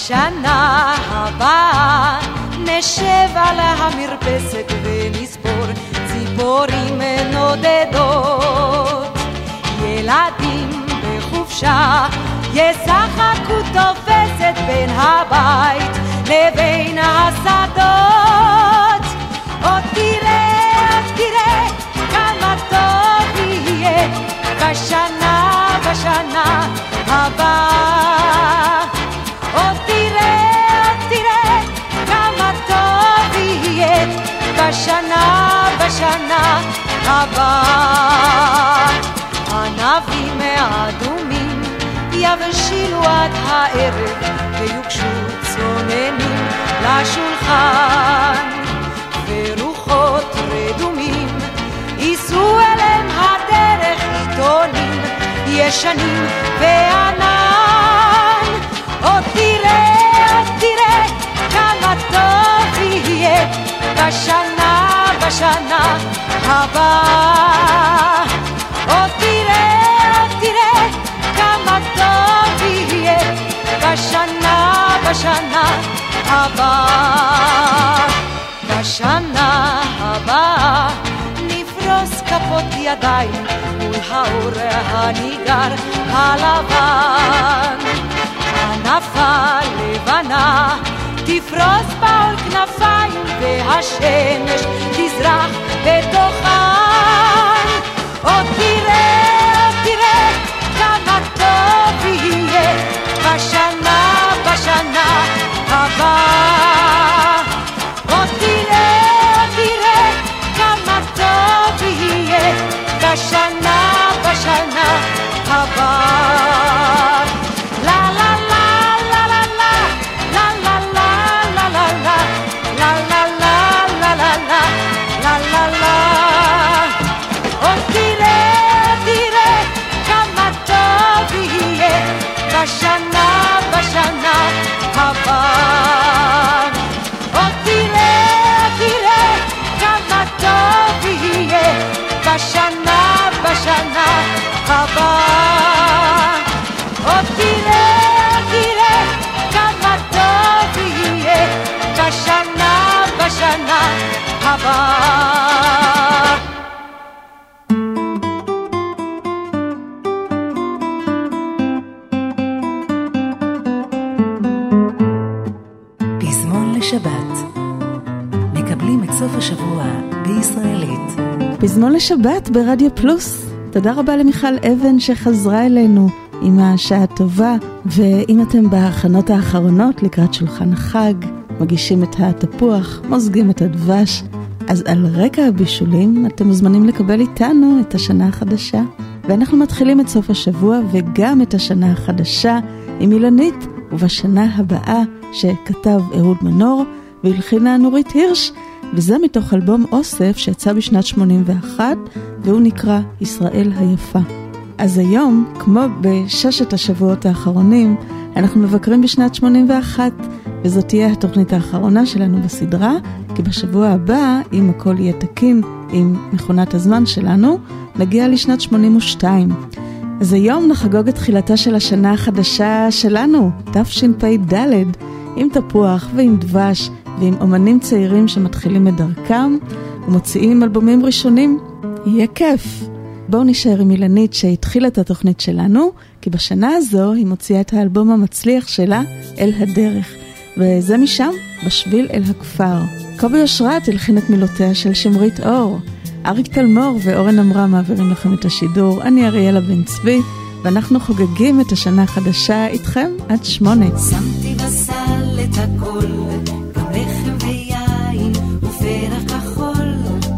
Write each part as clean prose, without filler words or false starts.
בשנה הבאה נשב על המרפסת ונספור ציפורים נודדות. ילדים בחופשה ישחקו תופסת בין הבית לבין השדות. עוד תראה כמה טוב יהיה בשנה הבאה. עוד תראה כמה טוב יהיה בשנה הבאה. ענבים האדומים יבשילו עד הערב ויוגשו צוננים לשולחן, ורוחות רדומים ייסעו אליהם הדרך עיתונים ישנים וענן. עוד תראה כמה טוב יהיה בשנה הבאה. עוד תראה כמה טוב יהיה בשנה הבאה. בשנה הבאה נפרוס כפות ידיים מול האור הניגר הלבן. ענפה לבנה תפרוס בעול כנפיים והשמש תזרח בתוכן. עוד תראה כמה טוב יהיה בשנה הבאה. עוד תראה כמה טוב יהיה בשנה הבאה. לה לה לה לה לה לה לה לה לה לה לה לה לה לה לה לה. עוד תראה כמה טוב יהיה בשנה הבאה. עוד תראה כמה טוב יהיה בשנה הבאה. עוד תראה כמה טוב יהיה בשנה הבאה. שבת. מקבלים את סוף השבוע בישראלית. פזמון לשבת ברדיו פלוס. תודה רבה למיכל אבן שחזרה אלינו עם השעה טובה. ואם אתם בהכנות האחרונות לקראת שולחן החג, מגישים את התפוח, מוזגים את הדבש, אז על רקע הבישולים אתם מוזמנים לקבל איתנו את השנה החדשה. ואנחנו מתחילים את סוף השבוע וגם את השנה החדשה עם אילנית ובשנה הבאה שכתב אהוד מנור והלחינה נורית הירש, וזה מתוך אלבום אוסף שיצא בשנת 81 והוא נקרא ישראל היפה. אז היום, כמו בששת השבועות האחרונים, אנחנו מבקרים בשנת 81 וזאת תהיה התוכנית האחרונה שלנו בסדרה, כי בשבוע הבא, אם הכל יהיה תקין עם מכונת הזמן שלנו, נגיע לשנת 82. אז היום נחגוג את תחילתה של השנה החדשה שלנו, תשפ"ד, עם תפוח ועם דבש ועם אומנים צעירים שמתחילים את דרכם ומוציאים אלבומים ראשונים. יהיה כיף. בואו נשאר עם אילנית שהתחילה את התוכנית שלנו, כי בשנה הזו היא מוציאה את האלבום המצליח שלה, אל הדרך. וזה משם, בשביל אל הכפר. קובי אושרת הלחין את מילותיה של שמרית אור. אריק תלמור ואורן אמרה מעבירים לכם את השידור. אני אריאלה בן צבי, ואנחנו חוגגים את השנה החדשה איתכם עד 8. שמתי בסל את הכל, גם לחם ויין ופרח כחול,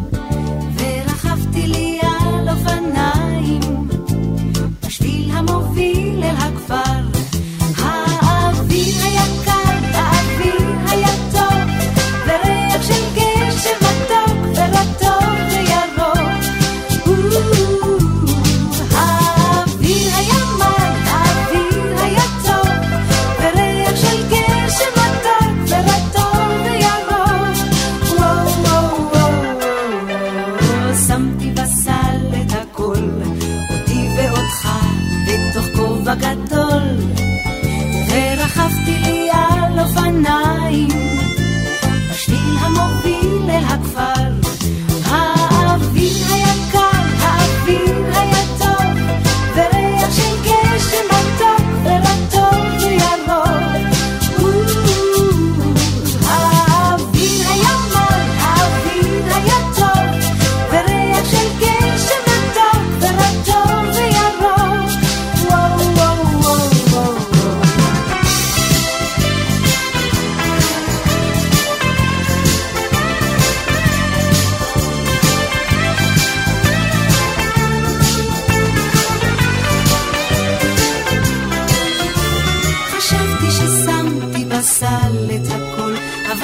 ורחבתי לי על אופניים בשביל המוביל אל הכפר. האוויר היה קר, האוויר היה טוב, וריח של גשם מתוק ורטוב וירוק. האוויר היה מר, האוויר היה טוב, וריח של גשם מתוק ורטוב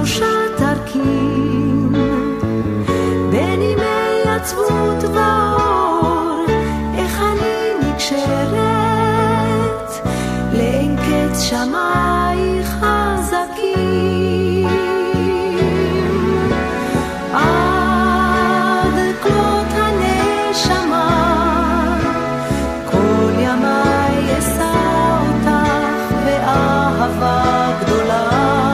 ראשה תרכין בין ימי עצבות ואור, איך אני נקשרת לאין קץ שמייך חזקים, עד כלות הנשמה כל ימי אשא אותך באהבה גדולה,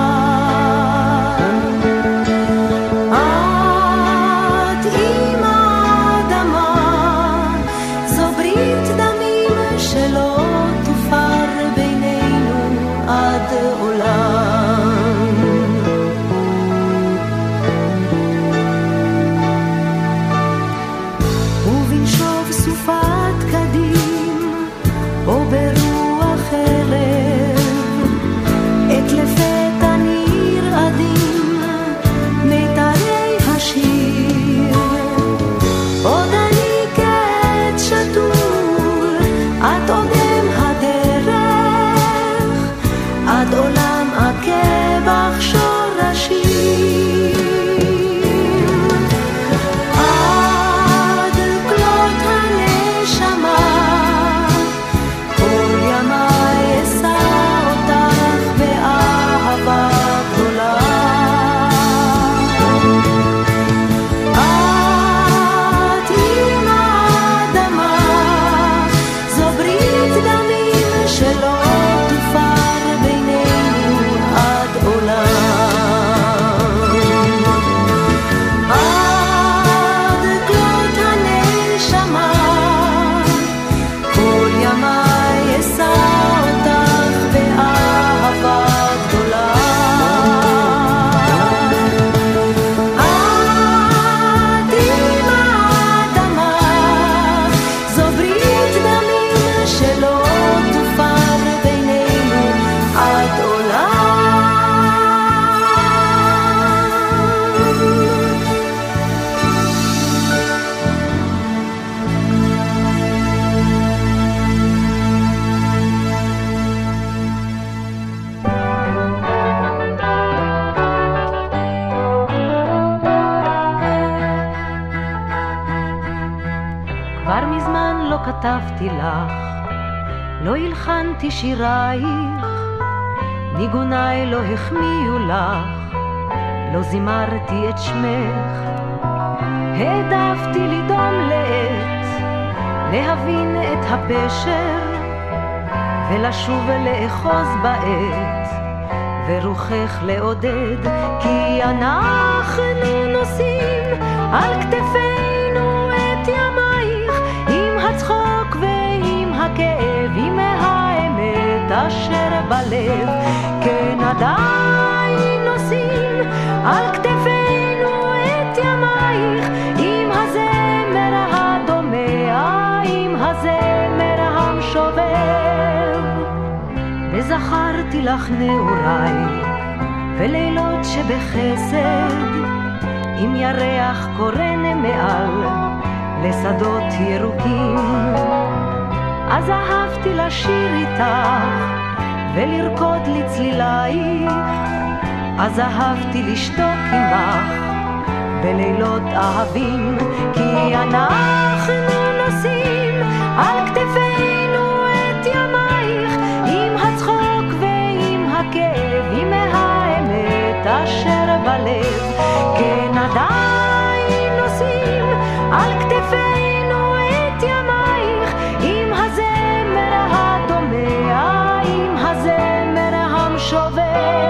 את עם האדמה, זו ברית דמים שלא תופר בינינו עד עולם. ובנשוב סופת קדים או ברוח ערב, את לפתע נרעדים מיתרי השיר, עוד אני כעת שתול, את עודם הדרך, עד עולם עקבך שורשים, עד כלות הנשמה כל ימי אשא אותך באהבה גדולה, את עם האדמה, זו ברית דמים שלא תופר בינינו עד עולם, עד כלות הנשמה כל ימי אשא אותך באהבה גדולה, את עם האדמה, זו ברית דמים שלא תופר בינינו עד עולם. כבר מזמן לא כתבתי לך, לא הלחנתי שירייך, ניגוניי לא החמיאו לך, לא זימרתי את שמך, העדפתי לדום לעת, להבין את הפשר, ולשוב לאחוז בעת, ורוחך לעודד, כי אנחנו נושאים על כתפינו את ימייך, עם הצחוק ועם הכאב, עם האמת אשר בלב, כן עדיין נושאים על כתפינו את ימייך, עם הזמר הדומע, עם הזמר המשובב. וזכרתי לך נעוריי ולילות שבחסד, עם ירח קורן מעל לשדות ירוקים, אז אהבתי לשיר איתך ולרקוד לצלילייך, אז אהבתי לשתוק עמך בלילות אהבים, כי אנחנו נושאים על כתפינו את ימייך, עם הצחוק ועם הכאב, עם האמת אשר בלב, כן עדיין נושאים על כתפינו את ימייך, עם הזמר הדומע, עם הזמר המשובב.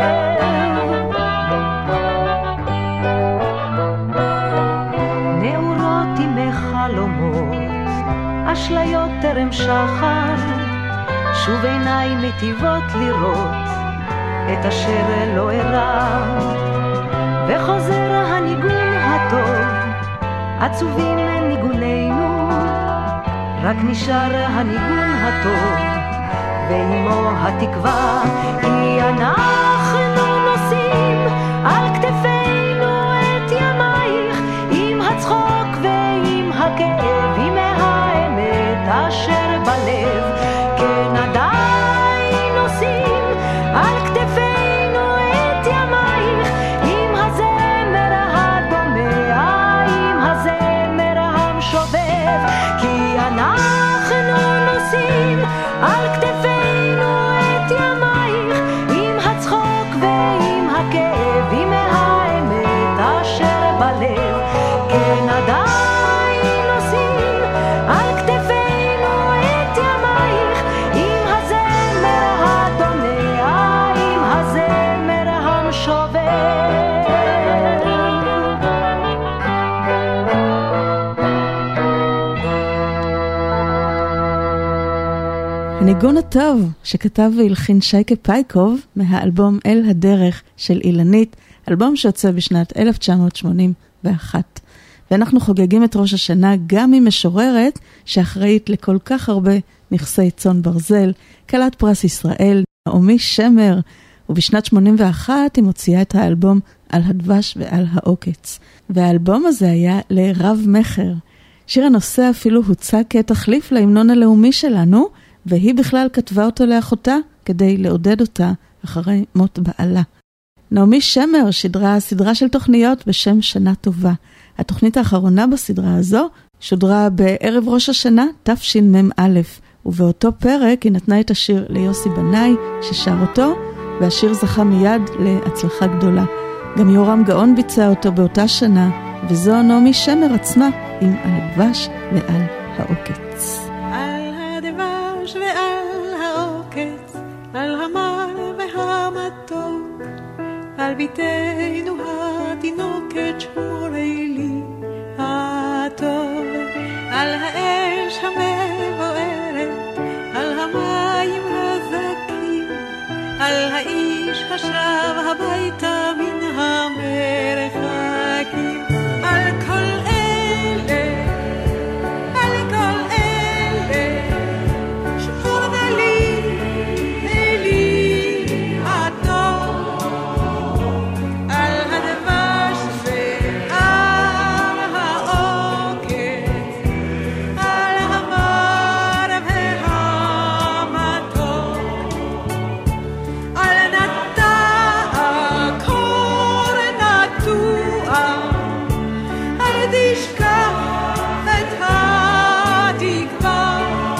נעורות עם חלומות, אשליות טרם שחר, שוב עיניי מטיבות לראות את אשר לא הראה, וחוזר הניגון הטוב, עצובים ניגוננו, רק נשאר הניגון הטוב, ועמו התקווה, כי אנחנו נושאים על כתפינו את ימייך, עם הצחוק ועם הכאב, עם האמת אשר בלב, כן עדיין נושאים על כתפינו את ימייך, הניגון הטוב שכתב והלחין שייקה פייקוב מהאלבום אל הדרך של אילנית, אלבום שיוצא בשנת 1981. ואנחנו חוגגים את ראש השנה גם עם משוררת שאחראית לכל כך הרבה נכסי צאן ברזל, כלת פרס ישראל, נעמי שמר, ובשנת 81 היא מוציאה את האלבום על הדבש ועל העוקץ. והאלבום הזה היה לרב מחר. שיר הנושא אפילו הוצא כתחליף להמנון הלאומי שלנו, והיא בכלל כתבה אותו לאחותה כדי לעודד אותה אחרי מות בעלה. נעמי שמר שידרה סדרה של תוכניות בשם שנה טובה. התוכנית האחרונה בסדרה הזו שודרה בערב ראש השנה תשמ"א, ובאותו פרק היא נתנה את השיר ליוסי בנאי ששר אותו, והשיר זכה מיד להצלחה גדולה. גם יורם גאון ביצע אותו באותה שנה, וזו נעמי שמר עצמה עם על הדבש ועל העוקץ. על הדבש ועל העוקץ, על המר והמתוק, על ביתנו התינוקת שמורי לי הטוב, על האש המבוערת, על המים הזכים, על האיש השב הביתה מן המרחקים, על כל אלה, על כל אלה, שמור נא לי, אלי הטוב, על הדבש ועל העוקץ, על המר והמתוק, על נטע קור נטוע, אל תשכח את התקווה,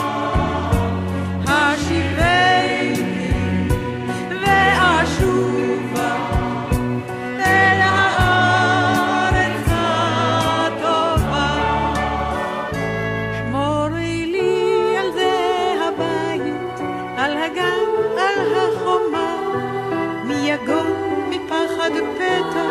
השיבני ואשובה אל הארץ הטובה. שמורי לי על זה הבית, על הגן, על החומה, מי יגון מפחד פתע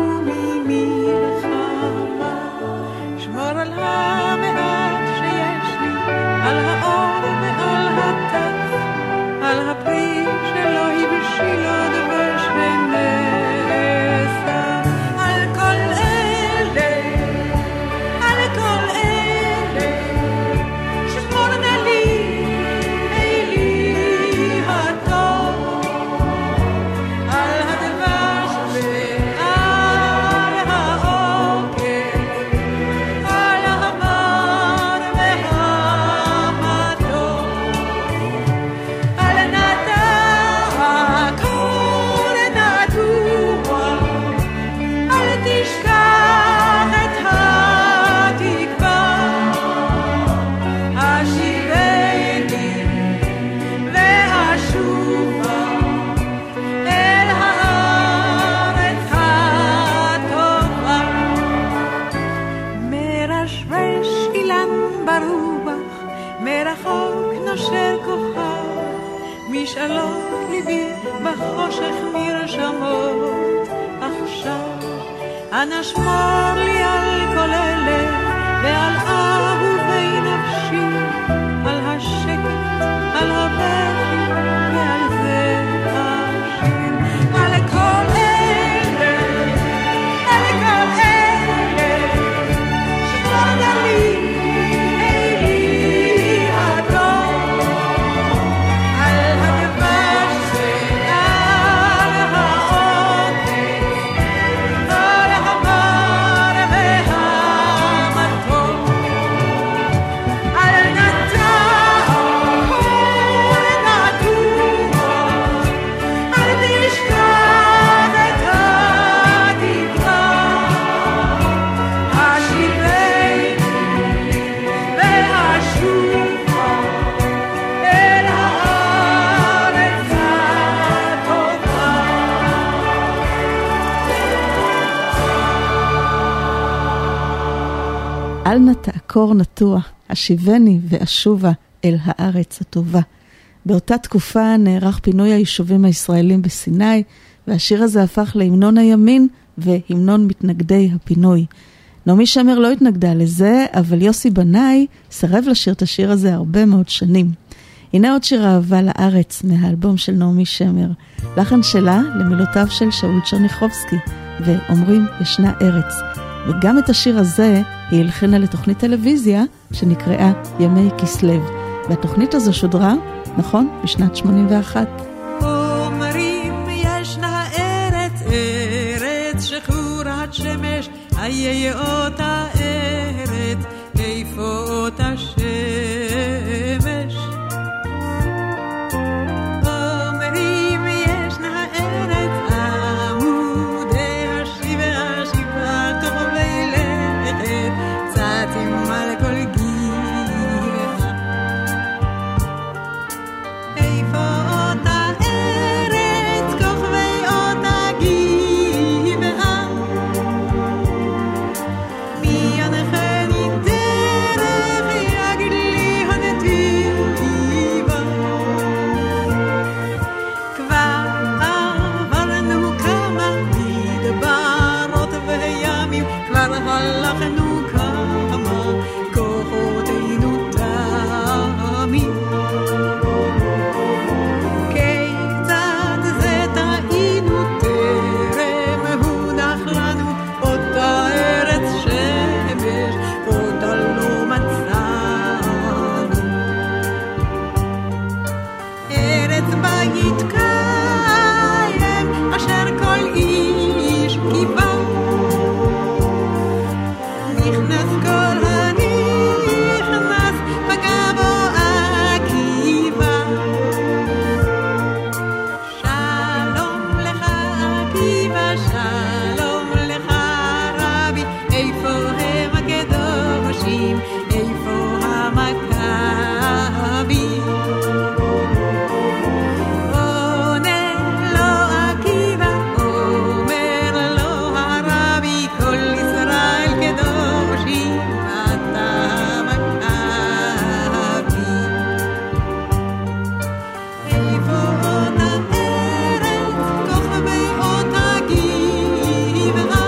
וממלחמה. שמור על המעט שיש לי, על האור ועל הטף, על הפרי שלא הבשילו דבש ונעשה, על כל אלה, על כל אלה, שמור נא לי, אלי הטוב, על הדבש ועל העוקץ, על המר והמתוק, על נטע קור נטוע, אל תשכח את התקווה, השיבני ואשובה אל הארץ הטובה. מרשרש אילן ברובך, מרחוק נושר כוכב, משאלות ליבי בחושך נרשמות עכשיו. אנא שמור לי על כל אלה ועל אהובי נפשי, על השקט, על הבכי ועל זה השיר, על כל אלה, על כל אלה, שמור נא לי, אלי הטוב, על הדבש ועל העוקץ, על המר והמתוק, על נטע קור נטוע, אל תשכח את התקווה, השיבני ואשובה אל הארץ הטובה. אל נא תעקור נטוע, השיבני ואשובה אל הארץ הטובה. באותה תקופה נערך פינוי היישובים הישראלים בסיני, והשיר הזה הפך להמנון הימין והמנון מתנגדי הפינוי. נעמי שמר לא התנגדה לזה, אבל יוסי בנאי סרב לשיר את השיר הזה הרבה מאוד שנים. הנה עוד שיר אהבה לארץ מהאלבום של נעמי שמר. לחן שלה למילותיו של שאול צ'רניחובסקי, ואומרים ישנה ארץ. וגם את השיר הזה היא הלחינה לתוכנית טלוויזיה שנקראה ימי כסלו. והתוכנית הזו שודרה, נכון, בשנת 81. אומרים ישנה ארץ, ארץ שחורת שמש, איה אותה ארץ, איפה אותה שמש. אומרים ישנה ארץ, עמודי השיבה טובי לכת, צצים על כל גבעה. איפה אותה ארץ, כוכבי אותה גבעה, מי ינחני דרך יגיד לי הנתיבה. כבר עברנו כמה מדברות וימים, כבר הלכנו כמה כוחותינו תמים. כיצד זה טעינו טרם הונח לנו אותה ארץ שמש, אותה לא מצאנו. ארץ בית קיים אשר כל איש קיבה, נכנס כל הנכנס פגע בו עקיבא. שלום לך עקיבא, שלום לך רבי, איפה הם הקדושים, איפה המכבי. עונה לו עקיבא, אומר לו הרבי, כל ישראל קדושים, אתה מכבי. איפה אותה ארץ, כוכבי אותה גבעה,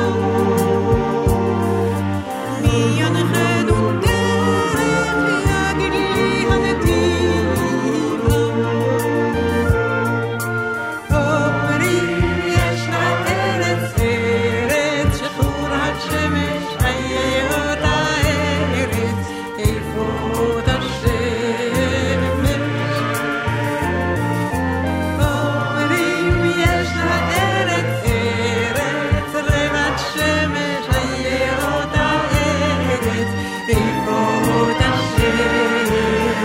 מי ינחנו דרך יגיד לי הנתיבה. אומרים ישנה ארץ, ארץ שחורת שמש, איה אותה ארץ, איפה אותה שמש. אומרים ישנה ארץ, ארץ רבת שמש, איה אותה ארץ, איפה אותה שמש.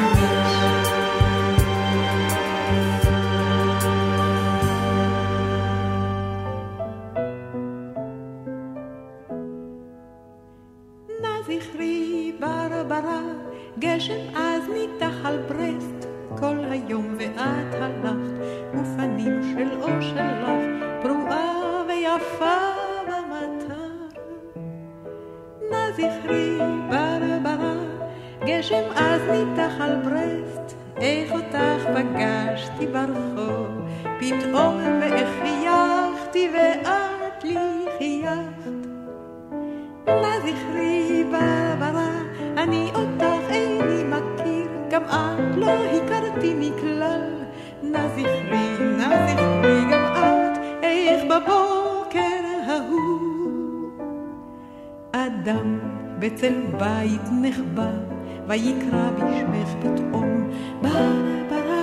נא זכרי ברברה, גשם אז ניתח על ברסט, כל היום ואת הלכת, ופנים של אור שלך, פרועה ויפה במטר. נא זכרי ברברה, גשם אז ניתח על ברסט, איך אותך פגשתי ברחוב, פתאום ואיך חייכתי ואת לי חייכת. נא זכרי ברברה, אני אותך איני מכיר, גם את לא הכרתי מכלל. נא זכרי גם את, איך בבוקר ההוא אדם בצל בית נחבא, ויקרא בשמך פתאום ברברה.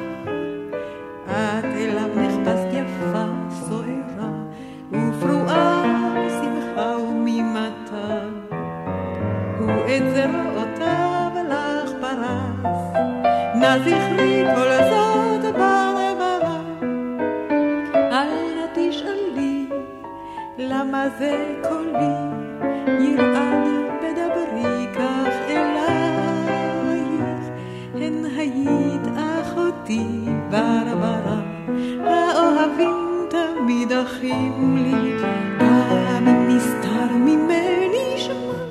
את אליו נחפשת יפה סוערה, ופרועה שמחה וממתה, הוא את זרועותיו לך פרס. נא זכרי כל זאת ברברה, אל נא תשאלי למה זה קולי, ירעני בדברי כך אלייך, הן היית אחותי ברברה, האוהבים תמיד אחים לי, גם אם נסתר ממני שמם.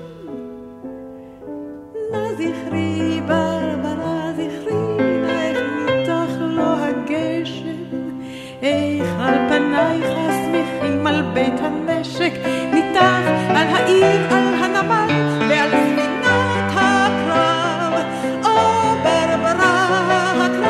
נא זכרי ברברה, זכרי איך ניתח לו הגשם, איך על פנייך השמחים על בית הנשק, ניתח על העיר, על הנמל ועל ספינת הקרב. או ברברה הקרב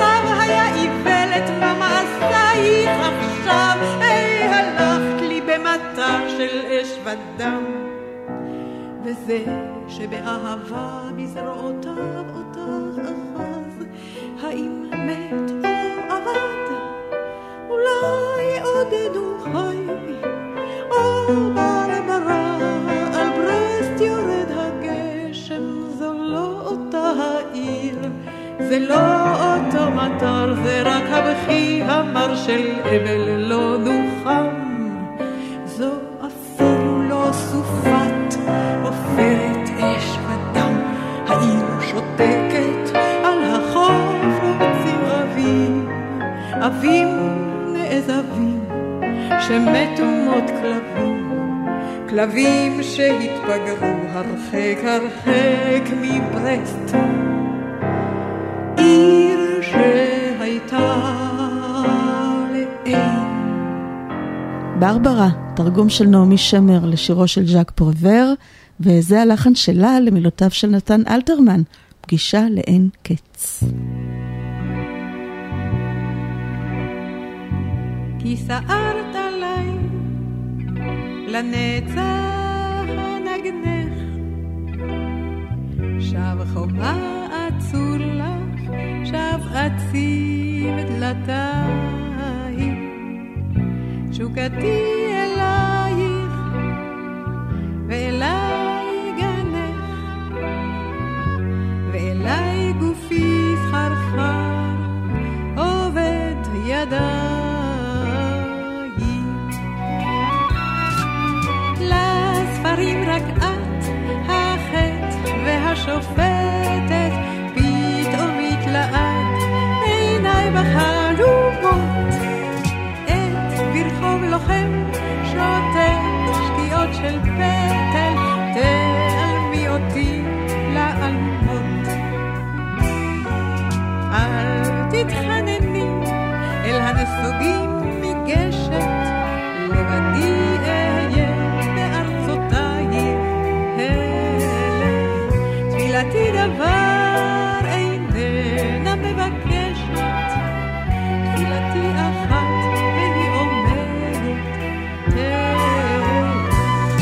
של אש ודם, וזה שבאהבה מזרועותיו אותך אחז, האם מת או עבד, אולי עודדו חי, או ברברה על ברסט יורד הגשם, זו לא אותה העיר, זה לא אותו מטר, זה רק הבכי המר של אבל לא נוחם, זו אפילו לא סופת עופרת אש ודם, העיר שותקת על החוף רוצים אבים, אבים נעזבים שמתו מות כלבים, כלבים שהתפגרו הרחק הרחק מברסט, עיר שהייתה לעין. ברברה, תרגום של נעמי שמר לשירו של ז'אק פרוור, וזה הלחן שלה למילותיו של נתן אלתרמן, פגישה לאין קץ. כי סערת עליי לנצח נגנך, שב חומה עצור לך, שב עציב דלתייך, שוקתי אלייך ואליי גנך, ואליי גופי סחרחר עובד ידייך, לספרים רק את החטא והשופטת, פתאום התלעת עיניי בחלומות, את ברחוב לוחם שוטט שקיעות של פטל, תעלמי אותי לעלמות, אל תתחנני אל הנסוגים מגשת, לבדי אהיה בארצותייך הלך, תפילתי דבר איננה מבקשת, תפילתי אחת והיא אומרת תלך,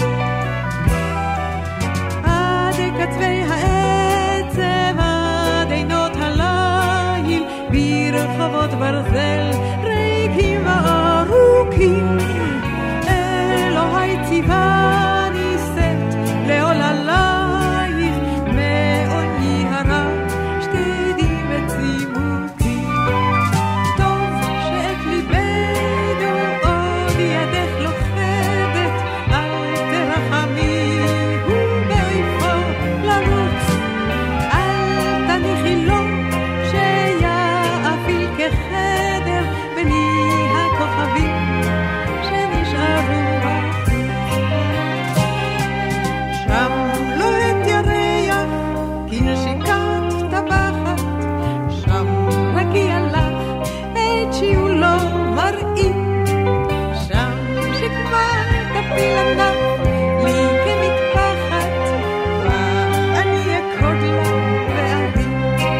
עד קצווי העצב עד עינות הליל, ברחובות ברזל ריקים וארוכים, אלוהי ציווה נישאת לעוללייך, מעוני הרע שתדעי וצימותי, טוב שאת ליבנו עוד ידך לוחדת, אל תרחמי ובאיפה לרוץ, אל תניחי לו שיאפיל כחדר בני הכוכבים שנשארו בחוץ, שם לא את ירח כנשיקת טבחת, שם רגיע לך את שיעולו מראים, שם שכבר תפיל ענף לי כמטפחת, ואני אקוד לה ועדים,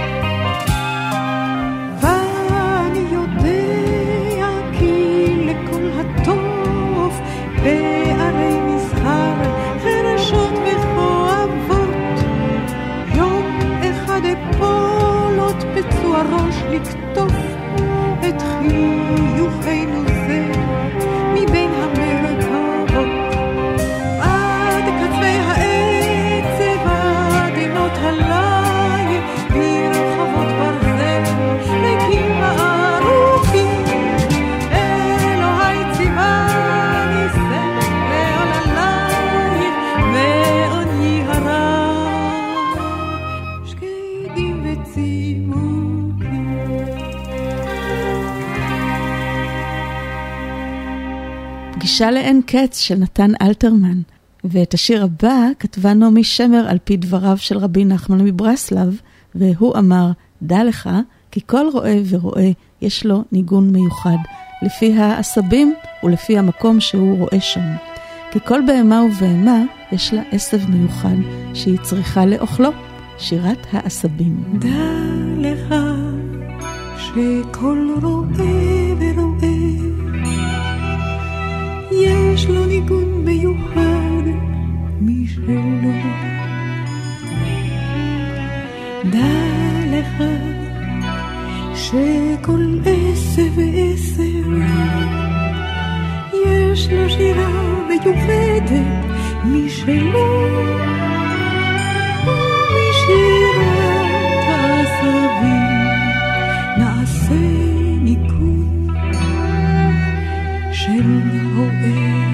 ואני יודע כי לכל הטוב בערי מסחר חרשות וכואבות, יום אחד אפולות פצוע ראש לקטוף את חיוכנו זה מבין המרכבות, עד קצווי העצב עד עינות הליל, ברחובות ברזל ריקים וארוכים, אלוהי ציווה נישאת לעוללייך, מעוני הרע שקדים וצימוקים. פגישה לאין קץ של נתן אלתרמן, ואת השיר הבא כתבה נעמי שמר על פי דבריו של רבי נחמן מברסלב, והוא אמר, דע לך כי כל רואה ורואה יש לו ניגון מיוחד, לפי העשבים ולפי המקום שהוא רואה שם. כי כל בהמה ובהמה יש לה עשב מיוחד שהיא צריכה לאוכלו, שירת העשבים. דע לך שכל רואה ורואה יש יש לו ניגון מיוחד משלו. דע לך שכל 10 ו10 יש לו שירה מיוחדת משלו. ומשירת העשבים נעשה ניגון של אוהב.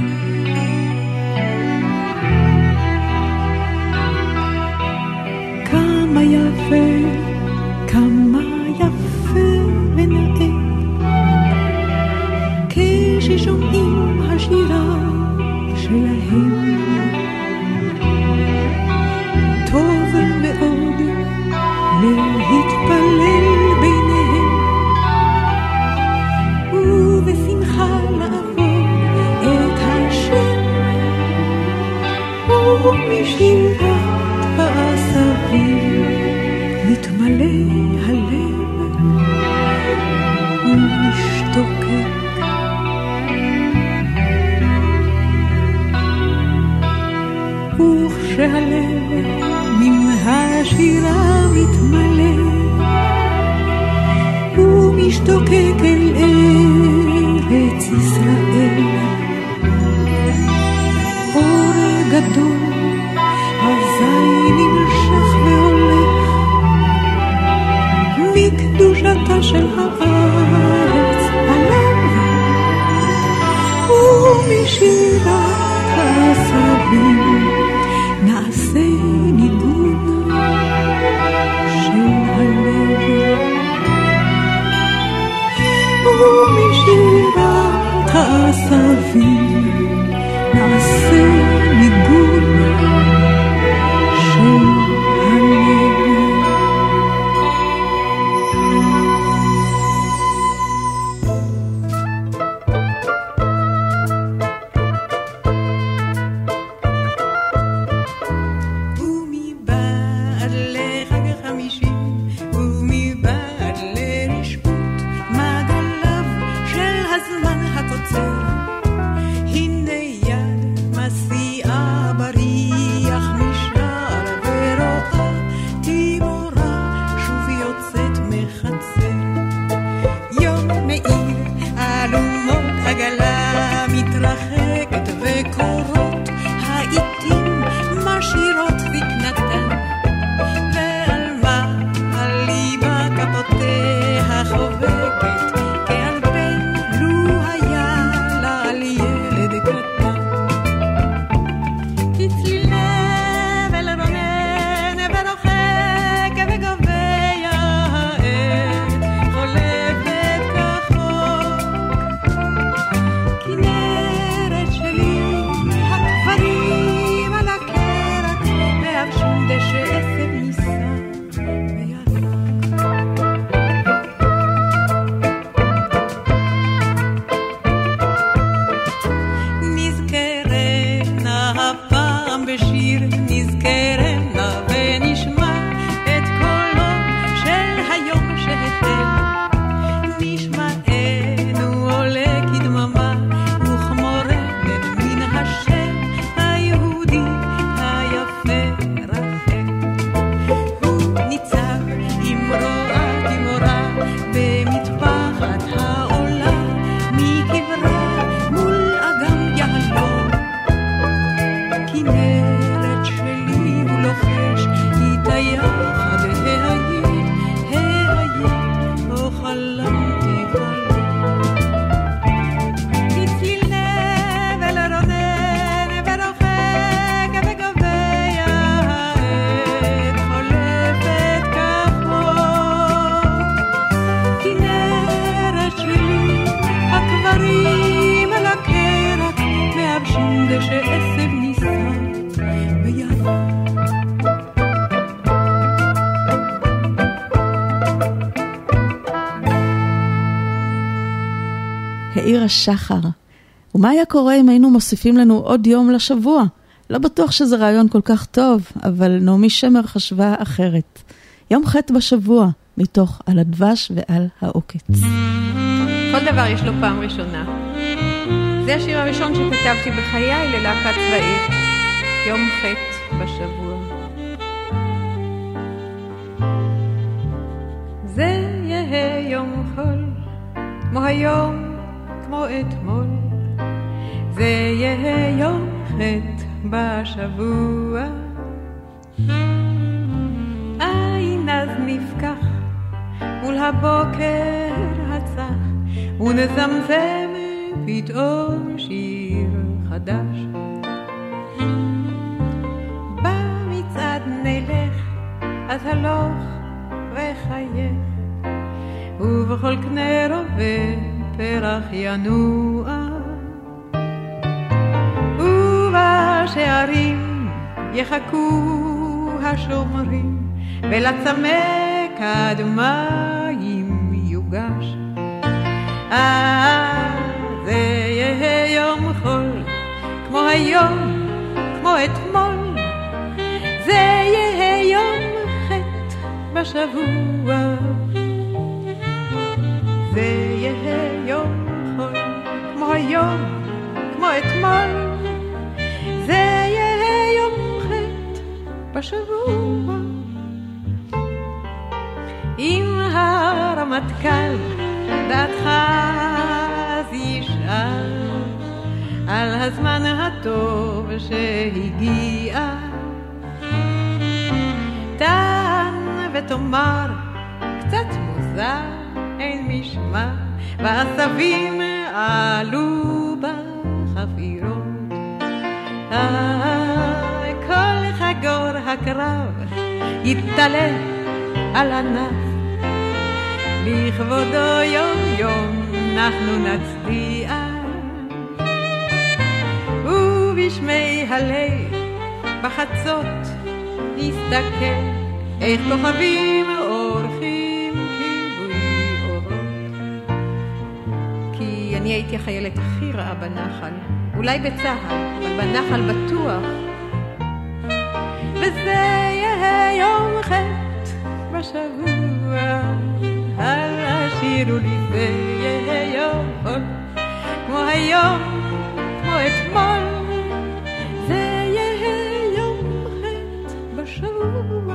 כמה יפה, כמה יפה ונאה כששומעים השירה שלהם. טוב מאוד להתפלל ביניהם ובשמחה לעבוד את השם. ומשירת העשבים מתמלא הלב ומשתוקק. וכשהלב מן השירה מתמלא ומשתוקק אל ארץ ישראל, אור גדול אזי נמשך והולך מקדושתה של הארץ עליו. ומשירת העשבים נעשה ניגון של הלב. ומשירת העשבים נעשה ניגון של הלב. העיר השחר. ומה היה קורה אם היינו מוסיפים לנו עוד יום לשבוע? לא בטוח שזה רעיון כל כך טוב, אבל נעמי שמר חשבה אחרת. יום ח' בשבוע, מתוך על הדבש ועל העוקץ. כל דבר יש לו פעם ראשונה. זה השיר הראשון שכתבתי בחיי ללהקה צבאית, יום ח' בשבוע. זה יהיה יום חול, כמו היום, כמו אתמול. זה יהיה יום ח' בשבוע. עין אז נפקח מול הבוקר הצח, ונזמזם פתאום שיר חדש. במצעד נלך, אז הלוך וחייך, ובכל קנה רובה פרח ינוע, ובשערים יחכו השומרים, ולצמא כד מים יוגש. זה יהיה יום חול, כמו היום, כמו אתמול. זה יהיה יום ח' בשבוע. זה יהיה יום חול, כמו היום, כמו אתמול. זה יהיה יום ח' בשבוע. אם הרמטכ"ל דעתך אז ישאל על הזמן הטוב שהגיע, תן ותאמר קצת מוזר אין משמע, והעשבים עלו בחפירות. כל חגור הקרב יתעלה על ענף, לכבודו יום יום אנחנו נצדיע, ובשמי הלב בחצות נסתכל איך כוכבים אורחים כיבוי אורות. כי אני הייתי החיילת הכי רעה בנחל, אולי בצהל, אבל בנחל בטוח. וזה יהיה יום ח' בשבוע. אל השירו לי זה יהיה יום חול, כמו היום, כמו אתמול. זה יהיה יום ח' בשבוע.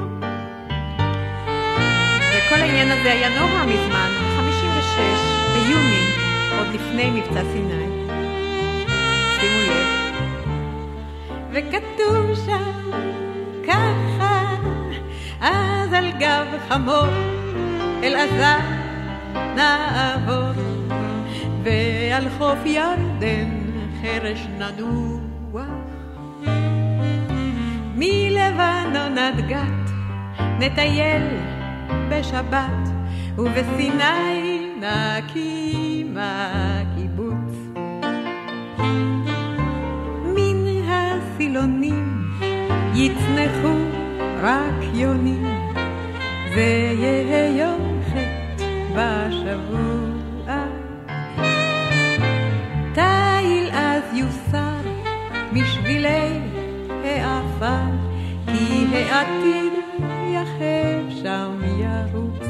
וכל העניין הזה היה נורא מזמן, 56 ביוני, עוד לפני מבצע סיני. שימו לב. וכתוב שם ככה, אז על גב חמור אל עזה נעבור, ועל חוף ירדן חרש ננוח, מלבנון עד גת נטייל בשבת, ובסיני נקים הקיבוץ. מן הסילונים יצנחו רק יונים, זה יהיה יום ח' בשבוע. תיל אז יוסר משבילי העפר, כי העתיד יחב שם ירוץ.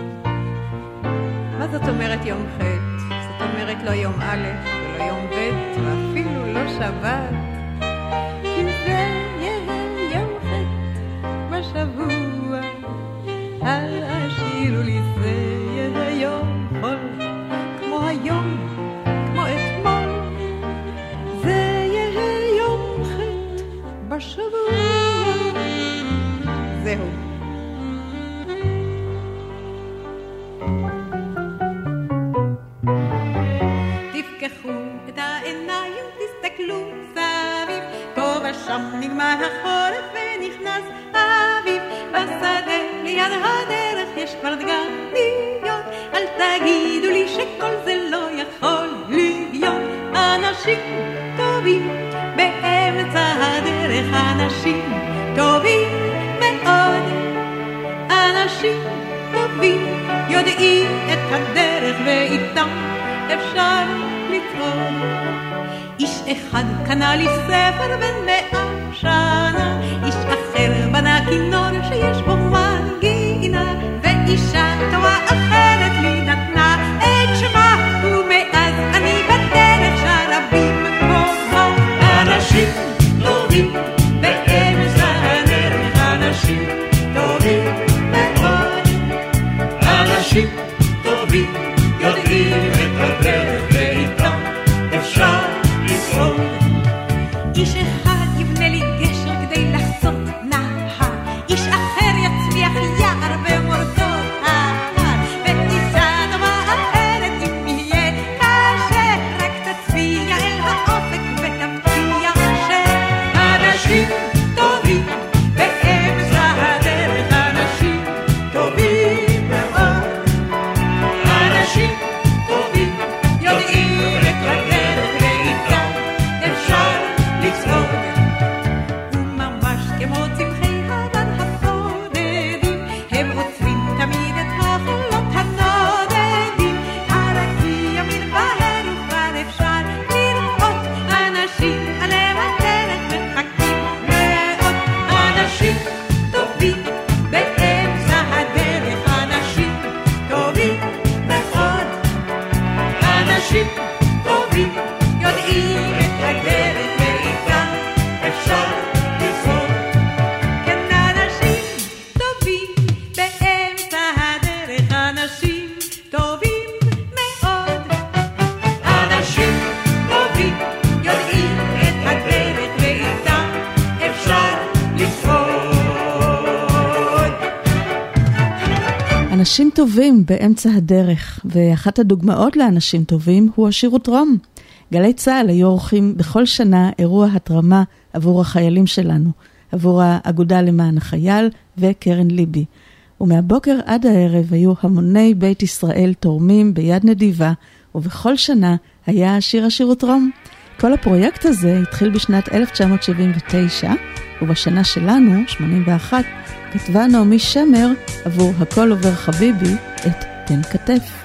מה זאת אומרת יום ח'? זאת אומרת לא יום א' ולא יום ב' ואפילו לא שבת, כי זה יהיה יום ח' בשבוע. אל השירו לי זה יהיה יום חול, כמו היום, כמו אתמול. זה יהיה יום ח' בשבוע. זהו. תפקחו את העיניים, תסתכלו סביב, פה ושם נגמר החורף ונכנס אביב. בשדה ליד הדרך יש כבר דגניות, אל תגידו לי שכל זה לא יכול להיות. אנשים טובים באמצע הדרך, אנשים טובים מאוד. אנשים טובים יודעים את הדרך ואיתם אפשר לצעוד. איש אחד קנה לי ספר בן 100 שנה, איש אחר בנה כינור שיש בו מנגינה, ואישה טובה אחרת לי נתנה את שמה, ומאז אני בדרך שרה בי אנשים טובים באמצע הדרך, ואחת הדוגמאות לאנשים טובים הוא השיר ותרום. גלי צהל היו עורכים בכל שנה אירוע התרמה עבור החיילים שלנו, עבור האגודה למען החייל וקרן ליבי. ומהבוקר עד הערב היו המוני בית ישראל תורמים ביד נדיבה, ובכל שנה היה השיר ותרום. כל הפרויקט הזה התחיל בשנת 1979, ובשנה שלנו, 81, כתבה נעמי שמר עבור הכל עובר חביבי את תן כתף.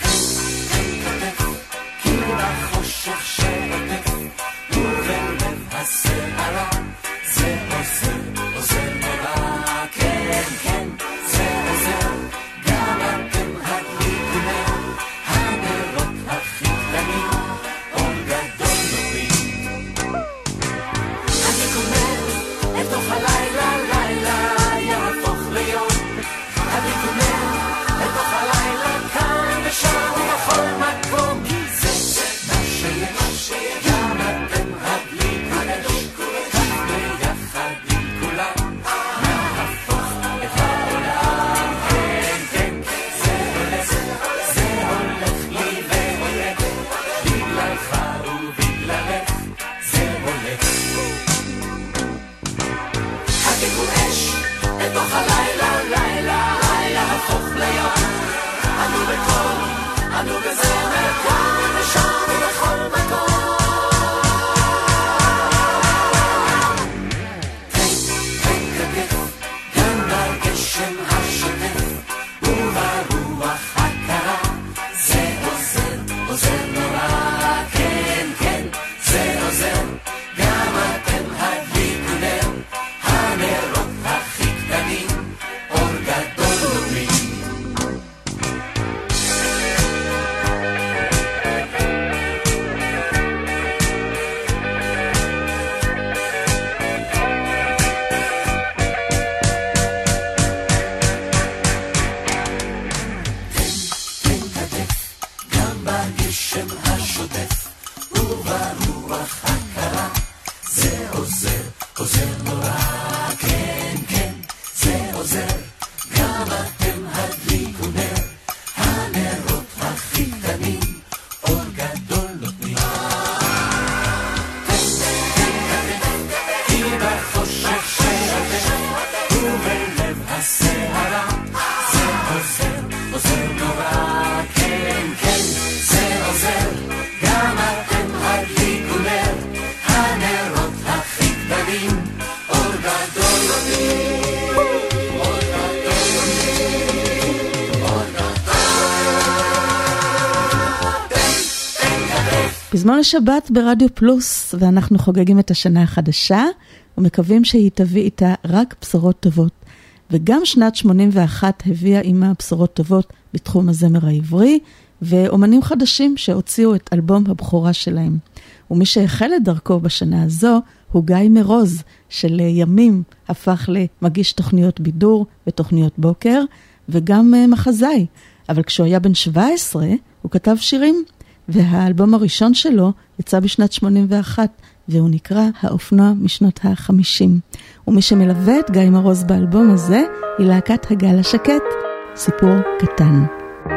פזמון לשבת ברדיו פלוס, ואנחנו חוגגים את השנה החדשה, ומקווים שהיא תביא איתה רק בשורות טובות. וגם שנת 81 הביאה עימה בשורות טובות בתחום הזמר העברי, ואומנים חדשים שהוציאו את אלבום הבכורה שלהם. ומי שהחל את דרכו בשנה הזו הוא גיא מרוז, שלימים הפך למגיש תוכניות בידור ותוכניות בוקר, וגם מחזאי. אבל כשהוא היה בן 17, הוא כתב שירים, והאלבום הראשון שלו יצא בשנת 81, והוא נקרא האופנוע משנות ה-50. ומי שמלווה את גיא מרוז באלבום הזה היא להקת הגל השקט, סיפור קטן.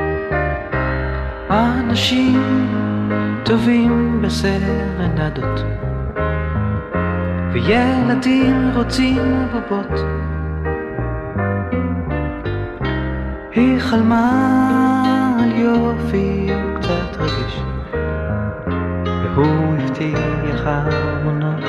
אנשים טובים בסרנדות, וילדים רוצים בובות. היא חלמה על יופי וקצת רגש, והוא הבטיח ארמונות.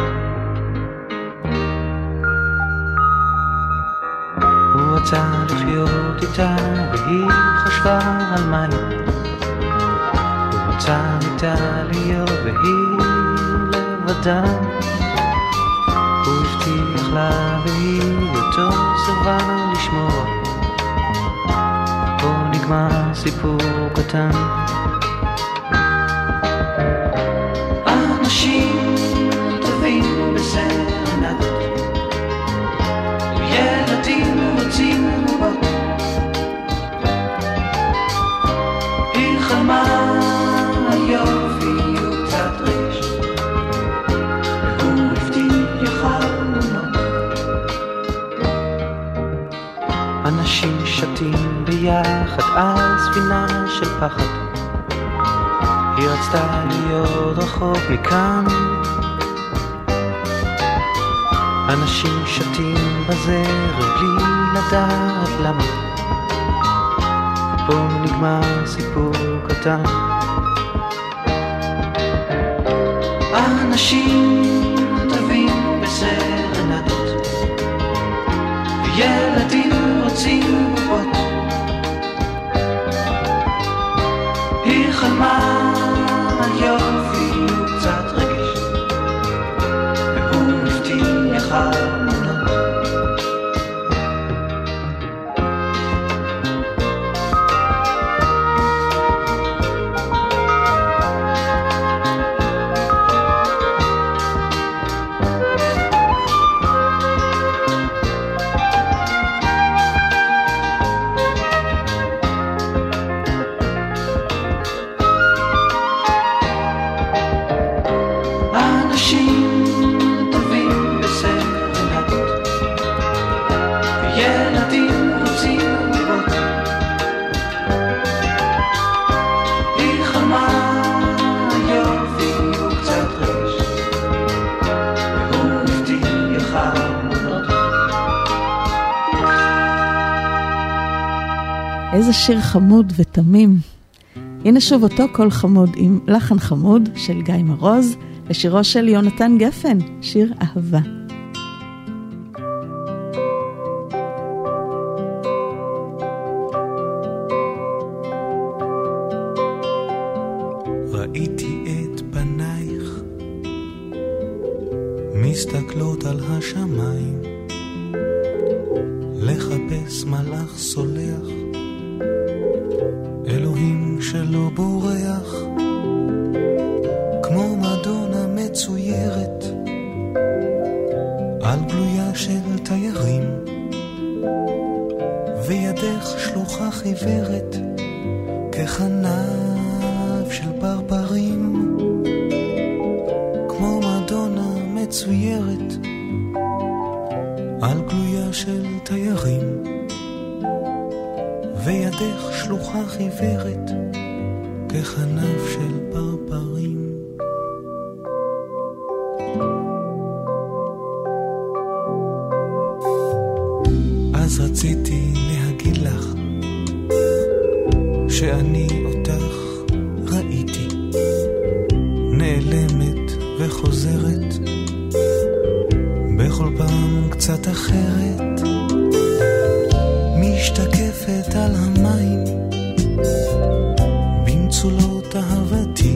הוא רצה לחיות איתה והיא חשבה על מים. הוא רצה איתה להיות והיא לבדה. הוא הבטיח לה והיא אותו סרבה לשמוע. פה נגמר סיפור קטן. אנשים טובים בסרנדות, ילדים רוצים בובות. היא חלמה על יופי וקצת רגש, והוא הבטיח חלומות. אנשים שתים ביחד יחד על ספינה של פחד. היא רצתה להיות רחוק מכאן. אנשים שתים בזרם בלי לדעת למה. פה נגמר סיפור קטן. אנשים טובים בסרנדות, ילדים רוצים בובות. היא חלמה על יופי וקצת רגש, והוא הבטיח ארמונות. איזה שיר חמוד ותמים. הנה שוב אותו קול חמוד עם לחן חמוד של גיא מרוז לשירו של יונתן גפן, שיר אהבה. ראיתי את פנייך מסתכלות על השמיים, לחפש מלאך סולח, אלוהים שלא בורח, כמו מדונה מצוירת על גלויה של תיירים, וידך שלוחה חיוורת ככנף של ברברים, כמו מדונה מצוירת על גלויה של תיירים, וידך שלוחה חיוורת ככנף של ברברים. אז רציתי להגיד לך שאני אותך ראיתי, נעלמת וחוזרת בכל פעם קצת אחרת, משתקפת על המים במצולות אהבתי,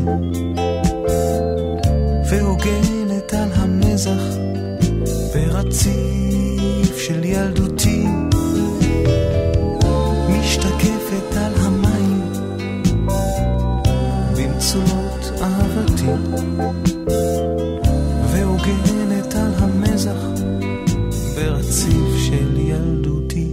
והוגנת על המזח ברציף של ילדותי, משתקפת על המים במצולות אהבתי, והוגנת על המזח ברציף של ילדותי.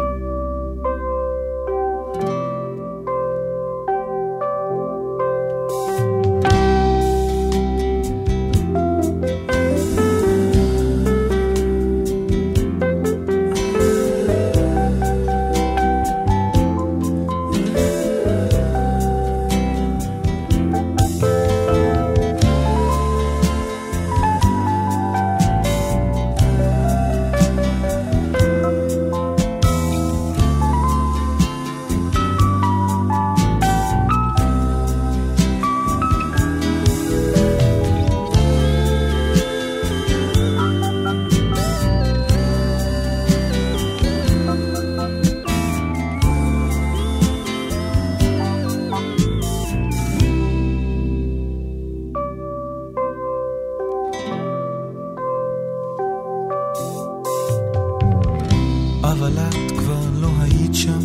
אבל את כבר לא היית שם,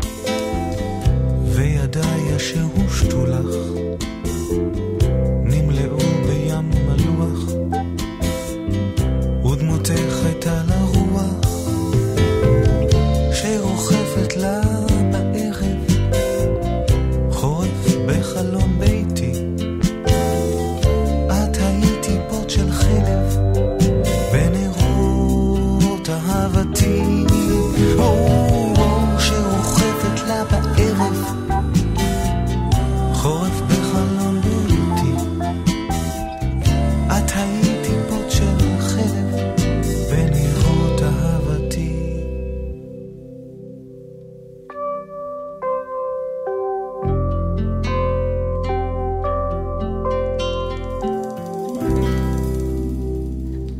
וידיי אשר הושטו לך נמלאו בים מלוח, ודמותך הייתה לרוח שרוחפת לה בערב, חורף בחלום ביתי. את הייתי פות של חלב בנרות אהבתי. Oh,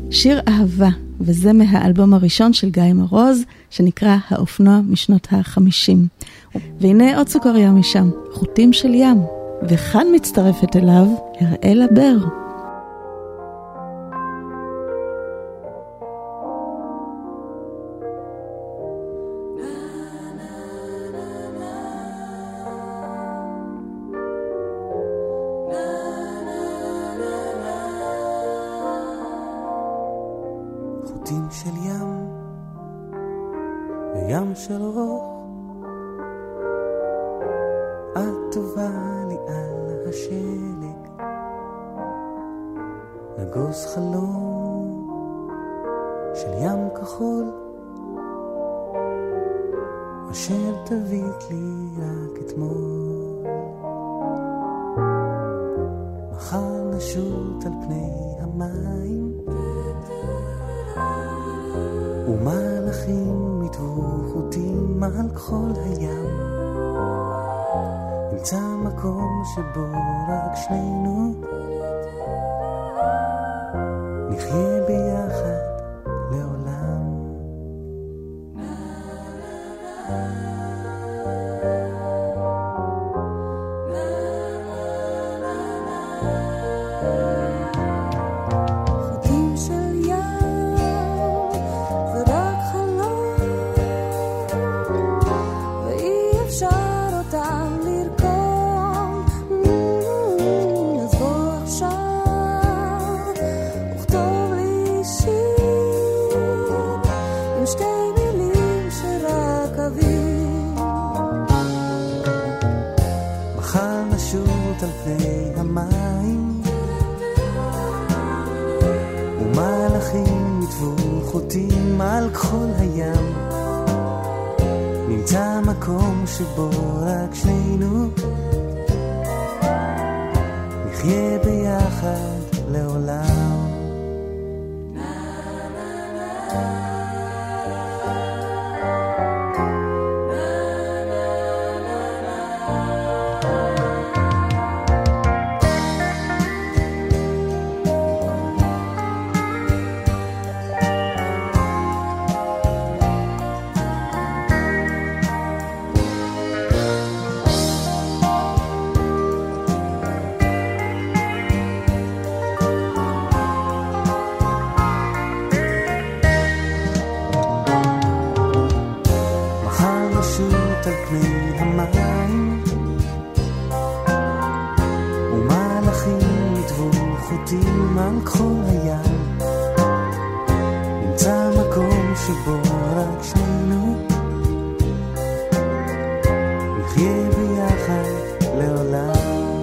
שיר אהבה, וזה מהאלבום הראשון של גיא מרוז, שנקרא האופנוע משנות ה-50. והנה עוד סוכריה משם, חוטים של ים. וכאן מצטרפת אליו הראלה בר. חוטים של ים וים של רוח, את טובה לי על השלג, נגוס חלום של ים כחול, אשר תבית לי רק אתמול. מחר נשוט על פני המים, ומלאכים יטבו חוטים על כחול הים. נמצא מקום שבו רק שנינו נחיה ביחד לעולם. חוטים של ים זה רק חלום, ואי אפשר אותם לרקום. אז בוא עכשיו וכתוב לי שיר עם שתי מילים שרק אבין. מחר נשוט על פני המים, ומלאכים יטבו חוטים על כחול הים. נמצא מקום שבו רק שנינו נחיה ביחד לעולם. על פני המים, ומלאכים יטבו חוטים על כחול הים. נמצא מקום שבו רק שנינו נחיה ביחד לעולם.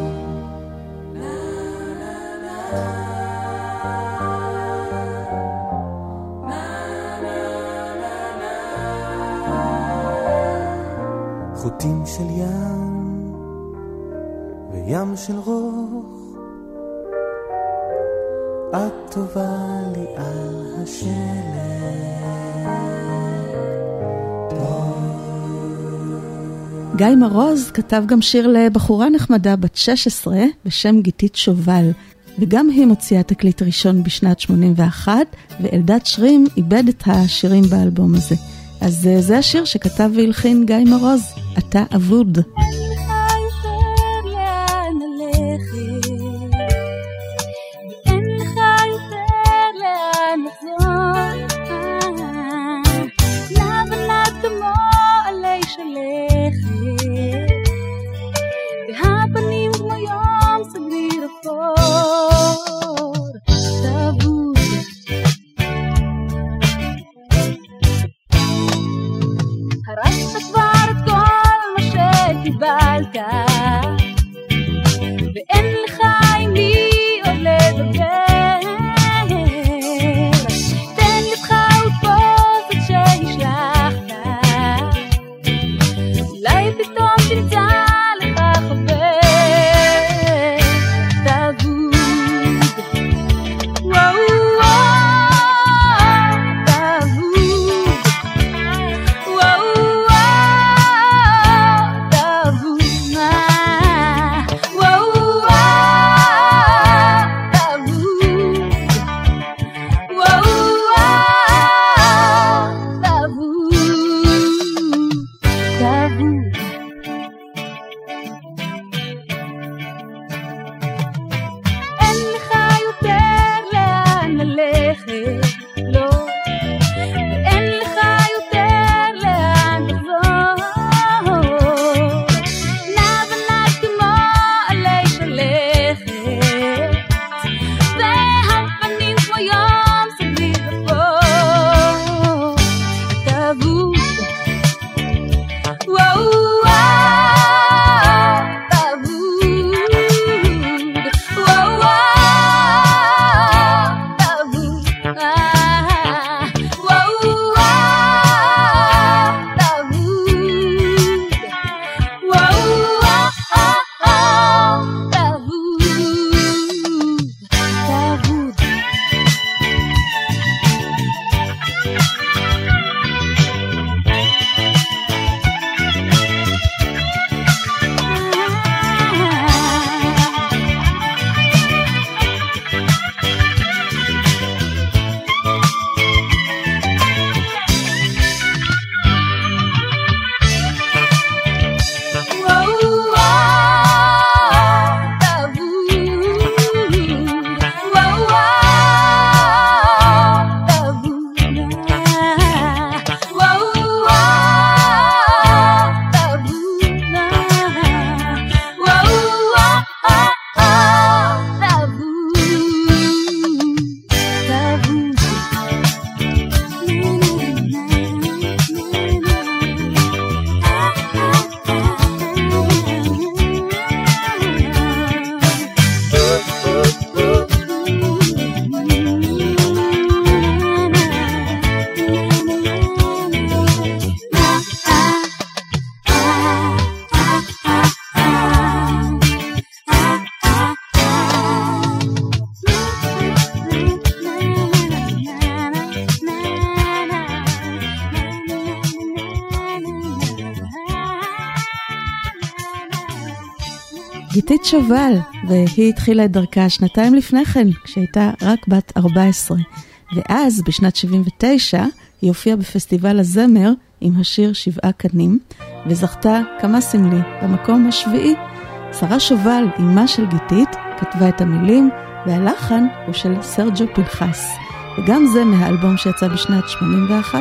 חוטים של ים וים של רוח, את טובה לי על השלג. גיא מרוז כתב גם שיר לבחורה נחמדה בת 16 בשם גיתית שובל, וגם היא מוציאה תקליט ראשון בשנת 81, ואלדד שרים איבד את השירים באלבום הזה. אז זה השיר שכתב והלחין גיא מרוז, אתה אבוד. הרסת כבר את כל מה שקיבלת, לא, ואין לך יותר לאן לחזור. נע ונד כמו עלי שלכת, והפנים כמו יום סביב אפור. תבוד, וואו גיתית שובל, והיא התחילה את דרכה שנתיים לפני כן, כשהייתה רק בת 14. ואז, בשנת 79, היא הופיעה בפסטיבל הזמר עם השיר 7 קנים, וזכתה כמה סמלי במקום השביעי. שרה שובל, אמה של גיתית, כתבה את המילים, והלחן הוא של סרג'ו פנחס. וגם זה מהאלבום שיצא בשנת 81.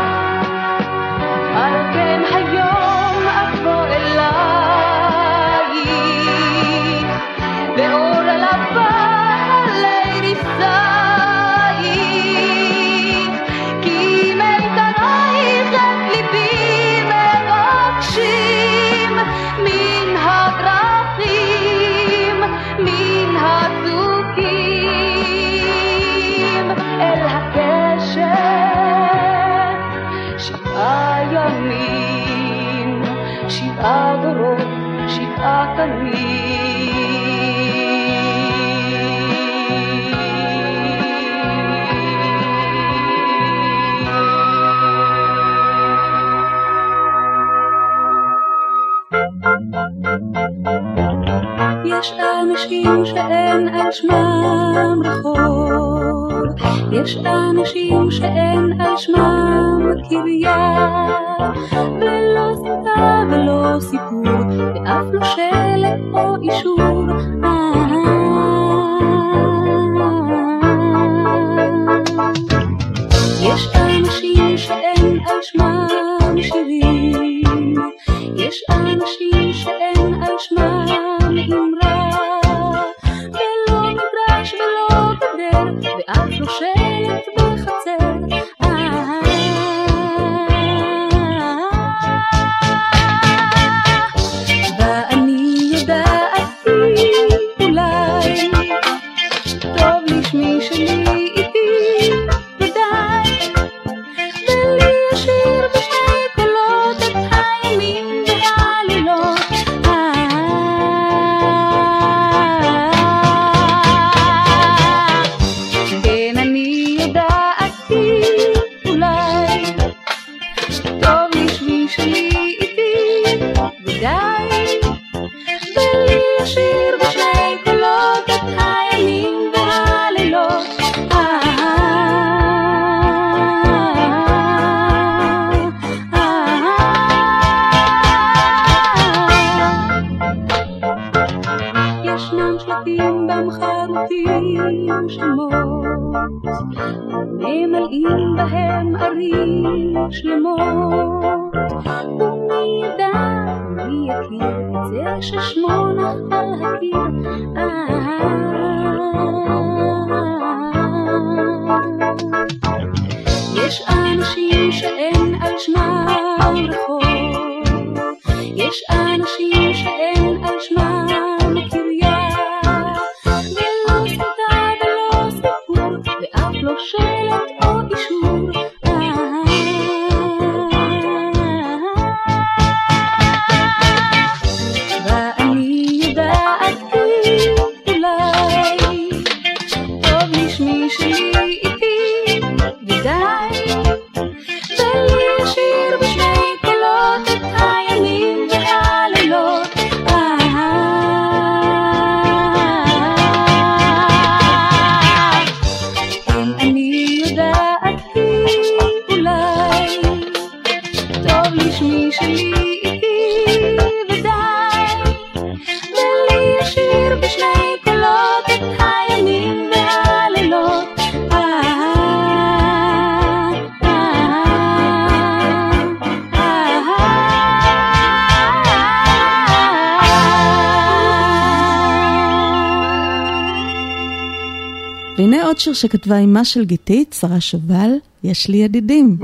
על כן היום אבוא אלייך רק אני. יש אנשים שאין על שמם רחוב, יש אנשים שאין על שמם קריה, ולא סיפר ולא סיפור, ואף לא שלט או אישור. יש אנשים שאין על שמם שירים, יש אנשים שאין על שמם אמרה, ולא מגרש ולא גדר, ואף לא שלט בחצר. ואני יודעת אולי טוב לשמי שלי איתי ודי, ולי ישיר בשני קולות את הימים והלילות. כן, אני יודעת אולי טוב לשמי שלי איתי ודי, ולי ישיר בשני קולות את הימים והלילות. ישנם שלטים בם חרוטים שמות, ממלאים בהם ערים שלמות, ומי ידע מי יכיר את זה ששמו נח על הקיר. יש אנשים שאין על שמם רחוב, יש אנשים שאין על שמם קריה, ולא סתה ולא סיפור, ואף לא שלט או אישור. ואני יודעת אולי טוב לשמי שלי איתי ודי, ולי ישיר בשני קולות את הימים והלילות. כן, אני יודעת אולי טוב לשמי שלי איתי ודי, ולי ישיר בשני קולות את הימים והלילות. והנה עוד שיר שכתבה אימה של גיתית, שרה שובל, יש לי ידידים.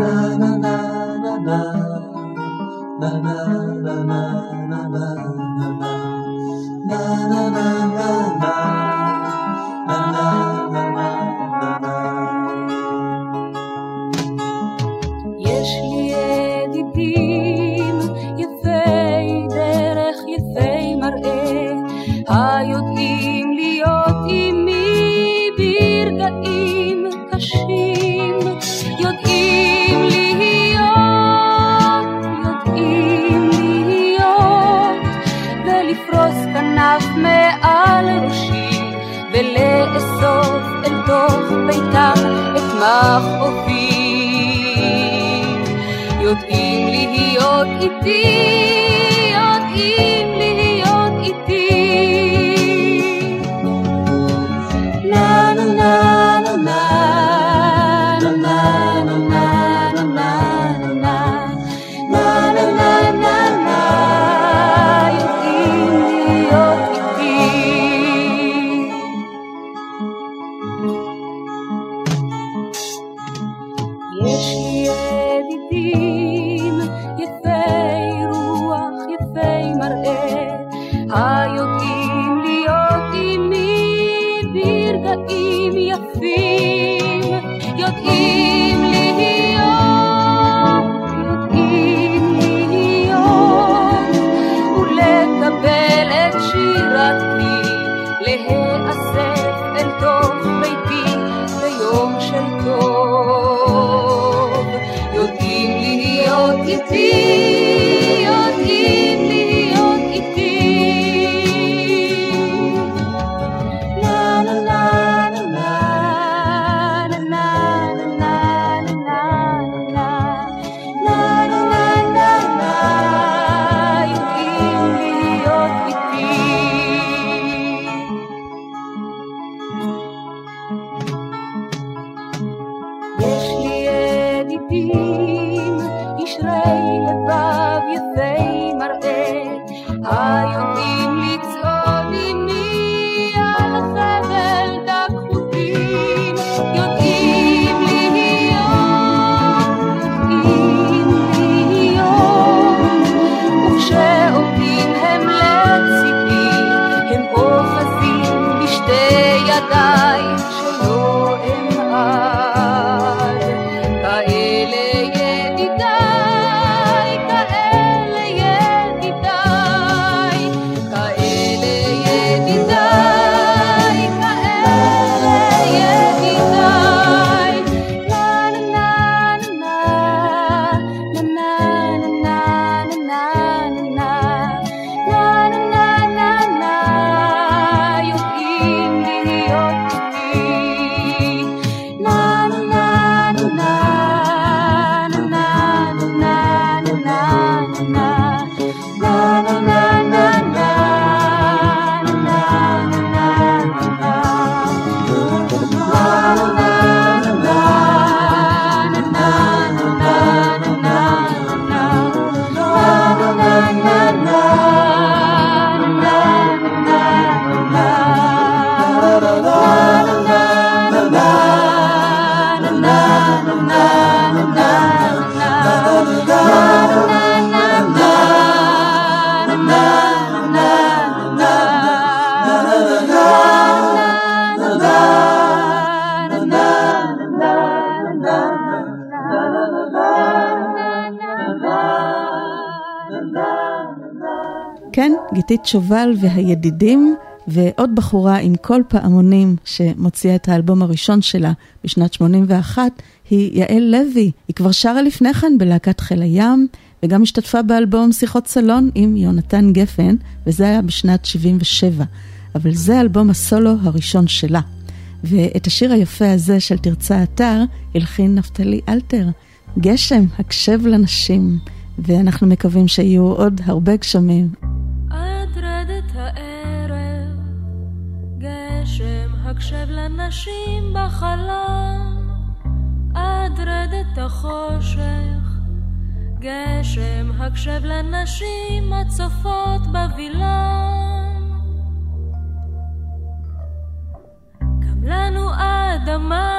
יש לי ידידים יפי דרך יפי מראה, היודעים להיות עימי ברגעים קשים, יודעים להיות ולפרוס כנף מעל ראשי, ולאסוף אל תוך ביתם את מכאובי. יודעים להיות איתי, יודעים להיות איתי. נה נה נה נה נה נה נה נה נה נה נה נה נה נה, יודעים להיות איתי. יש לי ידידים יפי רוח יפי מראה, היודעים להיות עימי ברגעים יפים, יודעים להיות ולקבל יודעים לצעוד עימי על חבל דק-חוטים, יודעים להיות, וכשעומדים הם לצידי, הם אוחזים בשתי ידיים שלא אמעד. כאלה ידידיי, כאלה ידידיי, כאלה ידידיי, כאלה ידידיי. נה נה נה נה נה נה נה נה נה נה נה, יודעים להיות איתי. נה נה נה נה כן, גיתית שובל והידידים, ועוד בחורה עם כל פעמונים שמוציאה את האלבום הראשון שלה בשנת 81, היא יעל לוי. היא כבר שרה לפני כן בלהקת חיל הים, וגם השתתפה באלבום שיחות סלון עם יונתן גפן, וזה היה בשנת 77. אבל זה אלבום הסולו הראשון שלה. ואת השיר היפה הזה של תרצה אתר, הלחין נפתלי אלתר, גשם, הקשב לנשים, ואנחנו מקווים שיהיו עוד הרבה גשמים. עד רדת הערב, גשם, הקשב לנשים בחלום, עד רדת החושך, גשם, הקשב לנשים הצופות בבילון. גם לנו אדמה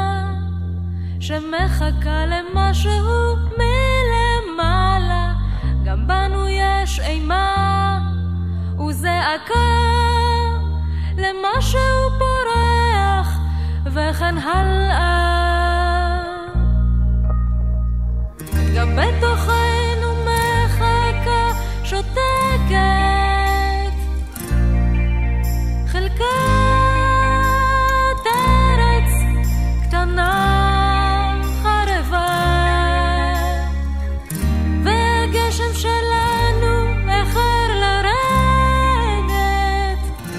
שמחכה למשהו מלמעלה, גם בנו יש אימה וזעקה למשהו פורח וכן הלאה. גם בתוכנו מחכה שותקת חלקת ארץ קטנה חרבה, והגשם שלנו אחר לרדת,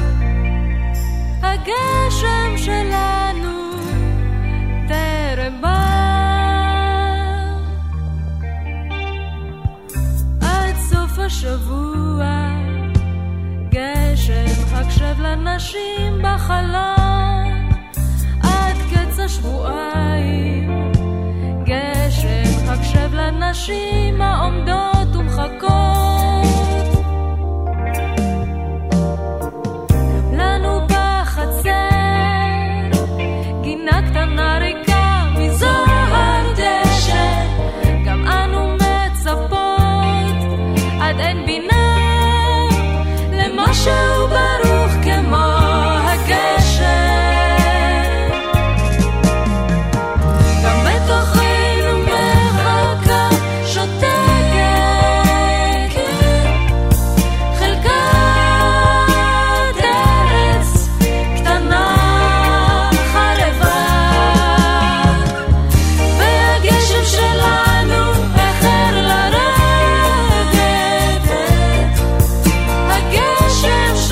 הגשם שלנו טרם בא. עד סוף השבוע גשם הקשב לנשים בחלום, עד קץ השבועיים גשם הקשב לנשים העומדות ומחכות. גם לנו בחצר גינה קטנה ריקה מזוהר דשא, גם אנו מצפות עד אין בינה למשהו ברוך כמו הגשם. גם בתוכנו מחכה שותקת חלקת ארץ קטנה חרבה, והגשם שלנו אחר לרדת, הגשם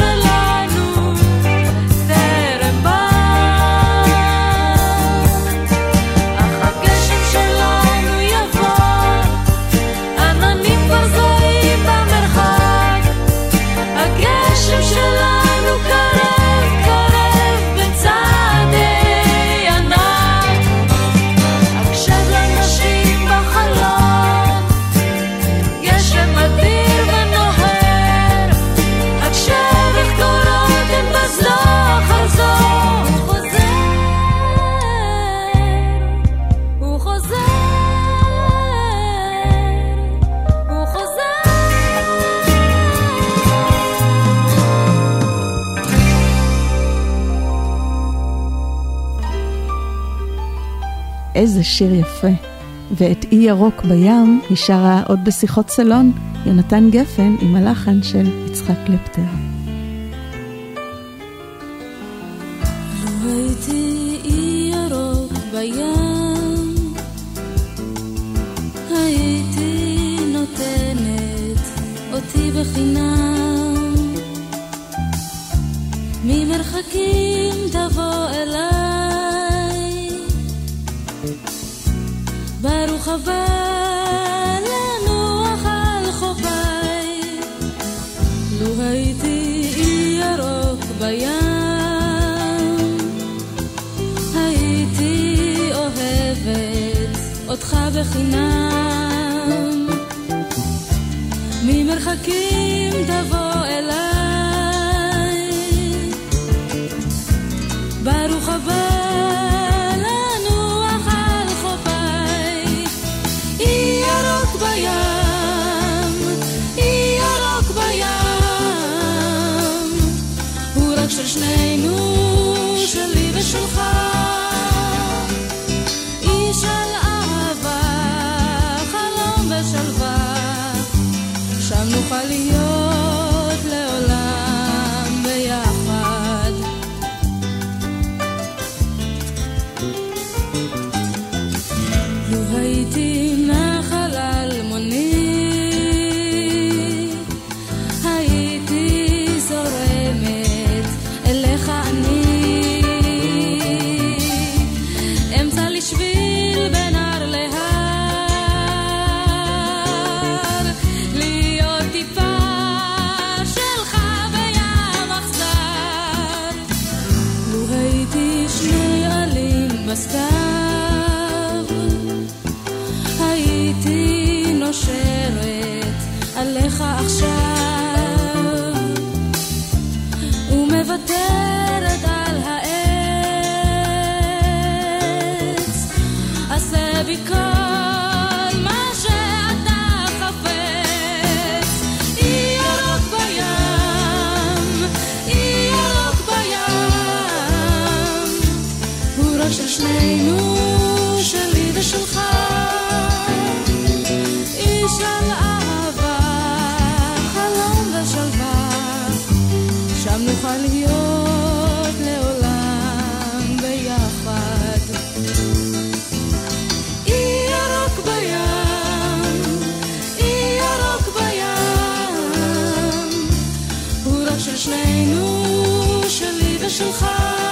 איזה שיר יפה. ואת אי ירוק בים היא שרה עוד בשיחות סלון, יונתן גפן עם הלחן של יצחק קלפטר. לו הייתי אי ירוק בים, הייתי נותנת אותי בחינם, ממרחקים תבוא אליי, ברוך הבא לנוח על חופיי. לו הייתי אי ירוק בים, הייתי אוהבת אותך בחינם, ממרחקים תבוא אליי, ברוך הבא לנוח על חופיי. אי ירוק בים, אי ירוק בים, הוא רק של שנינו, שלי ושלך, אי של אהבה, חלום ושלווה, שם נוכל להיות לעולם ביחד. לו הייתי נחל אלמוני, הייתי זורמת אליך אני, אמצע לשביל בין הר להר, להיות טיפה שלך בים אכזר. לו הייתי שני עלים בסתיו, הייתי נושרת עליך עכשיו, ומוותרת על העץ, עשה בי כל מה שאתה חפץ. אי ירוק בים, אי ירוק בים, הוא רק של שנינו, שלי ושלך, אי של אהבה, חלום ושלווה, שם נוכל להיות לעולם ביחד. אי ירוק בים, אי ירוק בים, הוא רק של שנינו, שלי ושלך,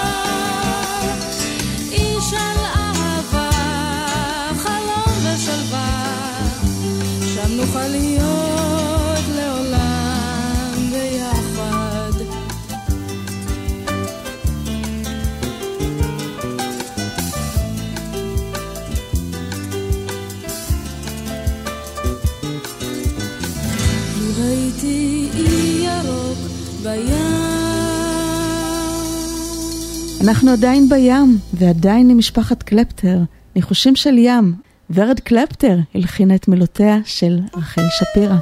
אי של אהבה, חלום ושלווה, שם נוכל להיות לעולם ביחד. לו הייתי אי ירוק בים. אנחנו עדיין בים, ועדיין עם משפחת קלפטר, ניחושים של ים. ורד קלפטר הלחינה את מילותיה של רחל שפירא.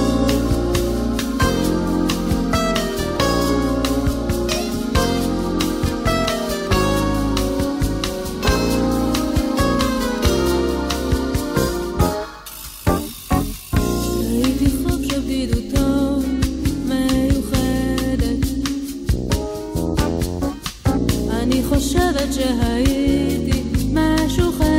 הייתי חוק שבדידותו מיוחדת, אני חושבת שהייתי משוחדת,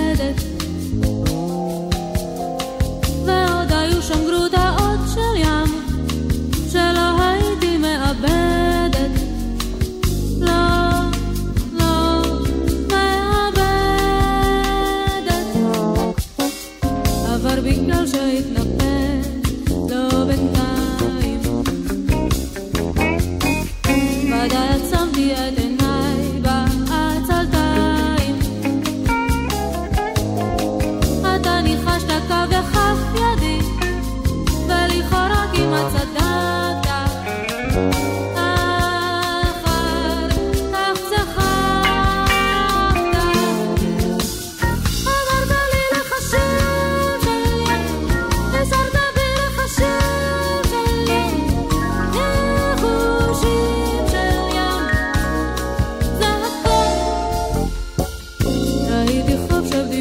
ועוד היו שם גרודאות של ים שלא הייתי מאבדת, לא, לא מאבדת, אבל בגלל שהתנפל לא בינתיים, ודאי עצמתי את עיניי בעצלתיים, אתה ניחשת קו יחף ידי, ולכאורה כמעט צדקת, אחר כך צחקת, אמרת לי לחשב שלי, הסרת בי לחשב שלי, ניחושים של ים, זה הכל. ראיתי חוף של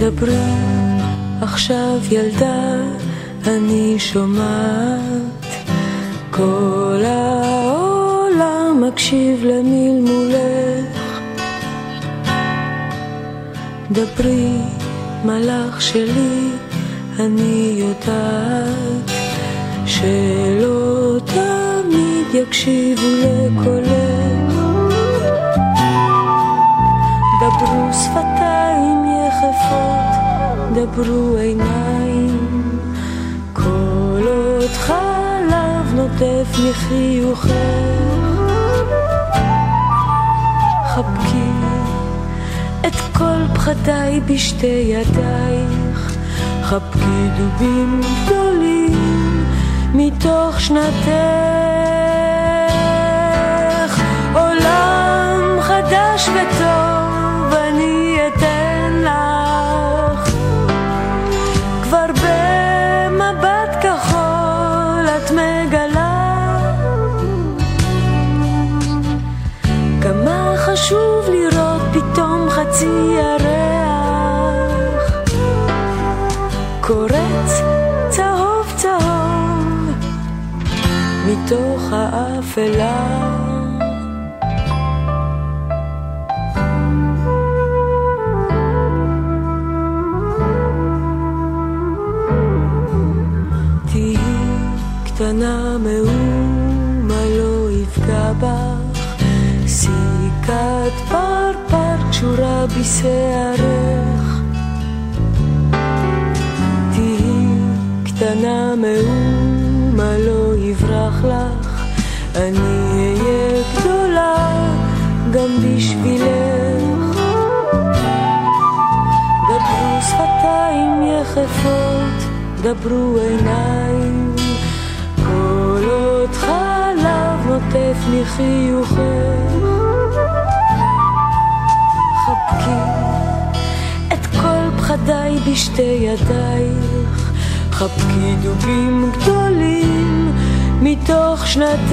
דברי עכשיו ילדה, אני שומעת, כל העולם מקשיב למלמולך. דברי מלאך שלי, אני יודעת שלא תמיד יקשיבו לקולך. דברו שפתיים יחפות, דברו עיניים, כל עוד חלב נוטף מחיוכך. חבקי את כל פחדיי בשתי ידייך, חבקי דובים גדולים מתוך שנתך. עולם חדש וטוב אני אתן לך, כבר במבט כחול את מגלה כמה חשוב לראות פתאום חצי ירח קורץ צהוב צהוב מתוך האפלה. קטנה מאומה לא יפגע בך, סיכת פרפר קשורה בשערך. תהי קטנה מאומה לא יברח לך, אני אהיה גדולה גם בשבילך. דברו שפתיים יחפות, דברו עיניים, כל עוד חלב נוטף מחיוכך. חבקי את כל פחדיי בשתי ידייך, חבקי דובים גדולים מתוך שנתך.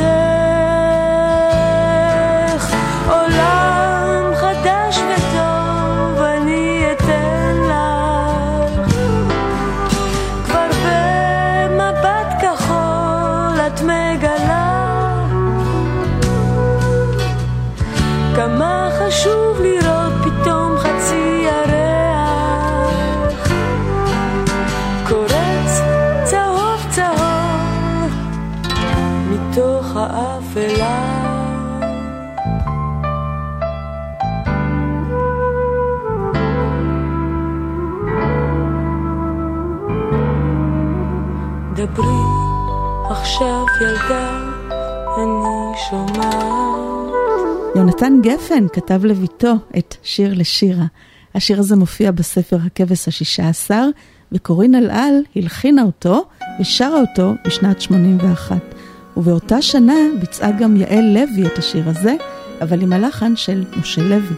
עולם חדש וטוב אני אתן לך, כבר במבט כחול את מגלה כמה חשוב לראות פתאום חצי ירח קורץ צהוב צהוב מתוך האפלה. דברי עכשיו ילדה, אני שומעת. יונתן גפן כתב לביתו את שיר לשירה. השיר הזה מופיע בספר הכבש ה-16, וקורין אלעל הלחינה אותו ושרה אותו בשנת 81. ובאותה שנה ביצעה גם יעל לוי את השיר הזה, אבל עם הלחן של משה לוי.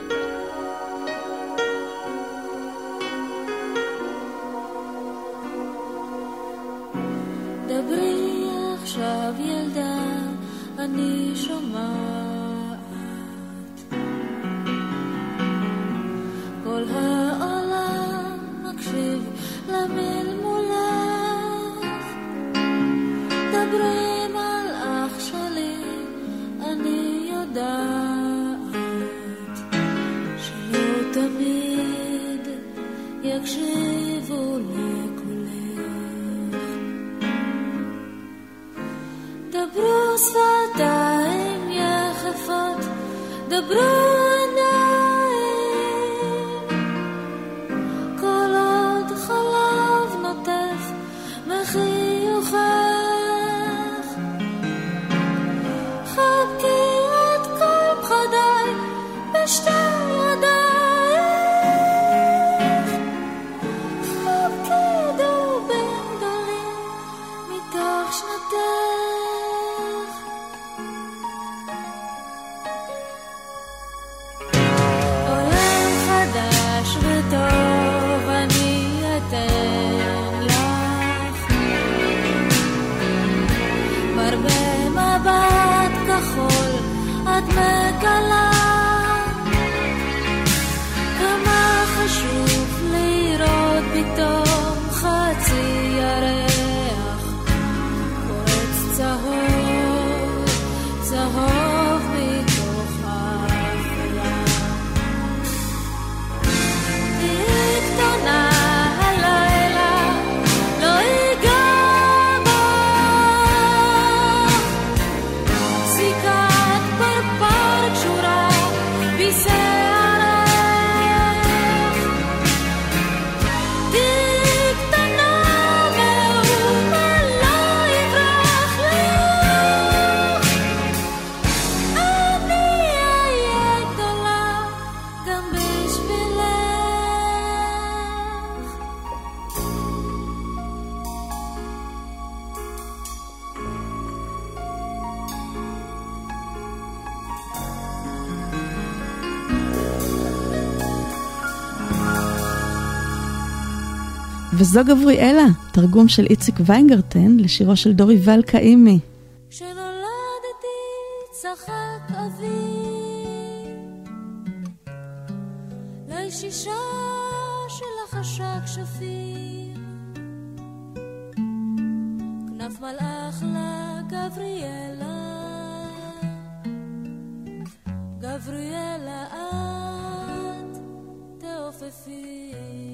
פתאום חצי ירח קורץ צהוב, צהוב מתוך האפלה. תהי קטנה הלילה, לא ייגע בך, סיכת פרפר קשורה בשערך. וזו גבריאלה, תרגום של איציק ויינגרטן לשירו של דוריבל קאימי. כשנולדתי צחק אבי, לישישה של החשק שפיר, כנף מלאך לה גבריאלה, גבריאלה את תעופפי.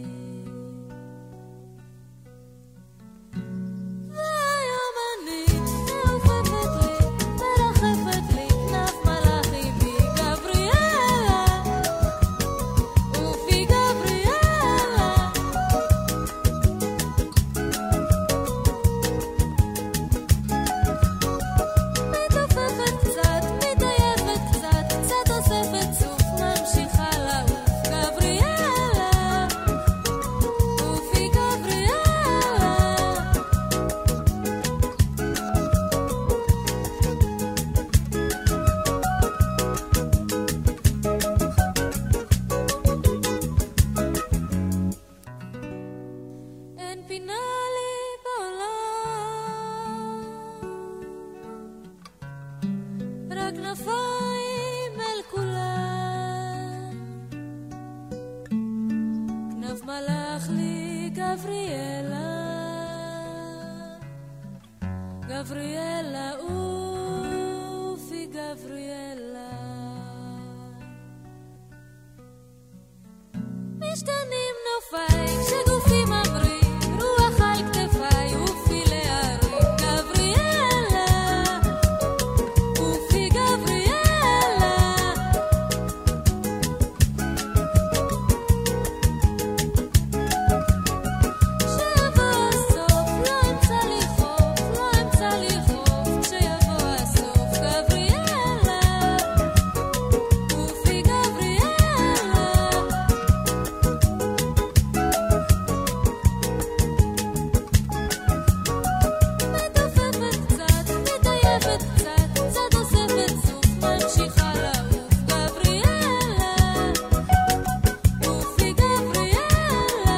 גבריאלה אופי גבריאלה, משתנים נופיים שגופים ממרים, רוח על כתפיי אופי להרים. גבריאלה אופי גבריאלה, שיבוא הסוף לא אמצא לי חוף, לא אמצא לי חוף, כשיבוא הסוף. גבריאלה אופי גבריאלה, מתופפת קצת, מטייפת קצת, קצת אוספת סוף, ממשיכה לעוף. גבריאלה אופי גבריאלה,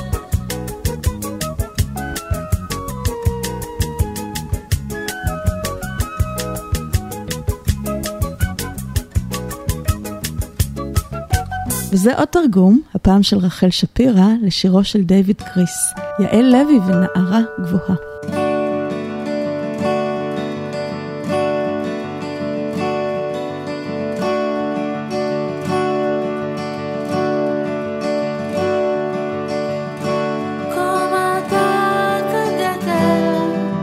וזה עוד תרגום, הפעם של רחל שפירא, לשירו של דיוויד קריס, יעל לוי ונערה גבוהה. קומתה כגתל,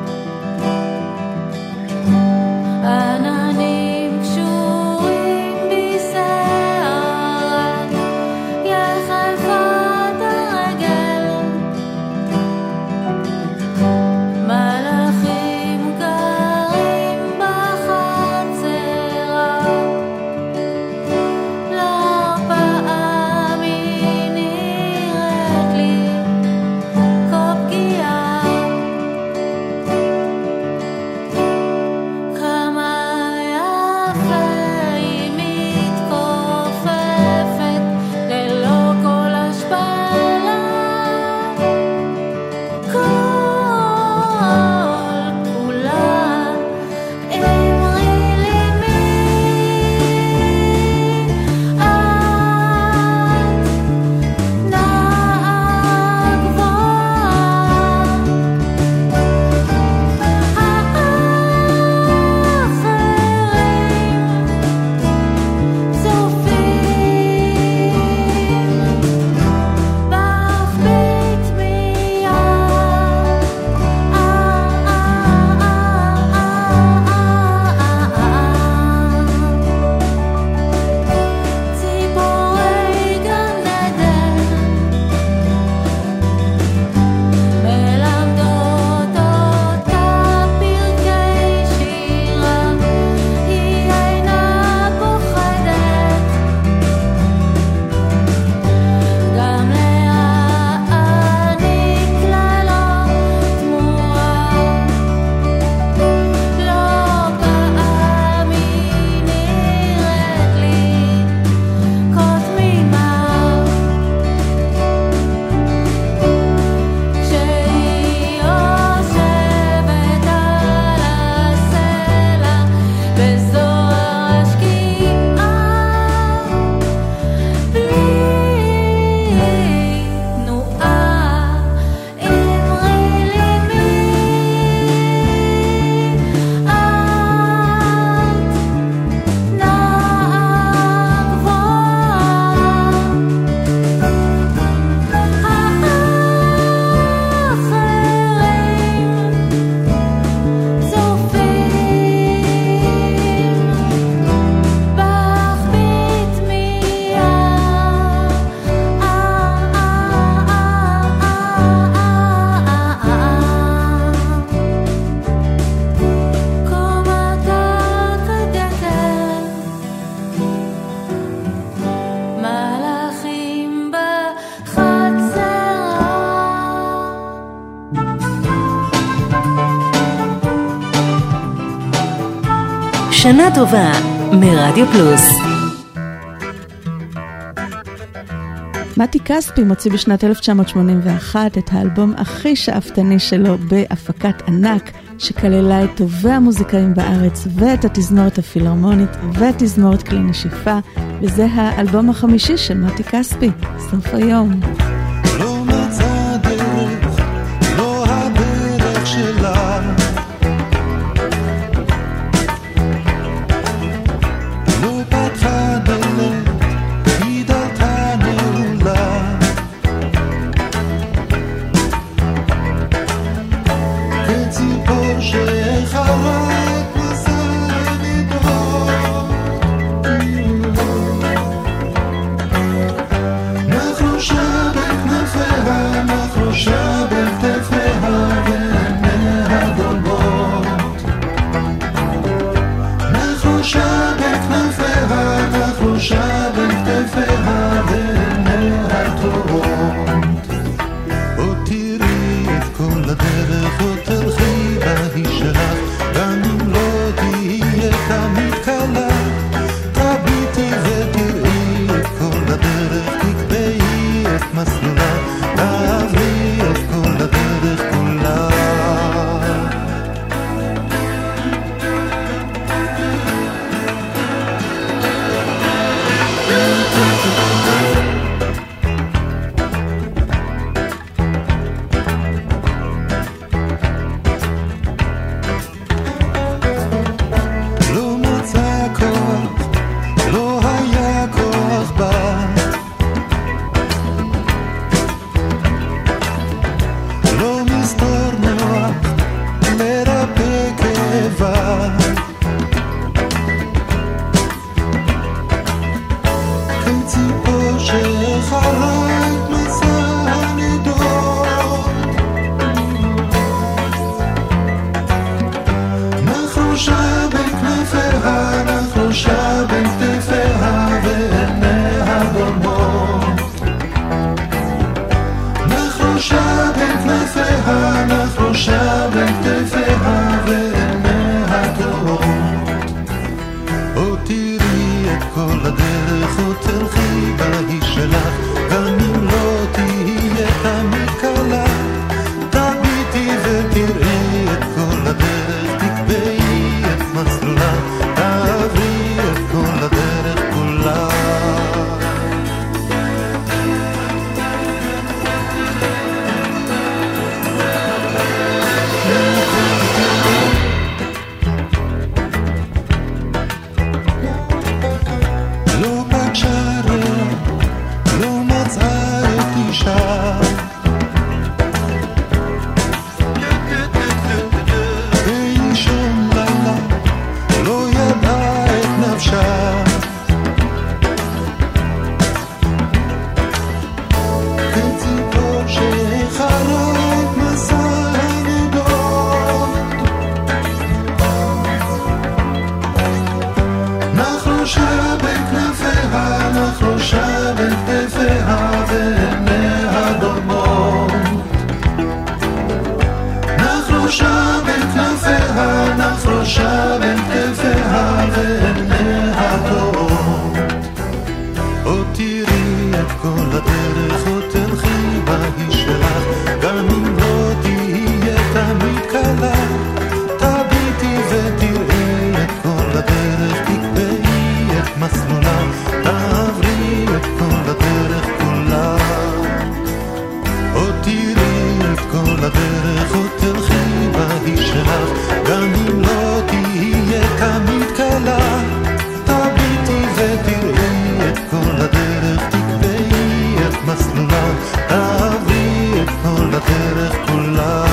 עננים קשורים בשערת, יחפת הרגל, מה שנה טובה מרדיו פלוס. מתי כספי מוציא בשנת 1981 את האלבום הכי שאפתני שלו בהפקת ענק, שכללה את טובי המוזיקאים בארץ ואת התזמורת הפילהרמונית ותזמורת כלי נשיפה, וזה האלבום החמישי של מתי כספי, סוף היום. לא מצא דרך, לא הדרך שלה, לא פתחה דלת, היא דלתה נעולה, וציפור שחרק מסע נדרום, נחרושה בכנפיה, נחרושה בכתפיה ועיניה דומעות, נחרושה בכנפיה, נחרושה בכתפיה ועיניה טובות. עוד תראי את כל הדרך, עוד תלכי בהיא שלך, גם אם לא תהיה תמיד קלה, תביטי ותראי את כל הדרך, תקבעי את מסלולה, תעברי את כל הדרך כולה. לא מצא כוח, לא היה כוח בה, לא מסתור נוח לרפא כאבה, כציפור שחרק מסע נדרום, נחרושה בכנפיה, נחרושה בכתפיה ועיניה דומעות, נחרושה בכנפיה, נחרושה בכתפיה ועיניה דומעות. עוד תראי את כל הדרך, עוד תלכי בהיא שלך, גם אם לא תהיה תמיד קלה, תביטי ותראי את כל הדרך, תקבעי את מסלולה, תעברי את כל הדרך כולה. לא פגשה רע, לא מצאה את אישה, באישון לילה לא ידעה את נפשה, כציפור שחרק מסע נדרום, נחרושה בכנפיה, נחרושה בכתפיה ועיניה דומעות, נחרושה בכנפיה, נחרושה בכתפיה ועיניה טובות. עוד תראי את כל הדרך, עוד תלכי בהיא שלך, גם אם לא תהיה תמיד קלה, תביטי ותראי את כל הדרך, תקבעי את מסלולה, תעברי את כל הדרך כולה. עוד תראי את כל הדרך, עוד תלכי בהיא שלך, גם אם לא תהיה תמיד קלה, תביטי ותראי את כל הדרך, תקבעי את מסלולה, תעברי את כל הדרך כולה.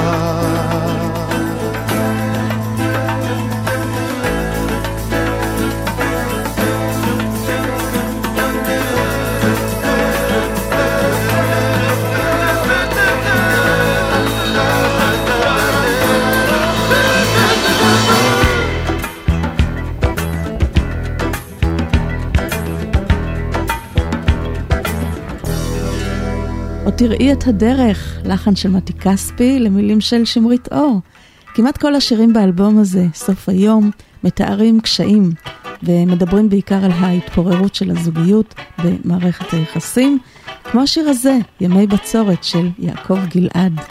עוד תראי את הדרך, לחן של מתי כספי למילים של שמרית אור. כמעט כל השירים באלבום הזה, סוף היום, מתארים קשיים ומדברים בעיקר על ההתפוררות של הזוגיות במערכת היחסים, כמו השיר הזה, ימי בצורת של יעקב גלעד.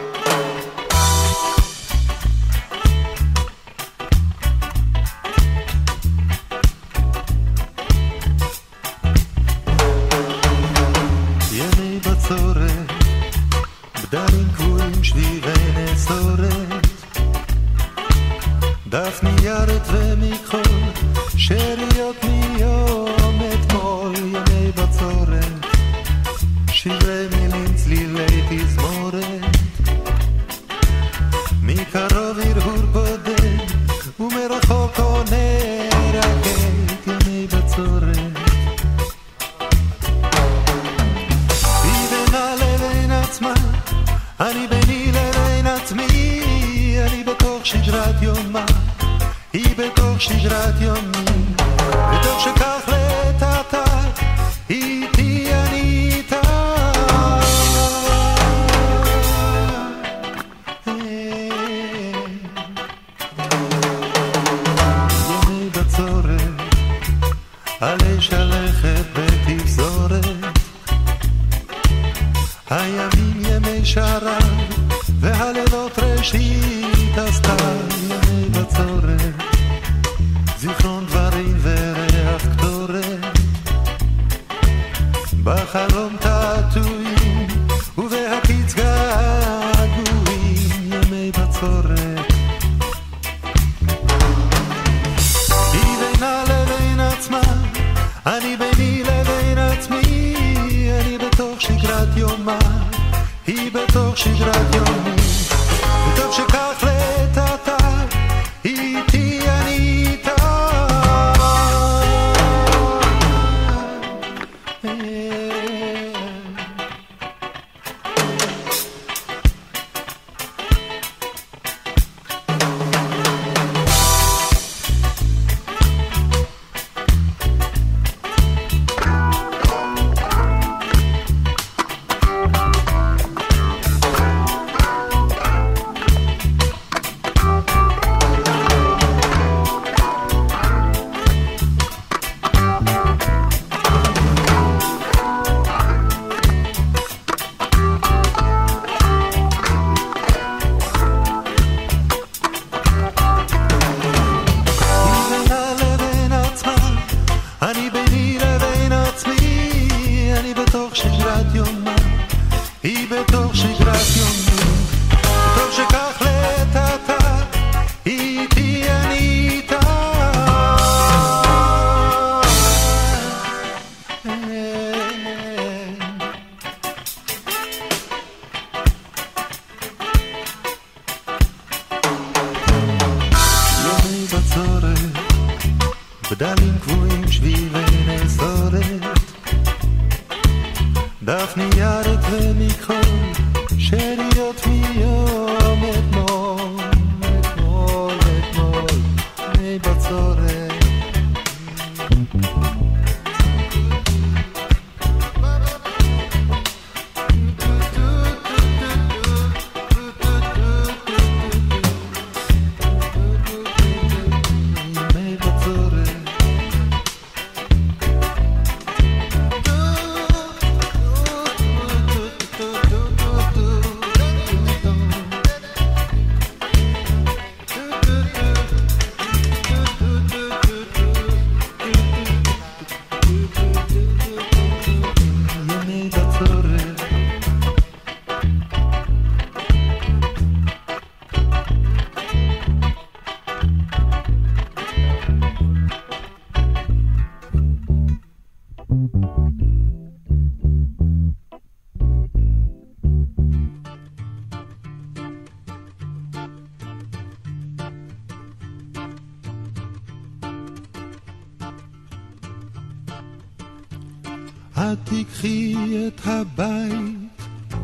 את תקחי את הבית,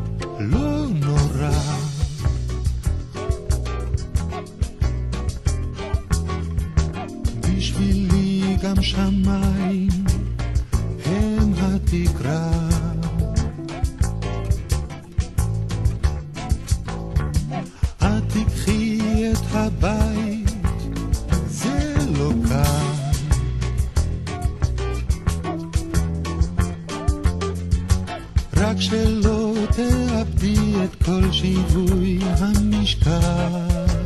לא נורא. בשבילי גם שמיים הם התקרה. את תקחי את הבית, זה את כל שיווי המשקל.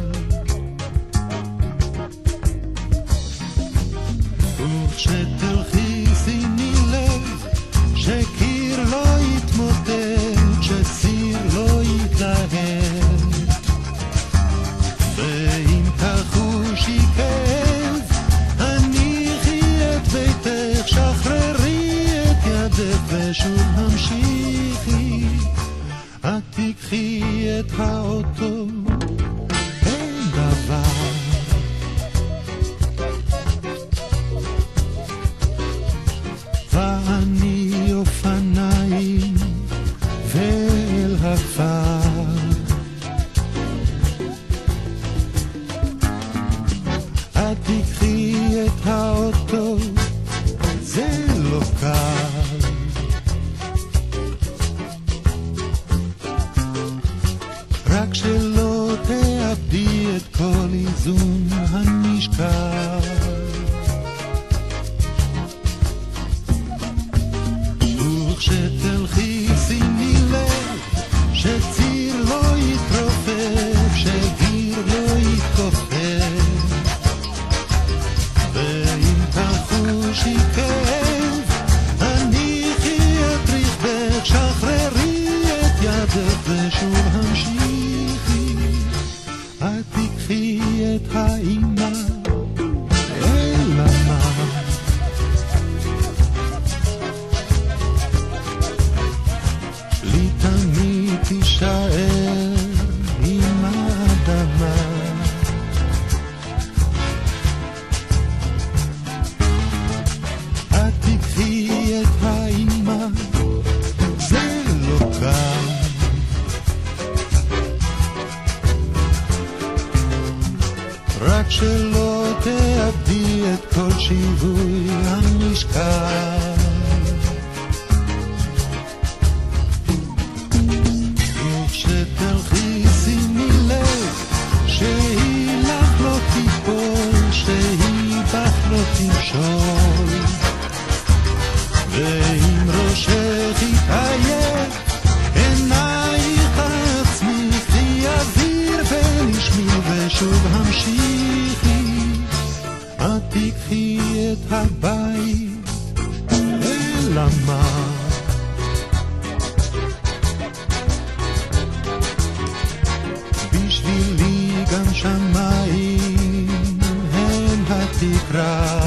וכשתלכי שימי לב שקיר לא יתמוטט, שסיר לא יתלהב, ואם תחושי כאב הניחי את ביתך, שחררי את ידך ושוב המשיכי. את תיקחי את האוטו, אין דבר, ואני אופניים ואל הכפר. את תיקחי את האוטו, זה לא קל, רק שלא תאבדי את כל איזון המשקל. וכשתלכי שימי לב שציר לא יתרופף, שגיר לא יתכופף, ואם תחושי כאב הניחי את רכבך, שחררי את ידך ושוב המשיכי. את תיקחי את האמא אל המים, לי תמיד תישאר עם האדמה. את תיקחי את האמא, זה לא קל, רק שלא תאבדי את כל שיווי המשקל. וכשתלכי שימי לב שהיא לך לא תיפול, שהיא בך לא תמשול, ואם ראשך יתעייף עינייך עצמי אוויר ונשמי ושוב המשיכי. את תיקחי את הבית אל המים, בשבילי גם שמיים הם התקרה.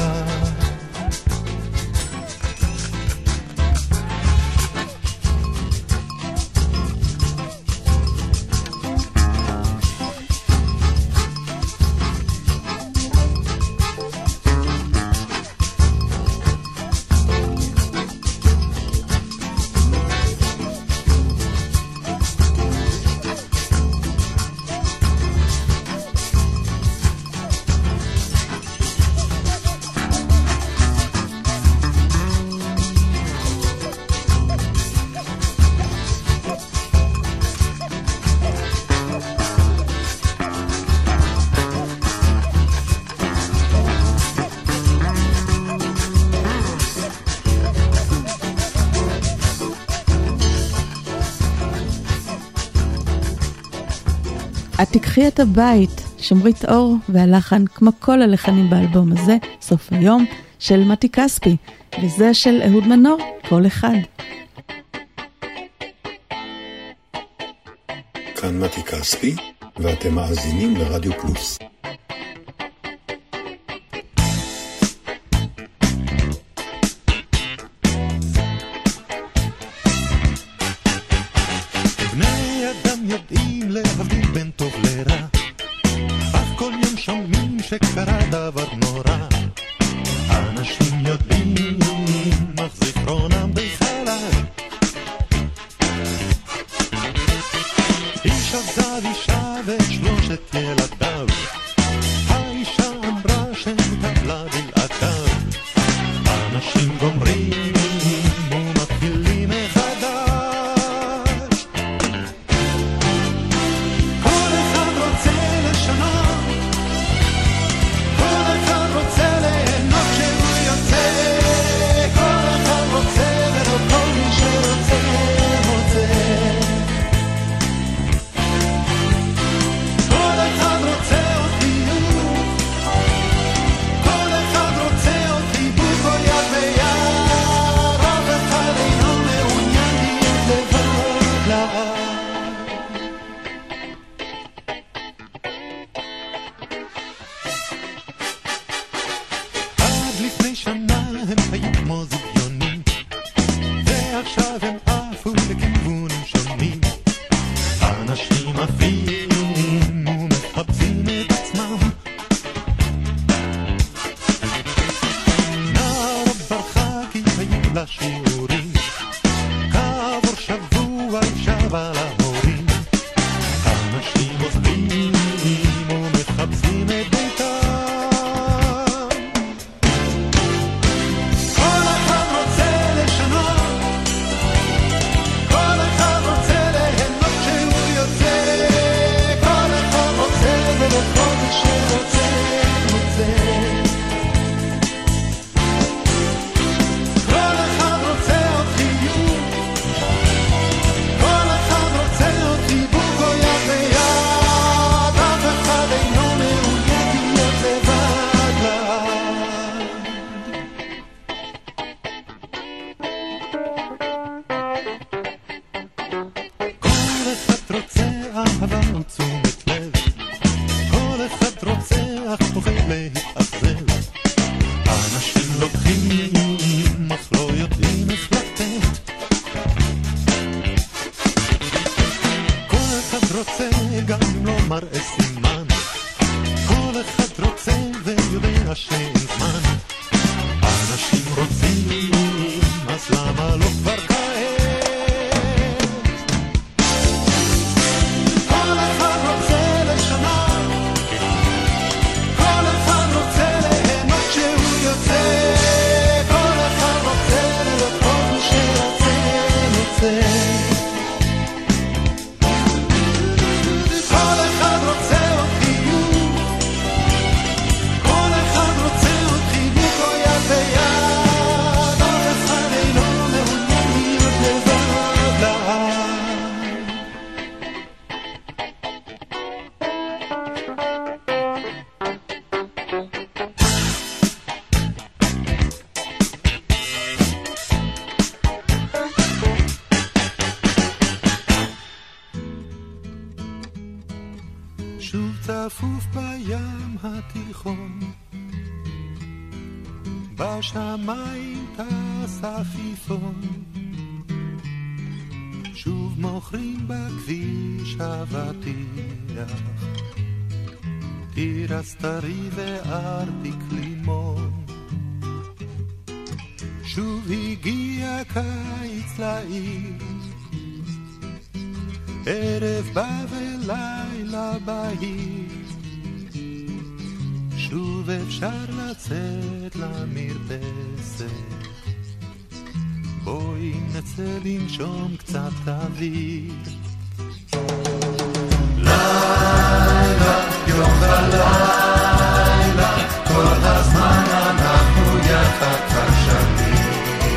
את תיקחי את הבית, שמרית אור, והלחן כמו כל הלחנים באלבום הזה, סוף היום, של מתי כספי, וזה של אהוד מנור, כל אחד. כאן מתי כספי, ואתם מאזינים לרדיו פלוס. בני אדם יודעים להבדיל בין טוב לרע, אך כל יום שומעים שקרה דבר נורא. אנשים יודעים אך זיכרונם די חלש. איש עזב אישה ואת שלושת ילדיו, האישה אמרה שנתקבלה בלעדיו. אנשים גומרים ומתחילים מחדש, כל אחד רוצה לשנות, כל אחד רוצה ליהנות כשהוא יוצא, כל אחד רוצה ולא כל מי שרוצה מוצא. אנשים עפים ומחפשים את עצמם. נער ברכה כי היו לה שיעורים, כעבור שבוע היא שבה להורים. אנשים עוזבים ומחפשים את ביתם. כל אחד רוצה לשנות, כל אחד רוצה ליהנות שהוא יוצא, כל אחד רוצה ולכל מי שרוצה מוצא. כל אחד רוצה עוד חיוך, כל אחד רוצה עוד חיבוק או יד ביד, אף אחד אינו מעוניין להיות לבד לעד. כל אחד רוצה אהבה ותשומת לב, כל אחד רוצה אך פוחד להתאכזב. אנשים לוקחים אך לא יודעים איך לתת. כל אחד רוצה גם אם לא מראה סימן, כל אחד רוצה ויודע שאין זמן. אנשים רוצים אז למה לא כבר כעת? כל אחד רוצה לשנות, כל אחד רוצה ליהנות שהוא יוצא, כל אחד רוצה להיות כל מי שרוצה מוצא. כל אחד רוצה עוד חיוך, כל אחד רוצה עוד חיבוק או יד ביד, אף אחד אינו מעוניין להיות לבד לעד. שוב צפוף בים התיכון, בשמיים טס עפיפון, שוב מוכרים בכביש אבטיח, תירס טרי וארטיק לימון. שוב הגיע קיץ לעיר, ערב בא ולילה בהיר, שוב אפשר לצאת למרפסת, בואי נצא לנשום קצת אוויר. לילה, יום ולילה, כל הזמן אנחנו יחד כבר שנים.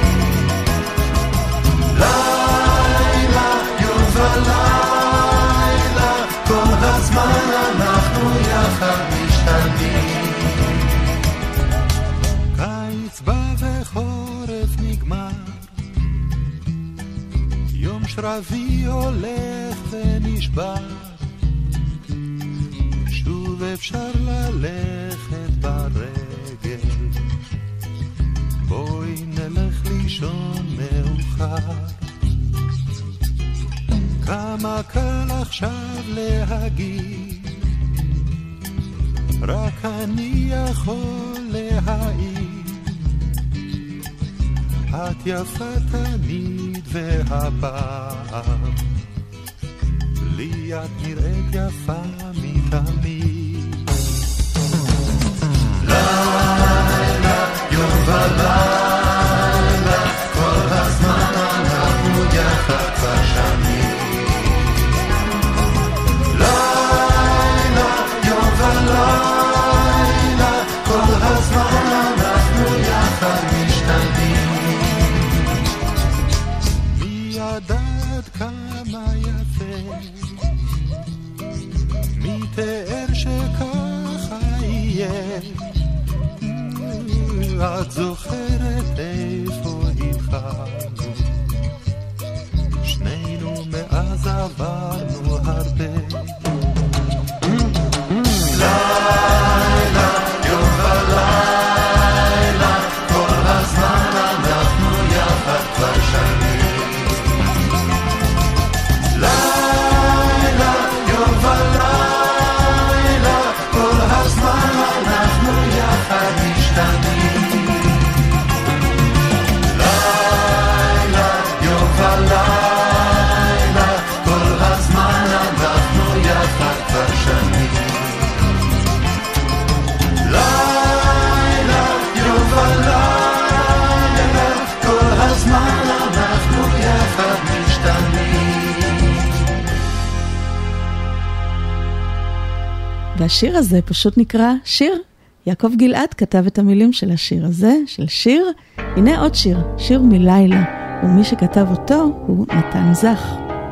לילה, יום ולילה, כל הזמן אנחנו יחד משתנים. קיץ בא וחורף נגמר, יום שרבי הולך ונשבר, שוב אפשר ללכת ברגל, בואי נלך לישון מאוחר. כמה קל עכשיו להגיד, רק אני יכול להעיד, את יפה תמיד והפעם לי את נראית יפה מתמיד. לילה, יום ולילה, כל הזמן אנחנו יחד כבר שנים. לילה, יום ולילה, כל הזמן אנחנו יחד משתנים. מי ידעת כמה יפה, מי תיאר שככה יהיה, את זוכרת איפה התחלנו, שנינו מאז עברנו הרבה. לילה, יום ולילה, כל הזמן אנחנו יחד כבר שנים. לילה, והשיר הזה פשוט נקרא שיר. יעקב גלעד כתב את המילים של השיר הזה, של שיר. הנה עוד שיר, שיר מלילה, ומי שכתב אותו הוא נתן זך.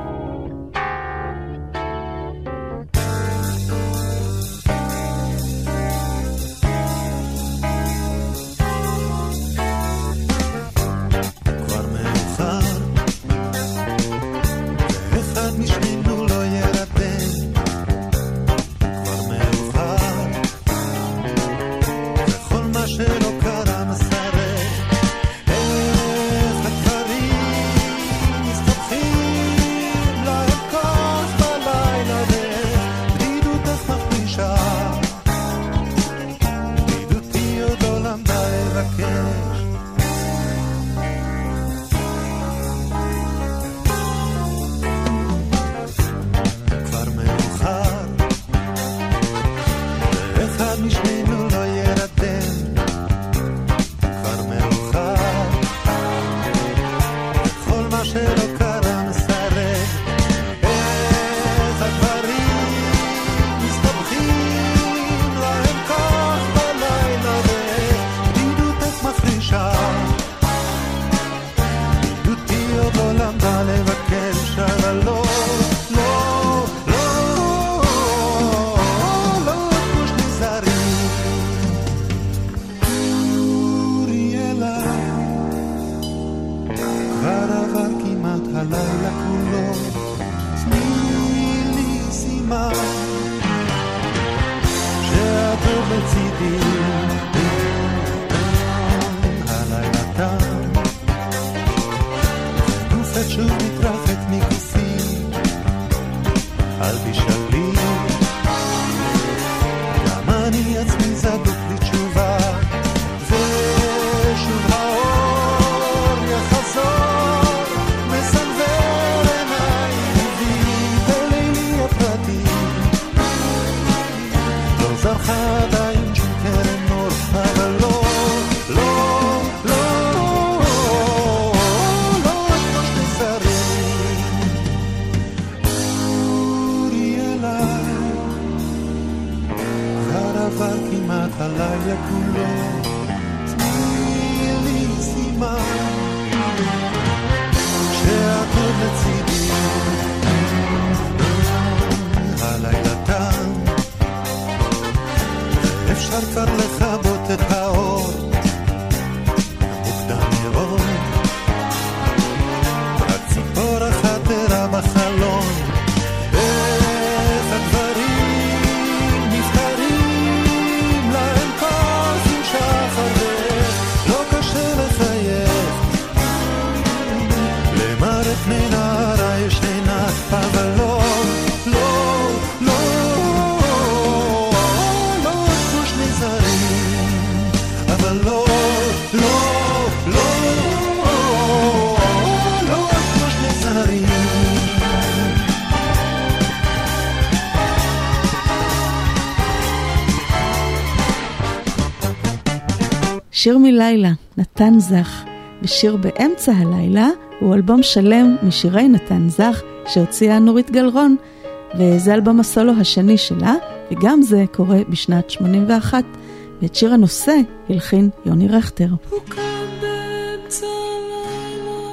שיר מלילה, נתן זך. בשיר באמצע הלילה הוא אלבום שלם משירי נתן זך שהוציאה נורית גלרון, וזה אלבום הסולו השני שלה, וגם זה קורה בשנת 81, ואת שיר הנושא הלחין יוני רכטר. הוא קם באמצע הלילה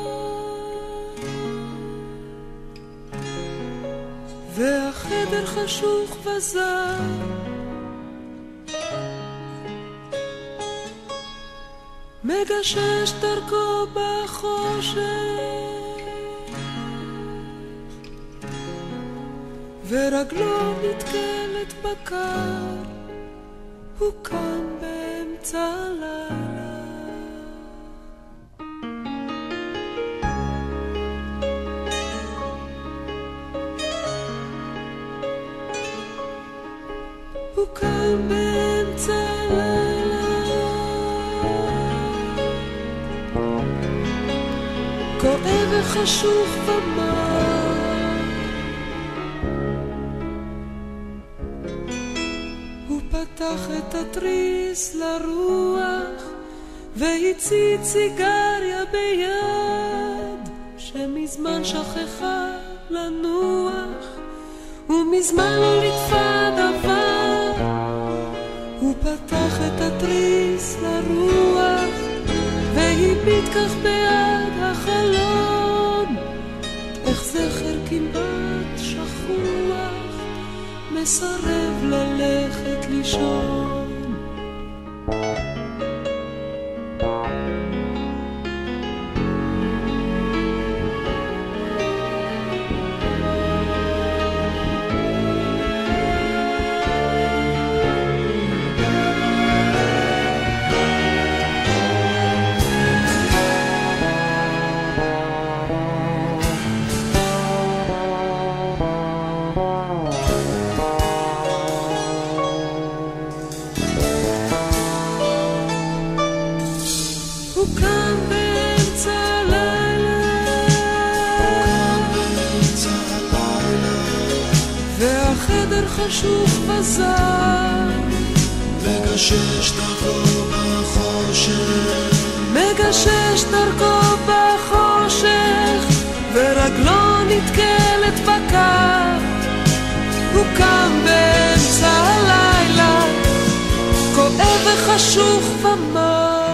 והחדר חשוך וזר, מגשש דרכו בחושך ורגלו נתקלת בקר, הוא קם באמצע הלילה. הוא קם באמצע הלילה, כואב וחשוך ומר, הוא פתח את התריס לרוח והציץ סיגריה ביד שמזמן שכחה לנוח ומזמן לא נטפה דבר. פתח את התריס לרוח והביט כך ביד החלון, איך זכר כמעט שכוח מסרב ללכת לישון. חשוך וזר, מגשש דרכו בחושך, מגשש דרכו בחושך, ורגלו נתקלת בקר. הוא קם באמצע הלילה, כואב וחשוך ומר.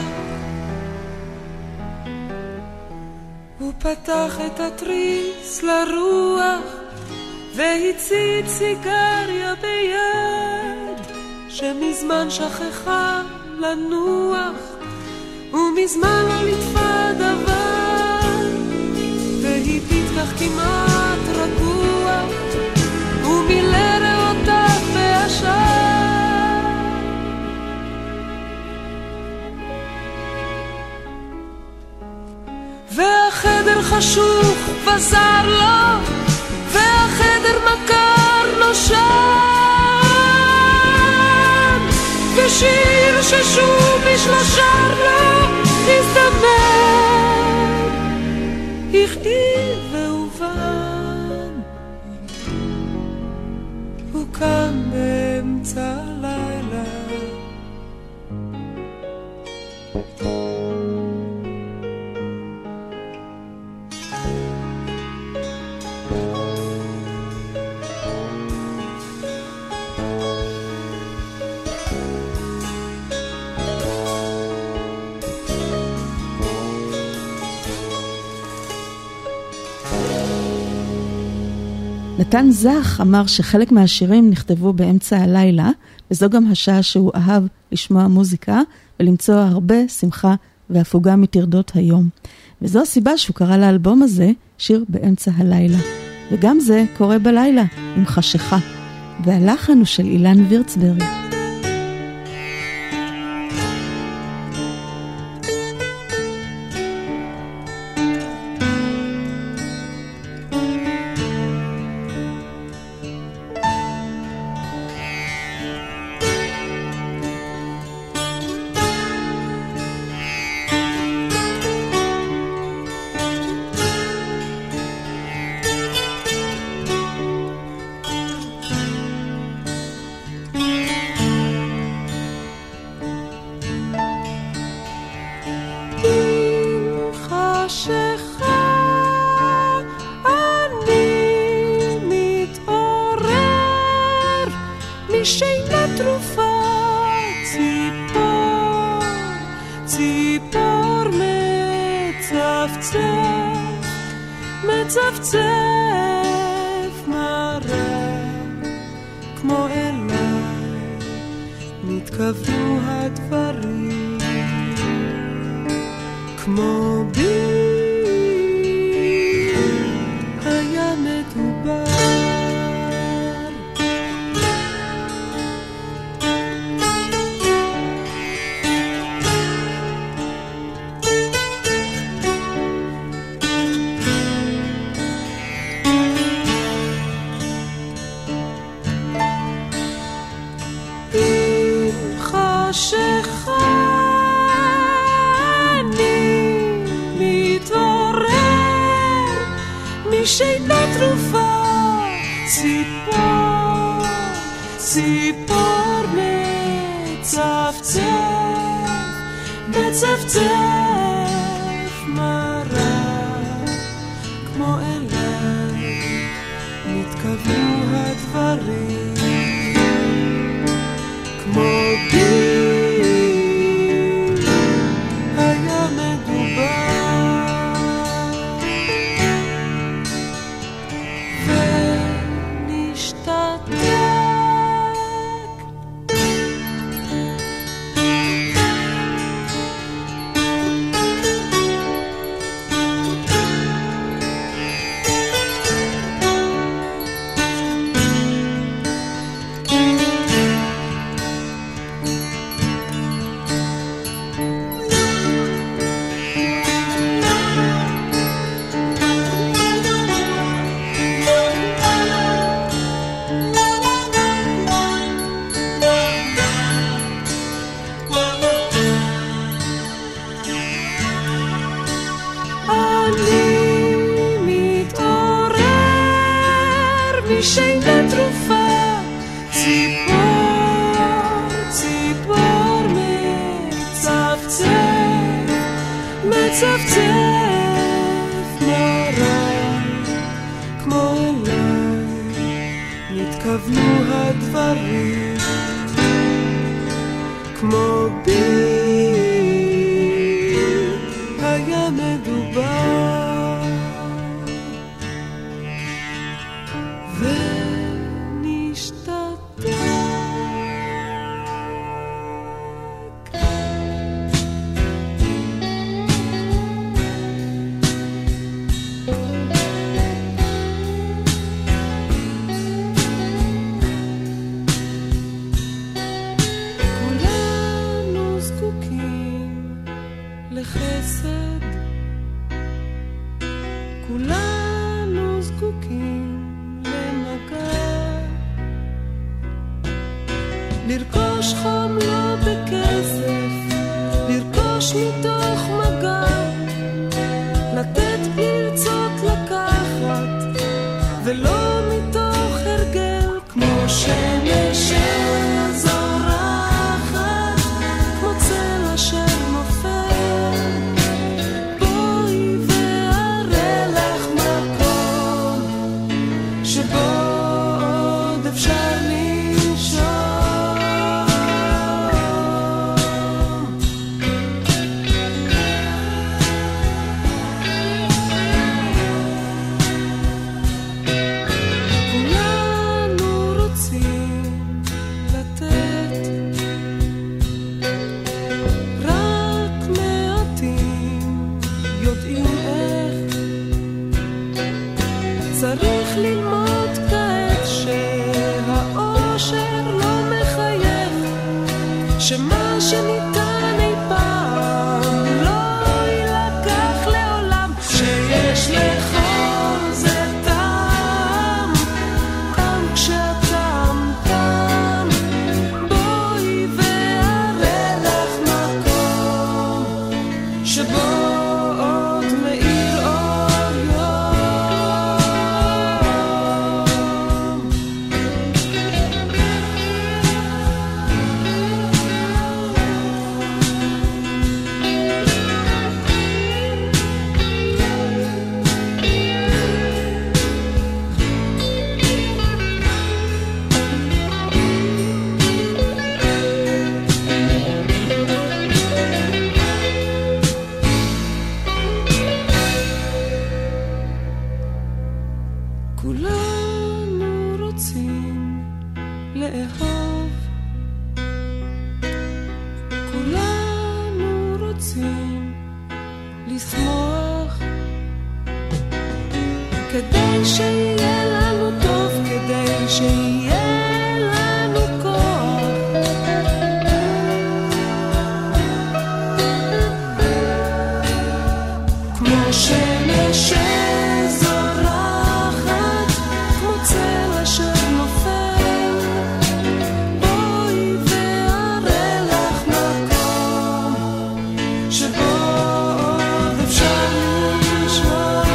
הוא פתח את התריס לרוח והציץ סיגריה ביד שמזמן שכחה לנוח ומזמן לא ליטפה דבר, והביט כך כמעט רגוע ומילא ריאותיו בעשן. והחדר חשוך וזר לו, והחדר מכר לו שם, ושיר ששוב משלושר לו הזדמן, הכאיב והובן. הוא קם באמצע הלילה, נתן זך אמר שחלק מהשירים נכתבו באמצע הלילה, וזו גם השעה שהוא אהב לשמוע מוזיקה ולמצוא הרבה שמחה והפוגה מטרדות היום. וזו הסיבה שהוא קרא לאלבום הזה שיר באמצע הלילה. וגם זה קורה בלילה עם חשיכה. והלחן הוא של אילן וירצברג. נתקבלו הדברים כמו בי הנה תרופה, ציפור, ציפור מצפצף, מצפצף נורא, כמו אליי נתכוונו הדברים, כמו בי היה מדובר, ונשתתק. כולנו זקוקים לחסד, כולנו זקוקים למגע, לרכוש חום לא בכסף, לרכוש מתוך מגע, לתת פרצות לקחת, ולא מתוך הרגל, כמו שמש שזורחת, כמו צל אשר נופל. בואי ואראה לך מקום שבו עוד אפשר לנשום. כולנו רוצים לתת, רק מעטים יודעים איך. צריך ללמוד כעת שהאושר לא מחייך, שמה שניתן אי פעם לא יילקח לעולם, שיש לכל זה טעם, גם כשהטעם טעם. בואי ואראה לך מקום שבו עוד מאיר אור יום. כולנו רוצים לאהוב, כולנו רוצים לשמוח, כדי שיהיה לנו טוב, כדי שיהיה לנו כוח. כמו שמש שזורחת, כמו צל אשר נופל. בואי ואראה לך מקום שבו עוד אפשר לנשום.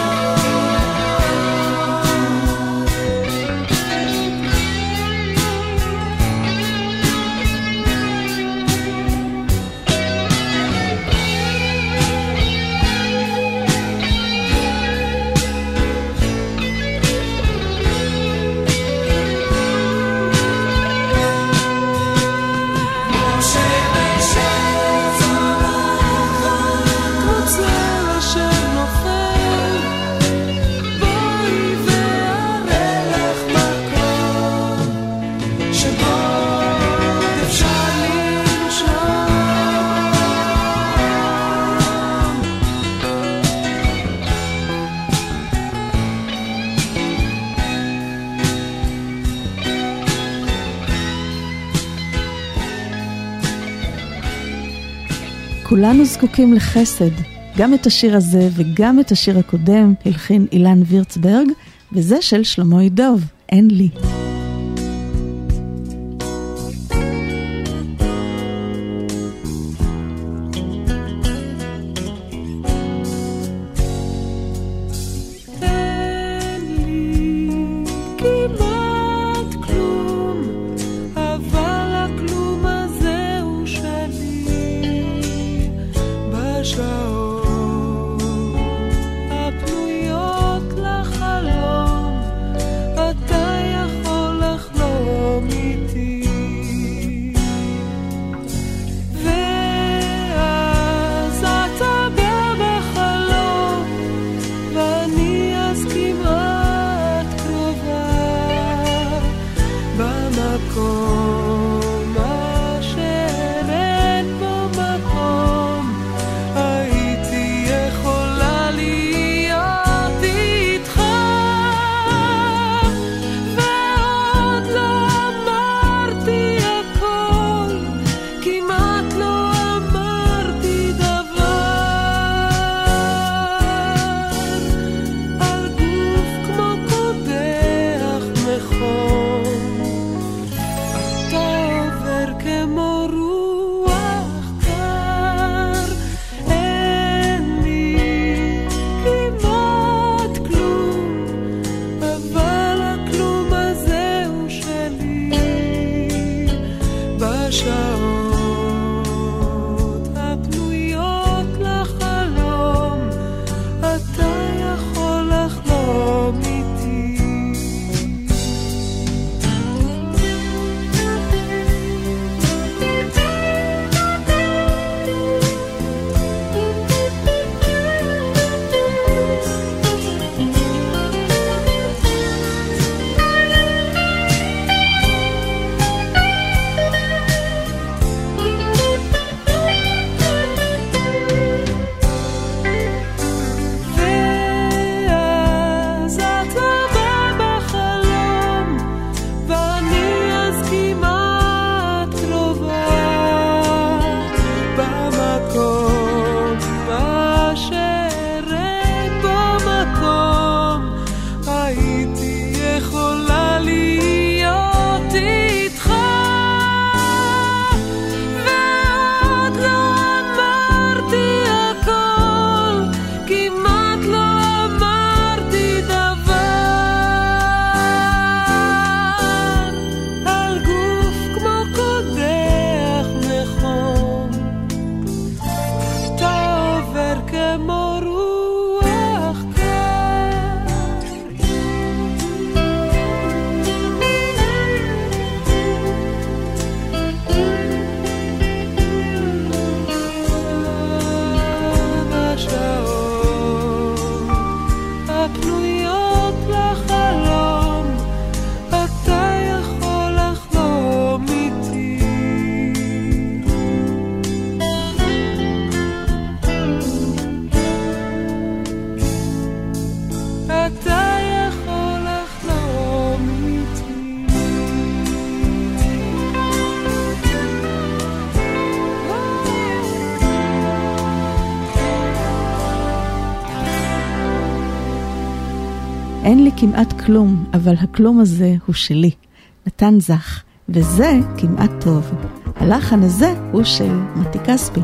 כולנו זקוקים לחסד. גם את השיר הזה וגם את השיר הקודם הלחין אילן וירצברג, וזה של שלמה ידוב, אין לי. כי לא אין לי כמעט כלום, אבל הכלום הזה הוא שלי. נתן זך, וזה כמעט טוב. הלחן הזה הוא של מתי כספי.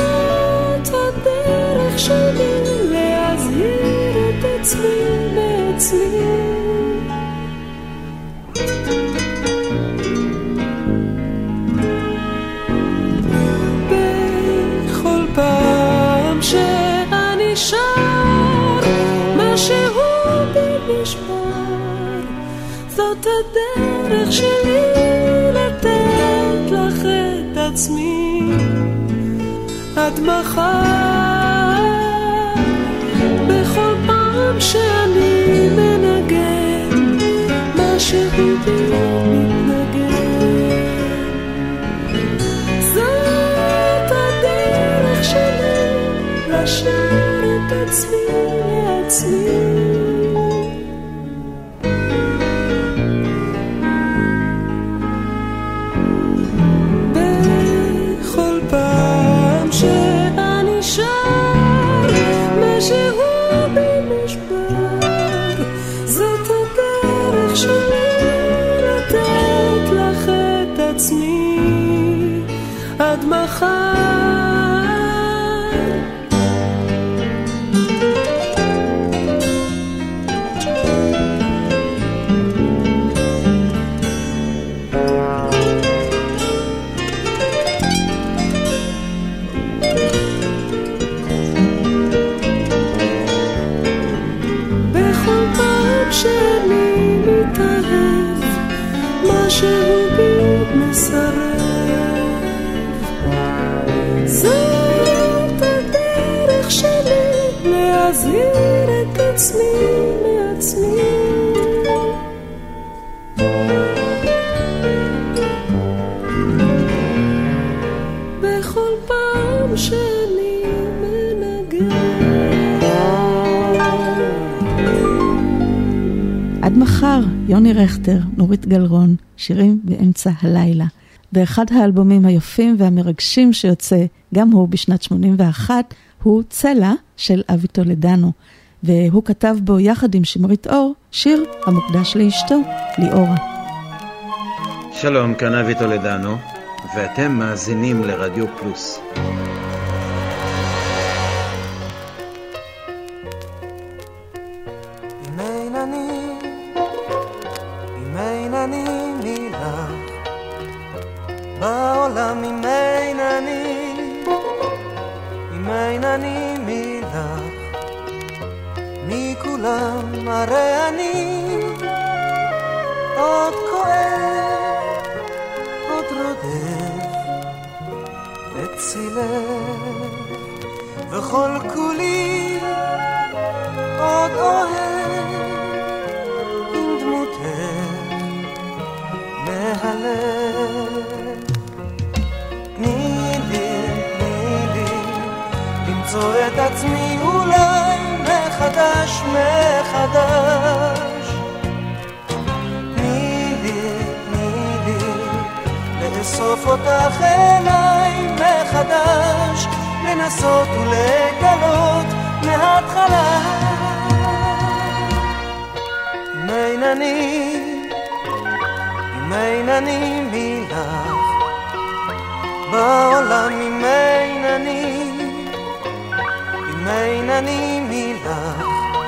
זאת הדרך שלי להזהיר את עצמי לעצמי. בכל פעם שאני שר משהו בי נשבר, זאת הדרך שלי לתת לך את עצמי עד מחר. בכל פעם שאני מנגן משהו בי מתנגן, זאת הדרך שלי לשיר את עצמי לעצמי. בכל פעם שאני שר משהו בי נשבר, זאת הדרך שלי לתת לך את עצמי עד מחר. שאני מתאהב משהו בי מסרב, זאת הדרך שלי להזהיר את עצמי מעצמי. בכל פעם שאני מנגן. עד מחר, יוני רכטר, נורית גלרון, שירים באמצע הלילה. באחד האלבומים היפים והמרגשים שיוצא, גם הוא בשנת 81, הוא צלע של אבי טולדנו, והוא כתב בו יחד עם שמרית אור, שיר המוקדש לאשתו, ליאורה. שלום, כאן אבי טולדנו, ואתם מאזינים לרדיו פלוס. בעולם אם אינני מילך, מכולם הרי אני עוד כואב, עוד רודף את צילך, וכל כולי עוד אוהב עם דמותך מהלב. למצוא את עצמי אולי מחדש, תני לי לאסוף אותך אליי מחדש, לנסות ולגלות מההתחלה. אם אינני מילך, בעולם אם אינני מילך,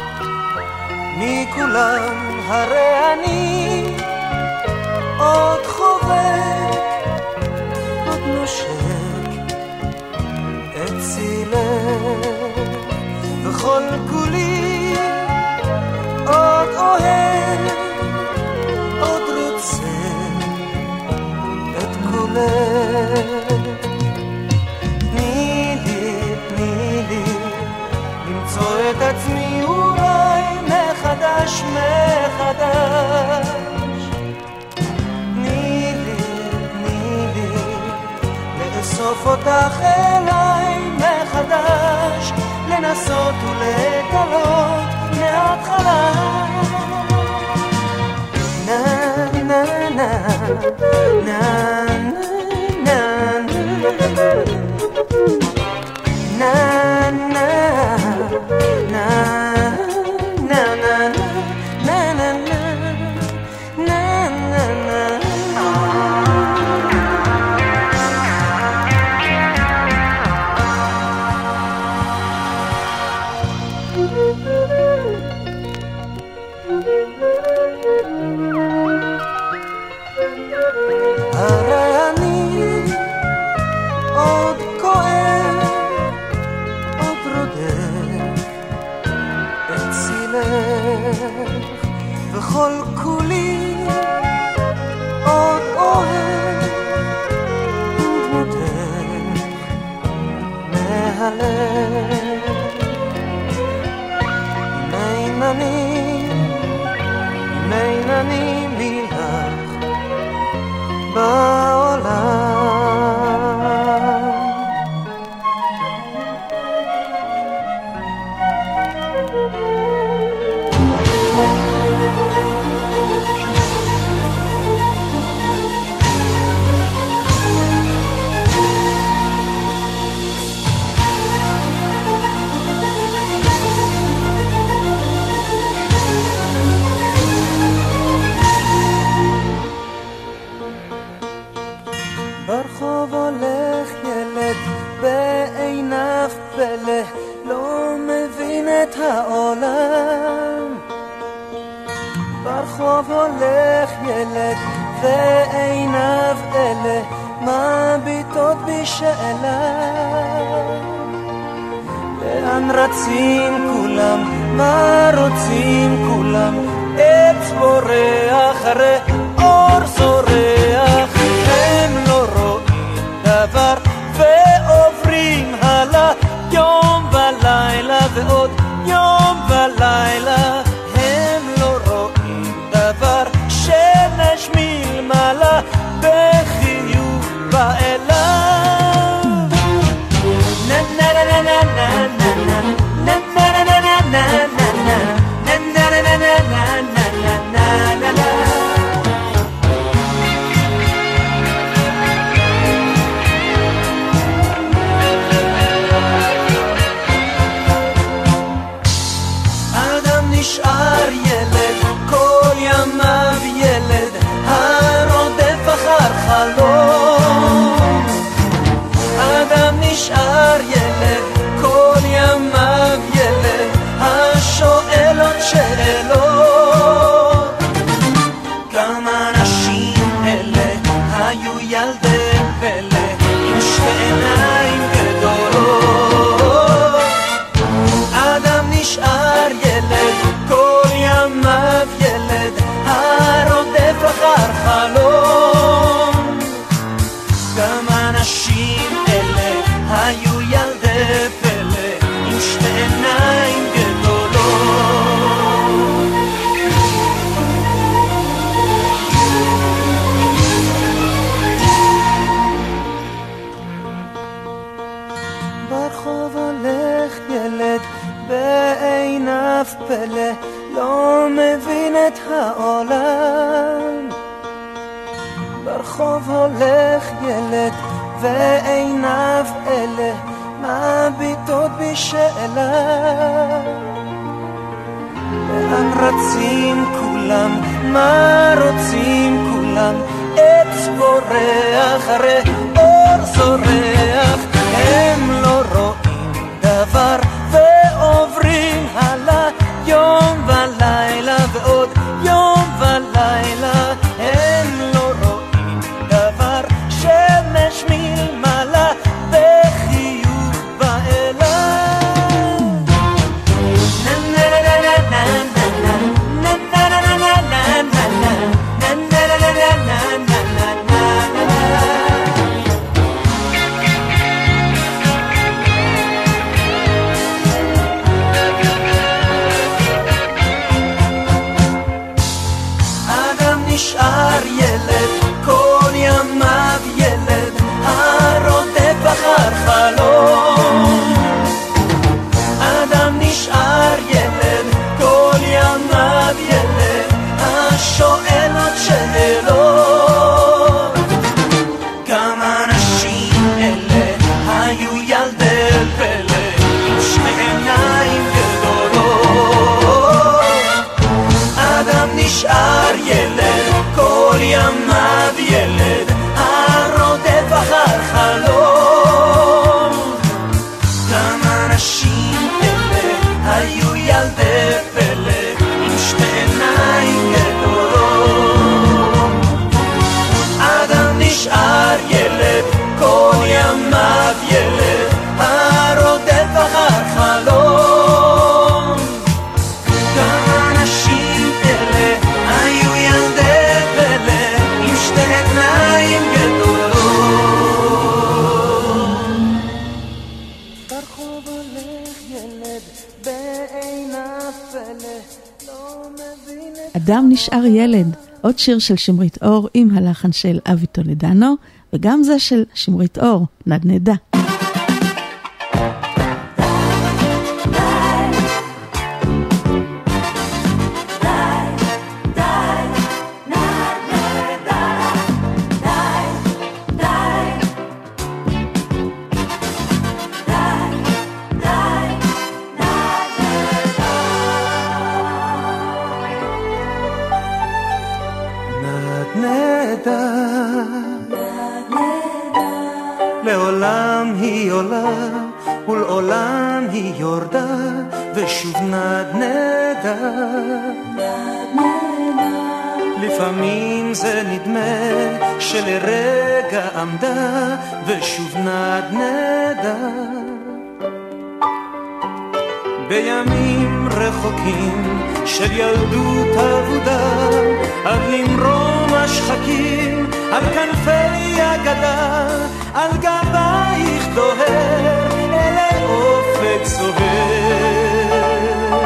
מכולם הרי אני עוד חובק, עוד נושק את צילך, וכל כולי עוד אוהב, עוד רוצה את כולך. תני לי למצוא את עצמי אולי מחדש, תני לי לאסוף אותך אליי מחדש, לנסות ולגלות מההתחלה. na na na na na na ועיניו אלה מביטות בשאלה. לאן רצים כולם, מה רוצים כולם, עץ בורח הרי אור זורח. הם לא רואים דבר ועוברים הלאה, יום ולילה ועוד יום ולילה. הם לא רואים דבר, שמש מלמעלה בחיוך באלה. na na na na na na na na na na na na na na na na na. אדם נשאר ילד, כל ימיו ילד, הרודף אחר חלום. אדם נשאר ילד, כל ימיו ילד, השואל עוד שאלות. כמה אנשים אלה היו ילדי פלא, עם שתי עיניים גדולות. אדם נשאר ילד, כל ימיו ילד, הרודף אחר חלום. כמה אנשים אלה היו ילדי פלא, עם שתי עיניים גדולות. ברחוב הולך ילד, בעיניו פלא, לא מבין את העולם. ברחוב הולך ילד, ועיניו אלה מביטות בשאלה. לאן רצים כולם, מה רוצים כולם, עץ בורח הרי אור זורח. הם לא רואים דבר ועוברים הלאה, יום ולילה ועוד יום ולילה. הם לא רואים דבר, שמש מלמעלה בחיוך באלה. נשאר ילד, כל ימיו ילד, הרודף אחר חלום. אדם נשאר ילד, כל ימיו ילד, השואל עוד שאלות. כמה אנשים אלה היו ילדי פלא, עם שתי עיניים גדולות. אדם נשאר ילד, כל ימיו ילד, הרודף אחר חלום. כמה אנשים אלה היו ילדי פלא, עם שתי עיניים גדולות. אדם נשאר ילד, כל ימיו ילד, הרודף אחר חלום. כמה אנשים אלה היו ילדי פלא, עם שתי עיניים גדולות. ברחוב הולך ילד, בעיניו פלא, לא מבין את... אדם נשאר ילד, עוד שיר של שמרית אור עם הלחן של אבי טולדנו, וגם זה של שמרית אור, נדנדה. לעולם היא עולה ולעולם היא יורדה ושוב נדנדה. לפעמים זה נדמה שלרגע עמדה ושוב נדנדה. בימים רחוקים של ילדות אבודה, עד למרום השחקים על כנפי אגדה, על גבייך דוהר אל אופק סוהר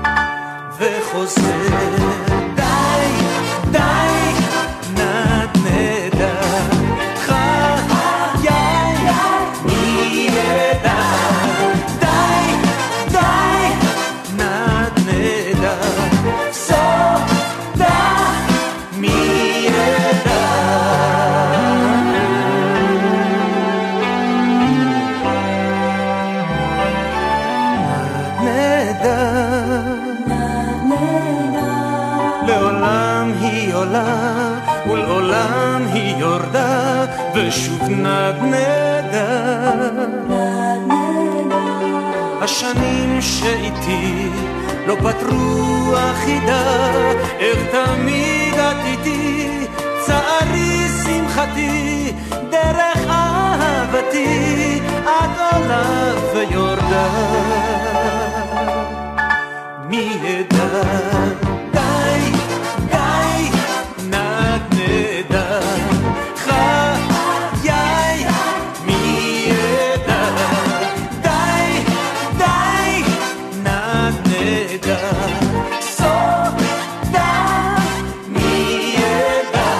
וחוזר. די, די, נדנדה, חיי מי ידע. די, די, נדנדה, סודה מי ידע. לעולם היא עולה ולעולם היא יורדה ושוב נדנדה. השנים שאיתי לא פתרו אחידה, איך תמיד את איתי, צערי שמחתי, דרך אהבתי את עולה ויורדה. מי ידע. די, די, נדנדה, חיי מי ידע. די, די, נדנדה, סודה מי ידע.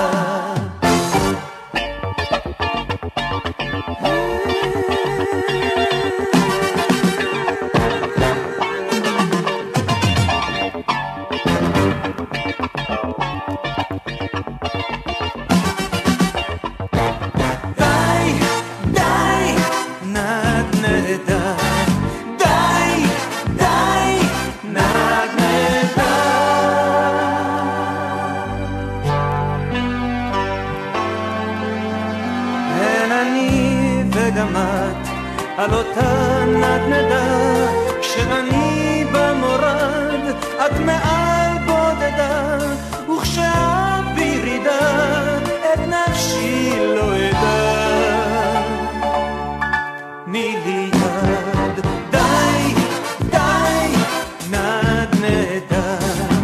על אותה נדנדה, כשאני במורד את מעל בודדה, וכשאת בירידה את נפשי לא אדע. תני לי יד. די, די, נדנדה,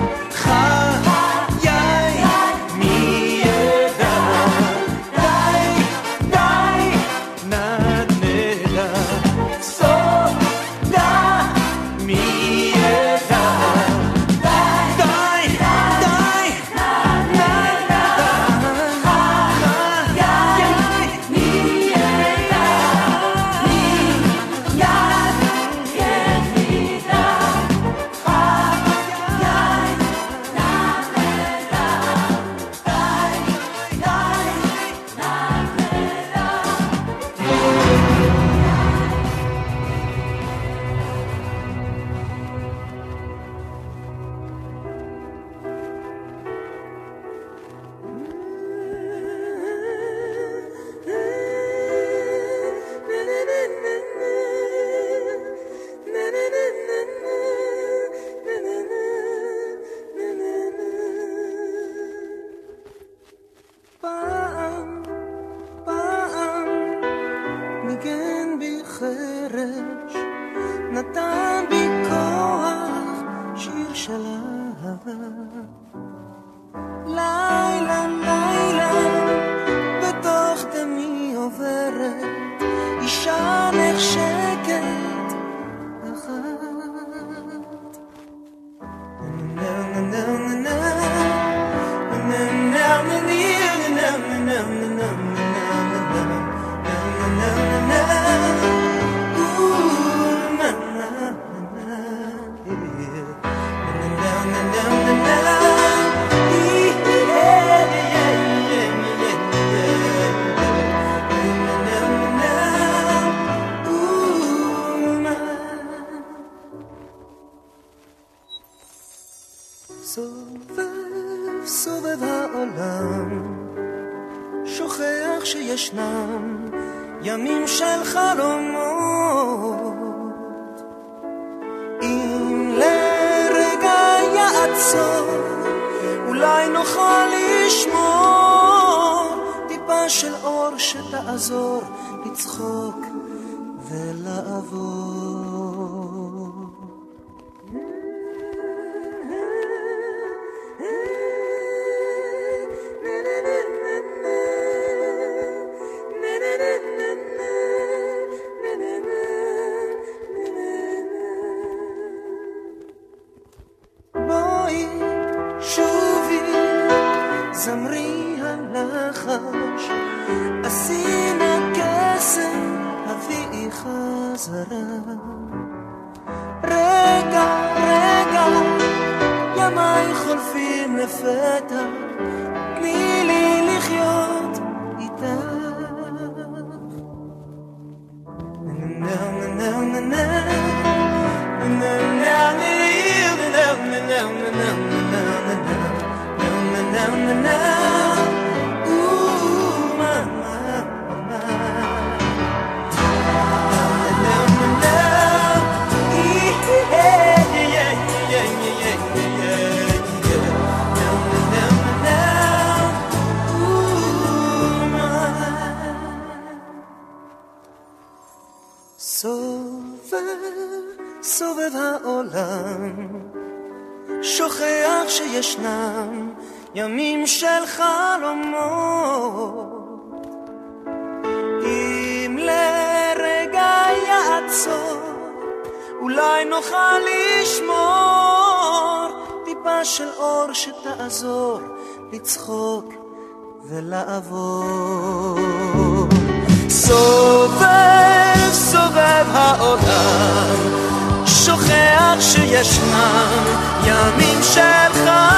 חיי מי ידע. די, די, נדנדה, סודה מי ידע. די, די, נדנדה, חיי מי ידע. פעם, פעם ניגן בי חרש, נתן בי כוח, שיר של אהבה. לילה, לילה, בתוך דמי עוברת, אישה נחשקת אחת. סובב, סובב העולם, שוכח שישנם ימים של חלומות. אם לרגע יעצור אולי נוכל לשמור טיפה של אור שתעזור לצחוק ולעבור. בואי שובי זמרי הנחש עשינה קסם הביאי חזרה. רגע רגע ימיי חולפים לפתע תני לי לחיות איתך. סובב העולם שוכח שישנם ימים של חלומות. אם לרגע יעצור אולי נוכל לשמור טיפה של אור שתעזור לצחוק ולעבור. סובב סובב העולם שוכח שישנם ימים של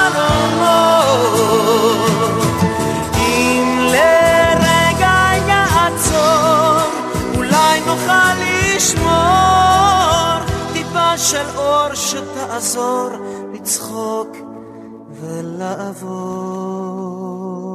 חלומות. אם לרגע יעצור אולי נוכל לשמור טיפה של אור שתעזור לצחוק ולעבור.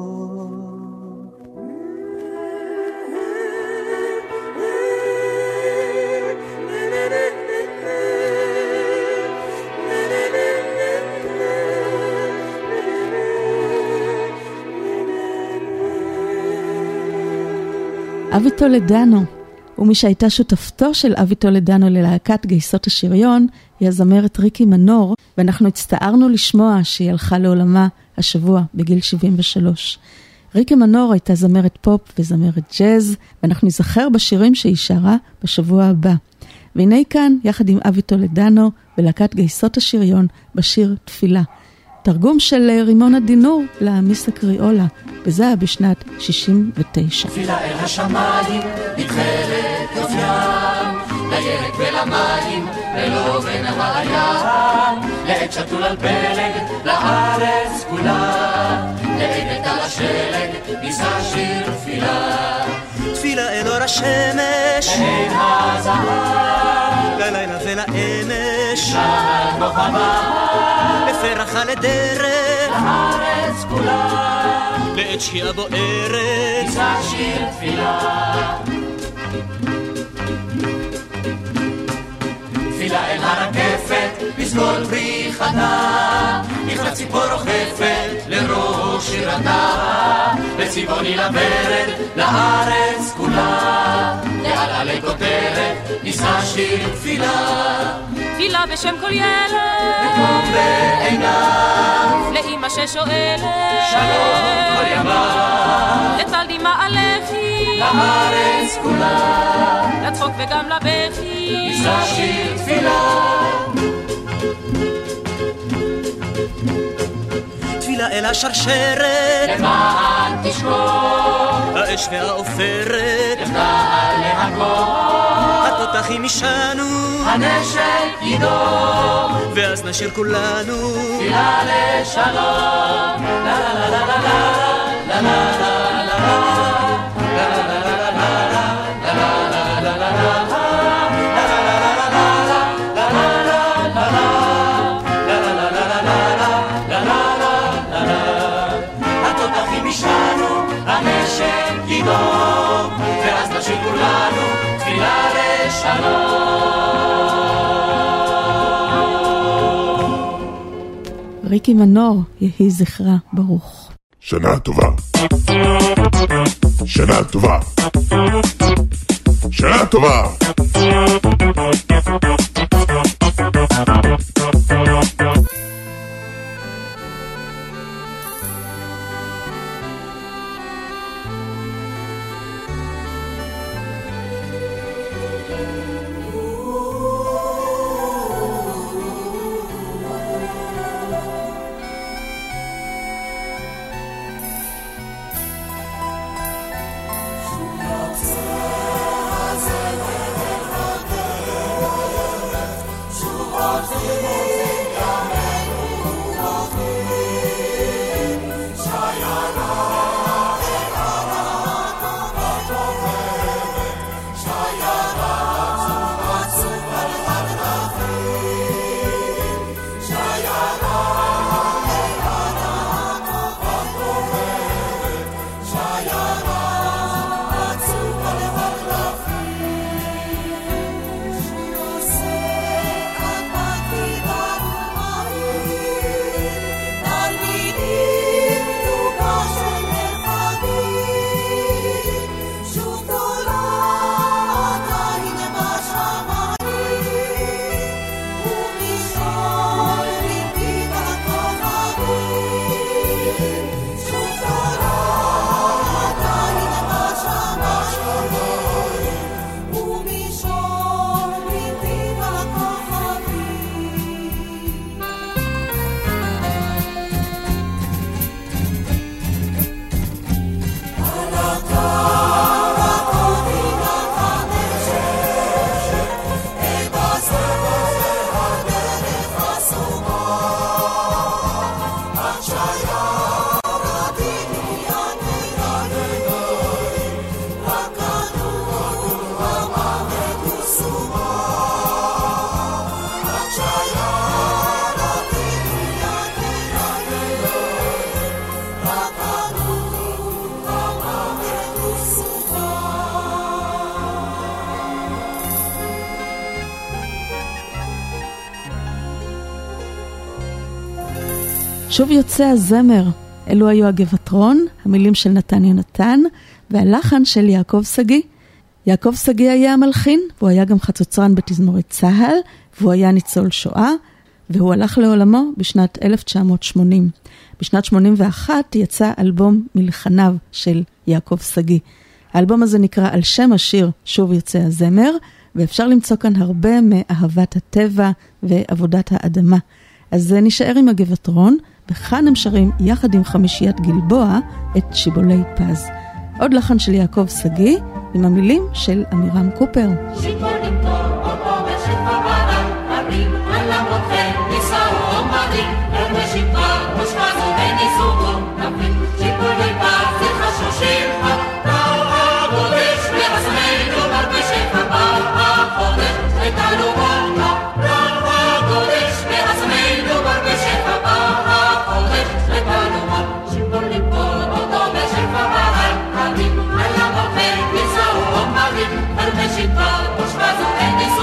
אבי טולדנו, ומי שהייתה שותפתו של אבי טולדנו ללהקת גייסות השריון, היא הזמרת ריקי מנור, ואנחנו הצטערנו לשמוע שהיא הלכה לעולמה השבוע בגיל 73. ריקי מנור הייתה זמרת פופ וזמרת ג'אז, ואנחנו נזכר בשירים שהיא שרה בשבוע הבא. והנה כאן, יחד עם אבי טולדנו, בלהקת גייסות השריון, בשיר תפילה. תרגום של רימון הדינור למיסה קריאולה, וזה היה בשנת 69. תפילה אל השמיים, נתחלת יופיים, לירק ולמים, ולא בין הים, לעת שתול על פלג, לארץ כולה, לעדת על השלג, נישא שיר תפילה. תפילה אל אור השמש, אין הזהב, ללילה ולאמש, נעל כוכבה, לפרח על הדרך, לארץ כולה, לעת שקיעה בוערת, נישא שיר תפילה. תפילה אל הרקפת, פסגול בריחתה, נכנס ציפור רוחפת לראש שירתה, בצבעוני לברד, לארץ כולה, לעל עלי כותרת, נישא שיר תפילה. תפילה בשם כל ילד, ותום בעיניו, לאמא ששואלת, שלום כל ימיו, לטל דמעה לחי, לארץ כולה, לצחוק וגם לבכי, נישא שיר תפילה. תפילה אל השרשרת, למען תשקור, האש והעופרת, תפתח להכל, התותחים ישנו, הנשק ידום, ואז נשיר כולנו תפילה לשלום. לה לה לה לה לה לה לה לה לה ואז נשיר כולנו תפילה לשלום. ריקי מנור, יהי זכרה ברוך. שנה טובה. שנה טובה. שנה טובה. שוב יוצא הזמר, אלו היו הגבעתרון, המילים של נתן יונתן, והלחן של יעקב סגי. יעקב סגי היה המלחין, והוא היה גם חצוצרן בתזמורת צהל, והוא היה ניצול שואה, והוא הלך לעולמו בשנת 1980. בשנת 81 יצא אלבום מלחניו של יעקב סגי. האלבום הזה נקרא על שם השיר שוב יוצא הזמר, ואפשר למצוא כאן הרבה מאהבת הטבע ועבודת האדמה. אז נשאר עם הגבעתרון, וכאן הם שרים יחד עם חמישיית גלבוע את שיבולי פז. עוד לחן של יעקב סגי עם המילים של אמירם קופר. Shit,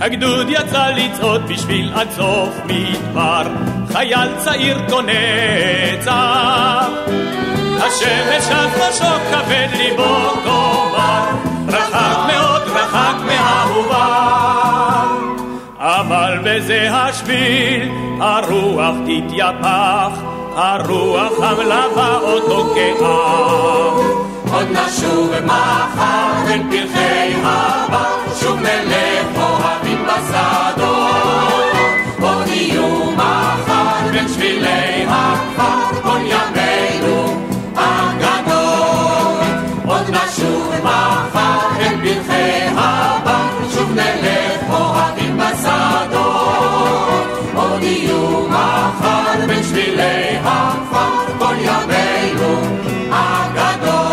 הגדוד יצא לצעוד בשביל עד סוף מדבר, חייל צעיר קונה צער. השמש על ראשו כבד ליבו כומר, רחק מאוד רחק מהאהובה. אבל בזה השביל הרוח תתייפח, הרוח המלווה אותו כאח. עוד נשוב מחר בין פרחי הבר, שוב נלך אוהבים בשדות. עוד יהיו מחר בין שבילי הכפר, כל ימינו אגדות. עוד נשוב מחר בין פרחי הבר, שוב נלך אוהבים בשדות. עוד יהיו מחר בין שבילי הכפר, כל ימינו אגדות.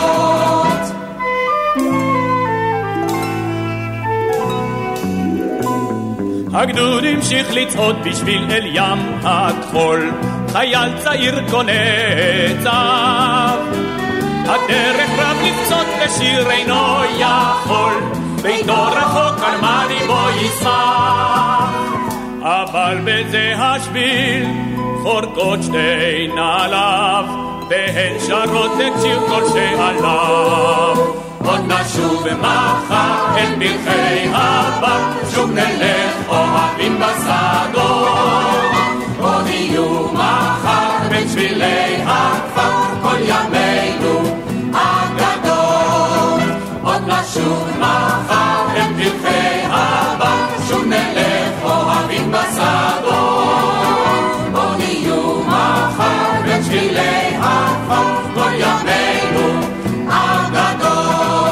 הגדוד המשיך לצעוד בשביל אל ים הכחול, חייל צעיר קונה צב. הדרך רב לפצות ושיר אינו יכול, ביתו רחוק על מה ליבו ישמח. אבל בזה השביל חורקות שתי נעליו, והן שרות את שיר כל שעליו. עוד נשוב מחר אל פרחי הבר, שוב נלך אוהבים בשדות. עוד יהיו מחר בין שבילי הכפר, כל ימינו אגדות. עוד נשוב מחר אל פרחי הבר, שוב נלך אוהבים בשדות. עוד יהיו מחר בין שבילי הכפר, כל ימינו אגדות.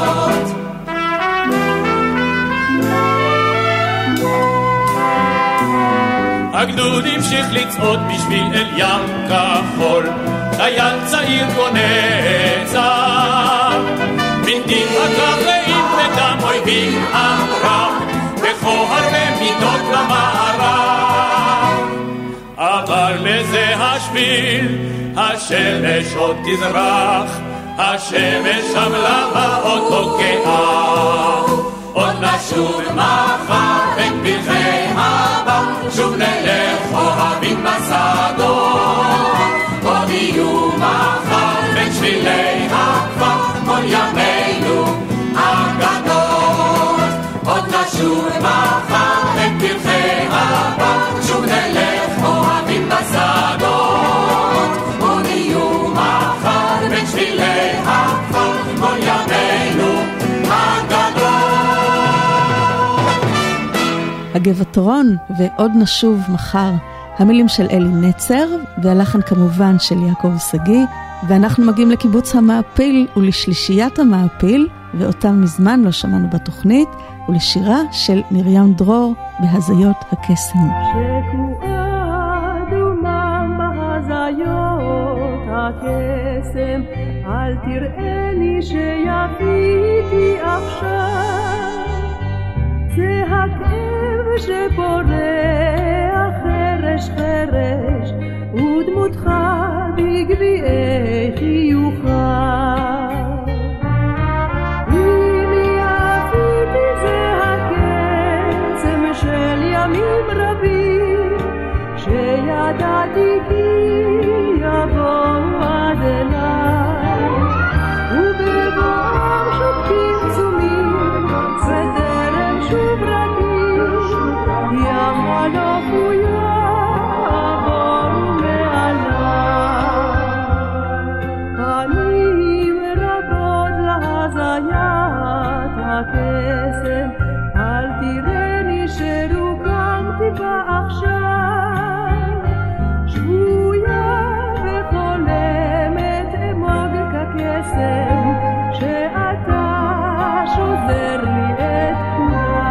הגדוד המשיך לצעוד בשביל אל ים כחול, חייל צעיר קונה צב. בנתיב הקרקעית בדם אויבים ערב, וכה הרבה מידות למערב. אבל בזה השביל השמש עוד תזרח, השמש המלווה אותו כאח. עוד נשוב מחר בין פרחי הבר, שוב נלך אוהבים בשדות. עוד יהיו מחר בין שבילי הכפר, כל ימינו אגדות. עוד נשוב מחר בין פרחי הבר, שוב נלך אוהבים בשדות. עוד יהיו מחר בין שבילי הכפר, כל ימינו אגדות. הגבעתרון ועוד נשוב מחר, המילים של אלי נצר והלחן כמובן של יעקב שגיא. ואנחנו מגיעים לקיבוץ המעפיל ולשלישיית המעפיל, ואותם מזמן לא שמענו בתוכנית, ולשירה של מרים דרור בהזיות הקסם. שקועה דומם בהזיות הקסם, אל תראיני שיפיתי עכשיו. זה הכאב שפורח חרש חרש, ודמותך בגביעי חיוכה. אם יפיתי זה הקסם של ימים רבים, שידעתי כי יבוא עד אליי, ובבואם שותקים צומים, וטרם שוב רגיש, יחלוף ויעבור מעליי. פנים רבות להזיית הקסם, אל תראיני שרוקמתי בה עכשיו. שבויה וחולמת אמוג כקסם, שאתה שובר לי את כולה.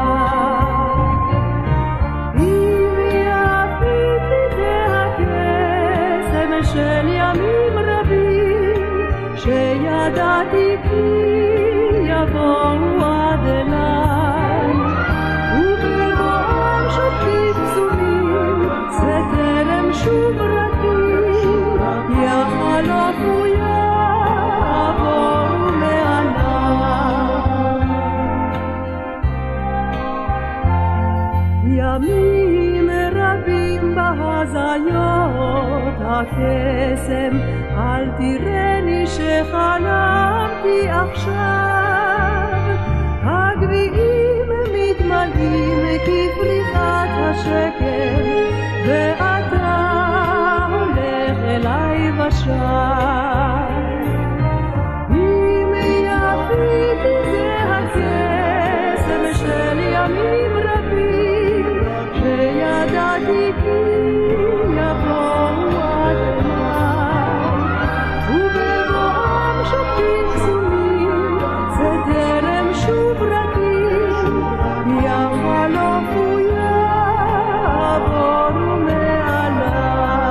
אם יפיתי זה הקסם של ימים רבים, שידעתי כי יבואו עד אליי, ובבואם שותקים צומים, וטרם שוב רכים, יחלוף ויעבור מעליי. ימים רבים בהזיות הקסם, אל תראני שחלמתי עכשיו. הגביעים מתמלאים כפריחת השקר, ואתה הולך אליי ושב. אם יפיתי זה הקסם של ימים רבים, שידעתי כי יבואו עד אליי, ובבואם שוקטים קסומים, זה טרם שוב רכים, יחלופו יעברו מעליי.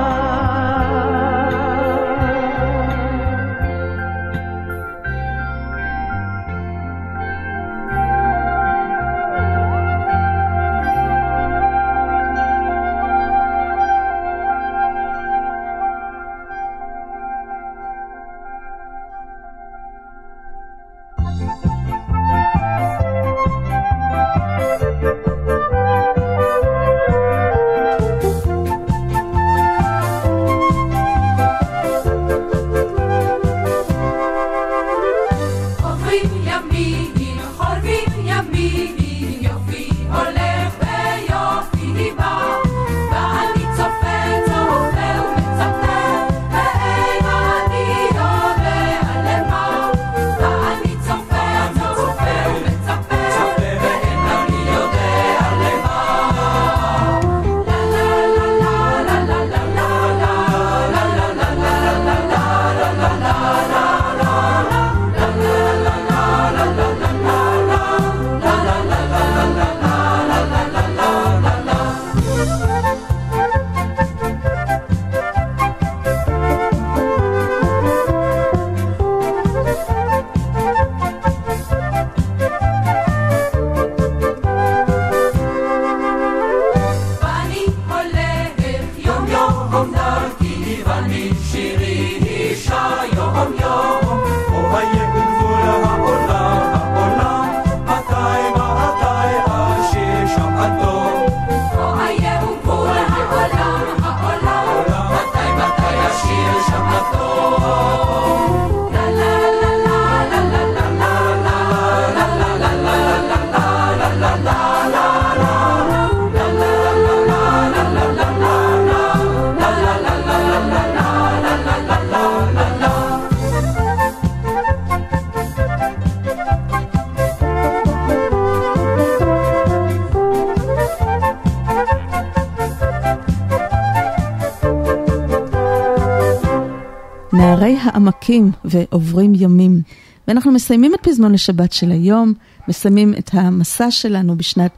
נערי העמקים ועוברים ימים. ואנחנו מסיימים את פזמון לשבת של היום, מסיימים את המסע שלנו בשנת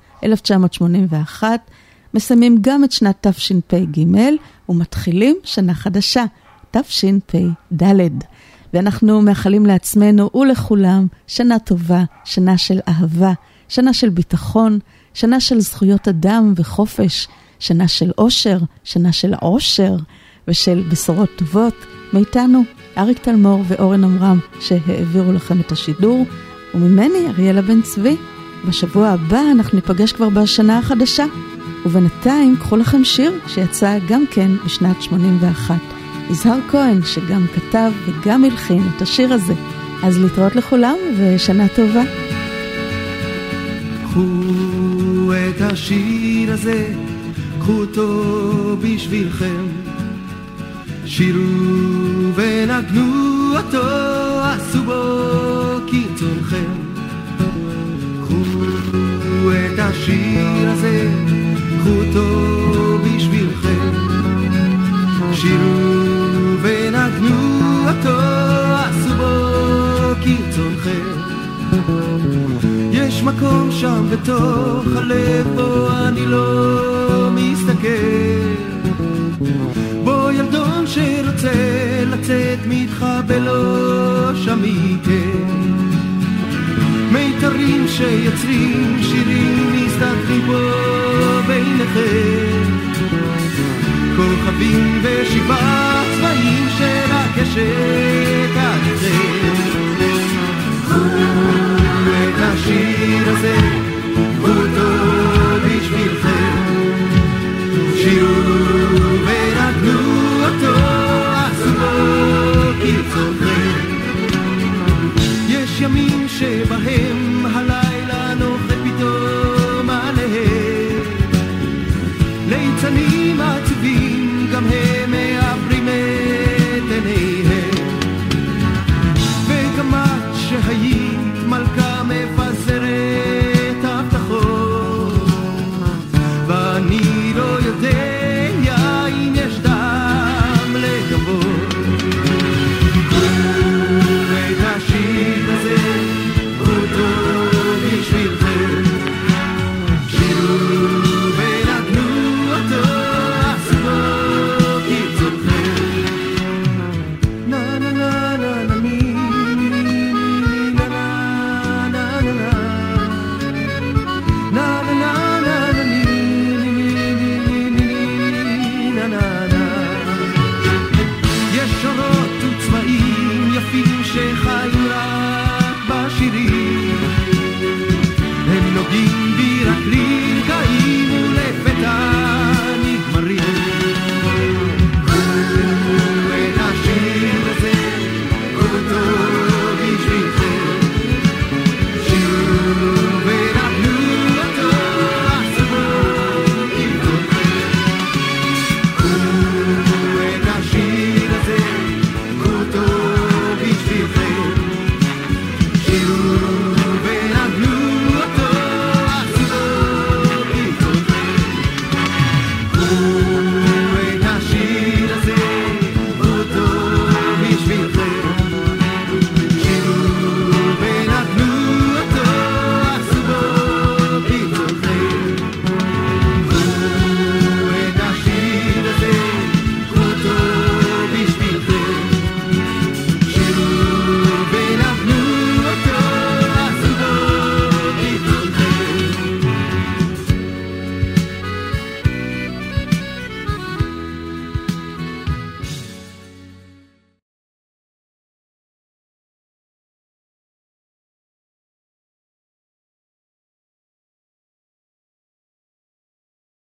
1981, מסיימים גם את שנת תשפ"ג, ומתחילים שנה חדשה, תשפ"ד. ואנחנו מאחלים לעצמנו ולכולם שנה טובה, שנה של אהבה, שנה של ביטחון, שנה של זכויות אדם וחופש, שנה של אושר, שנה של עושר ושל בשורות טובות. מאיתנו אריק תלמור ואורן אמרם שהעבירו לכם את השידור, וממני אריאלה בן צבי. בשבוע הבא אנחנו ניפגש כבר בשנה החדשה, ובינתיים קחו לכם שיר שיצא גם כן בשנת 81. יזהר כהן שגם כתב וגם הלחין את השיר הזה. אז להתראות לכולם ושנה טובה. קחו את השיר הזה, קחו אותו בשבילכם, שירו ונגנו אותו, עשו בו כרצונכם. קחו את השיר הזה, קחו אותו בשבילכם, שירו ונגנו אותו, עשו בו כרצונכם. יש מקום שם בתוך הלב בו אני לא מסתכל, בו ילדון שרוצה לצאת מתחבא לא שמיתם, מיתרים שיוצרים שירים מסתתרים בו ביניכם, כוכבים ושבעה צבעים של הקשת עליכם. את השיר הזה, אותו בשבילכם, יודעים